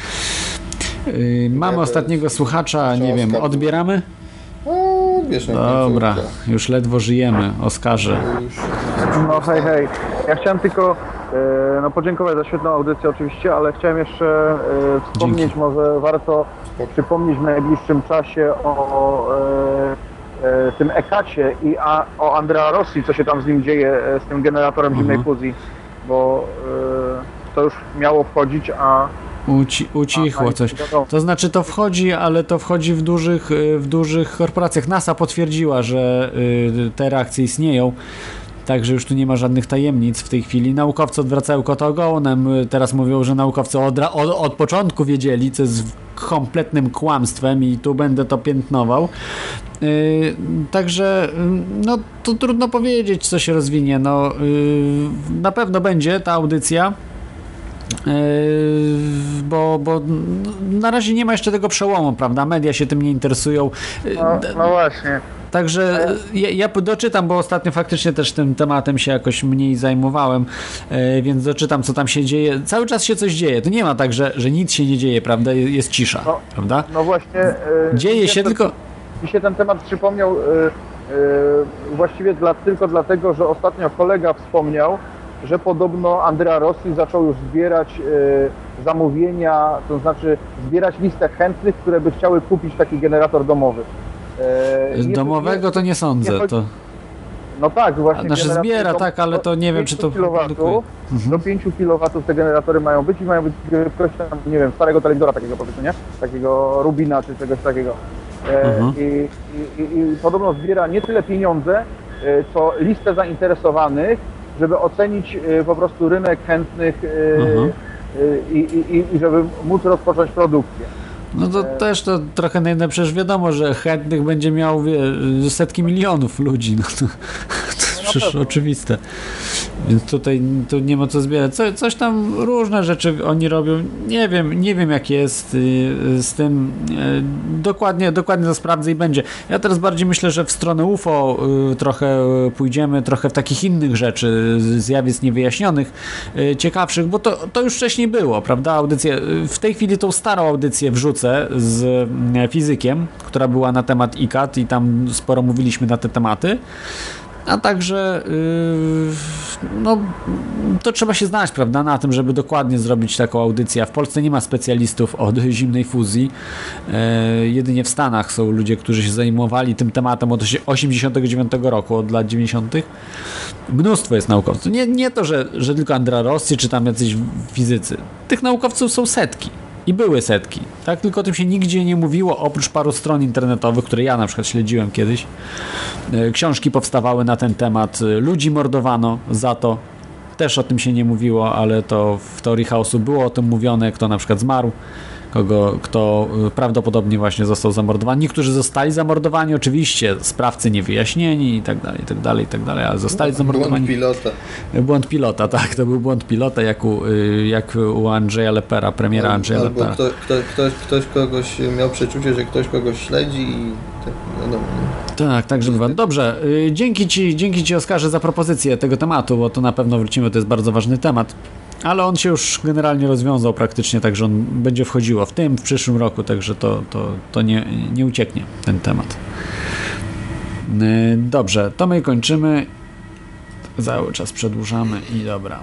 Yy, mamy ja ostatniego słuchacza, nie wiem, odbieramy? O, wiesz, dobra, już ledwo żyjemy, Oskarze. No hej, hej. Ja chciałem tylko e, no, podziękować za świetną audycję oczywiście, ale chciałem jeszcze e, wspomnieć, Dzięki. Może warto przypomnieć w najbliższym czasie o e, tym Ekacie i a, o Andrea Rossi, co się tam z nim dzieje, z tym generatorem zimnej mhm. fuzji, bo y, to już miało wchodzić, a... Uci, ucichło a, coś. To znaczy to wchodzi, ale to wchodzi w dużych, w dużych korporacjach. NASA potwierdziła, że y, te reakcje istnieją. Także już tu nie ma żadnych tajemnic w tej chwili. Naukowcy odwracają kota ogonem. Teraz mówią, że naukowcy od, od, od początku wiedzieli, co jest kompletnym kłamstwem i tu będę to piętnował. Yy, także no to trudno powiedzieć, co się rozwinie. No, yy, na pewno będzie ta audycja. Yy, bo, bo na razie nie ma jeszcze tego przełomu, prawda? Media się tym nie interesują. Yy, no, no właśnie. Także ja, ja doczytam, bo ostatnio faktycznie też tym tematem się jakoś mniej zajmowałem, yy, więc doczytam, co tam się dzieje. Cały czas się coś dzieje. To nie ma tak, że, że nic się nie dzieje, prawda? Jest cisza, no, prawda? No właśnie. Yy, dzieje się ten, tylko... Mi się ten temat przypomniał yy, yy, właściwie dla, tylko dlatego, że ostatnio kolega wspomniał, że podobno Andrea Rossi zaczął już zbierać y, zamówienia, to znaczy zbierać listę chętnych, które by chciały kupić taki generator domowy. Y, Domowego to nie sądzę. Nie chodzi... to... No tak, właśnie. Znaczy zbiera, do, tak, ale to nie wiem, czy to produkuje. Mhm. Do pięciu kilowatów te generatory mają być i mają być wielkości, nie wiem, starego telewizora takiego, powiedzmy, nie? Takiego Rubina czy czegoś takiego. E, mhm. i, i, i podobno zbiera nie tyle pieniądze, co listę zainteresowanych, żeby ocenić y, po prostu rynek chętnych y, uh-huh. y, y, i żeby móc rozpocząć produkcję. No to e... też to trochę najlepsze, przecież wiadomo, że chętnych będzie miał wie, setki milionów ludzi, no to, to no przecież oczywiste. Więc tutaj tu nie ma co zbierać. Co, coś tam, różne rzeczy oni robią. Nie wiem, nie wiem jak jest y, z tym. Y, dokładnie, dokładnie to sprawdzę i będzie. Ja teraz bardziej myślę, że w stronę U F O y, trochę pójdziemy, trochę w takich innych rzeczy, zjawisk niewyjaśnionych, y, ciekawszych, bo to, to już wcześniej było, prawda? Audycję. W tej chwili tą starą audycję wrzucę z y, fizykiem, która była na temat I C A T i tam sporo mówiliśmy na te tematy. A także yy, no to trzeba się znać, prawda, na tym, żeby dokładnie zrobić taką audycję. W Polsce nie ma specjalistów od zimnej fuzji. Yy, jedynie w Stanach są ludzie, którzy się zajmowali tym tematem od osiemdziesiątego dziewiątego roku, od lat dziewięćdziesiątych. Mnóstwo jest naukowców. Nie, nie to, że, że tylko Andrea Rossi czy tam jacyś fizycy. Tych naukowców są setki. I były setki, tak? Tylko o tym się nigdzie nie mówiło, oprócz paru stron internetowych, które ja na przykład śledziłem kiedyś. Książki powstawały na ten temat, ludzi mordowano za to. też o tym się nie mówiło, ale to w teorii chaosu było o tym mówione, kto na przykład zmarł, kogo, kto prawdopodobnie właśnie został zamordowany. Niektórzy zostali zamordowani, oczywiście, sprawcy niewyjaśnieni i tak dalej, i tak dalej, i tak dalej, ale zostali no, zamordowani. Błąd pilota. Błąd pilota, tak, to był błąd pilota, jak u, jak u Andrzeja Lepera, premiera Andrzeja Albo Lepera. Kto, kto, ktoś, ktoś kogoś miał przeczucie, że ktoś kogoś śledzi i tak, wiadomo. Tak, tak, że bywa. Dobrze, dzięki Ci, dzięki Ci, Oskarze, za propozycję tego tematu, bo to na pewno wrócimy, to jest bardzo ważny temat. Ale on się już generalnie rozwiązał praktycznie, także on będzie wchodziło w tym, w przyszłym roku, także to, to, to nie, nie ucieknie ten temat. Dobrze, to my kończymy. Cały czas przedłużamy i dobra.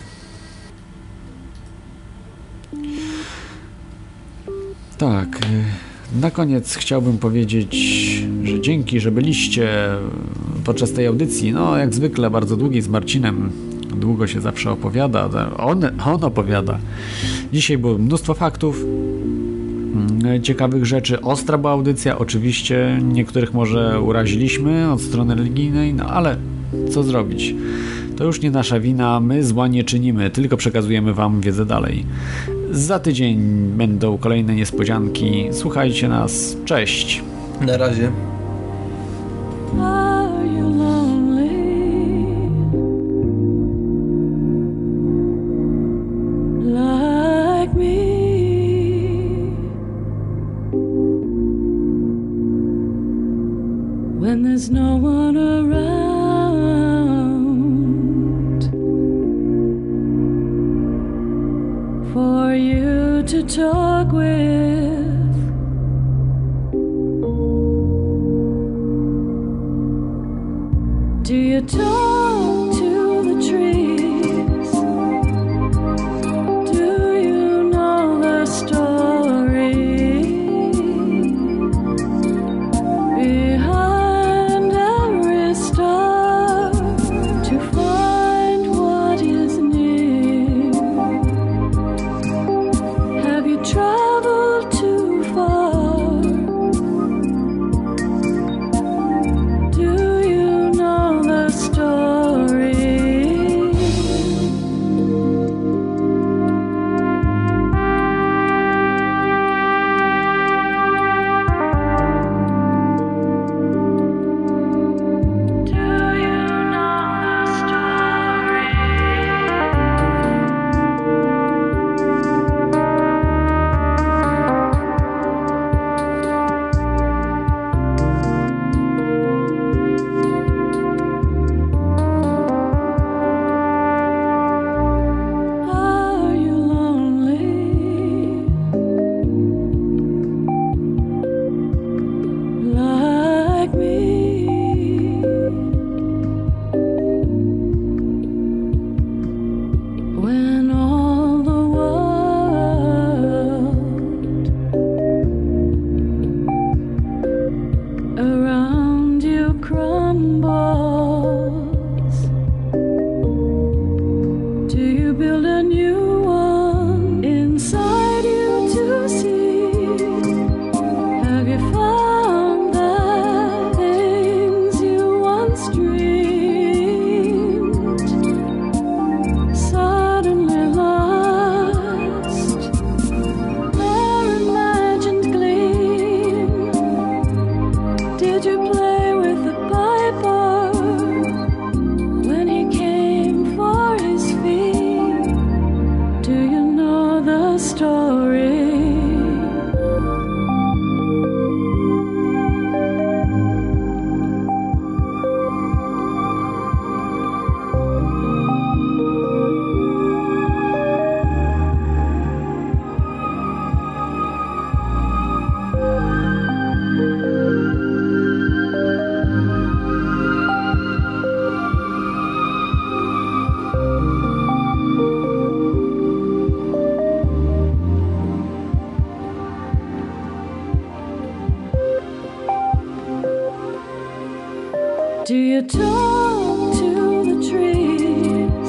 Tak, na koniec chciałbym powiedzieć, że dzięki, że byliście podczas tej audycji, no jak zwykle bardzo długiej z Marcinem. Długo się zawsze opowiada, on, on opowiada. Dzisiaj było mnóstwo faktów, ciekawych rzeczy. Ostra była audycja, oczywiście niektórych może uraziliśmy od strony religijnej, no ale co zrobić? To już nie nasza wina, my zła nie czynimy, tylko przekazujemy Wam wiedzę dalej. Za tydzień będą kolejne niespodzianki, słuchajcie nas, cześć! Na razie. When there's no one around for you to talk with, do you talk to the trees? Do you know the story behind to find what is near? Have you traveled too far? Do you know the story? Do you talk to the trees?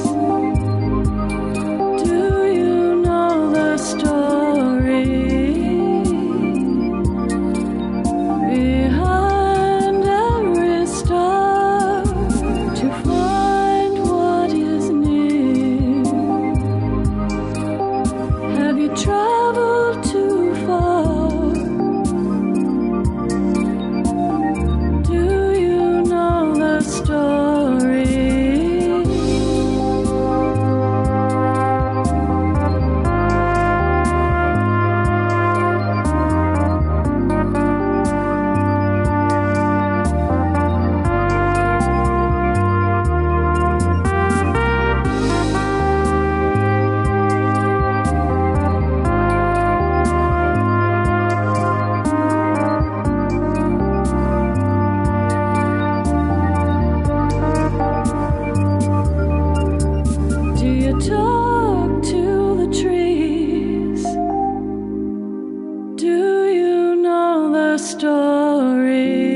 Do you know the story behind every star to find what is near? story.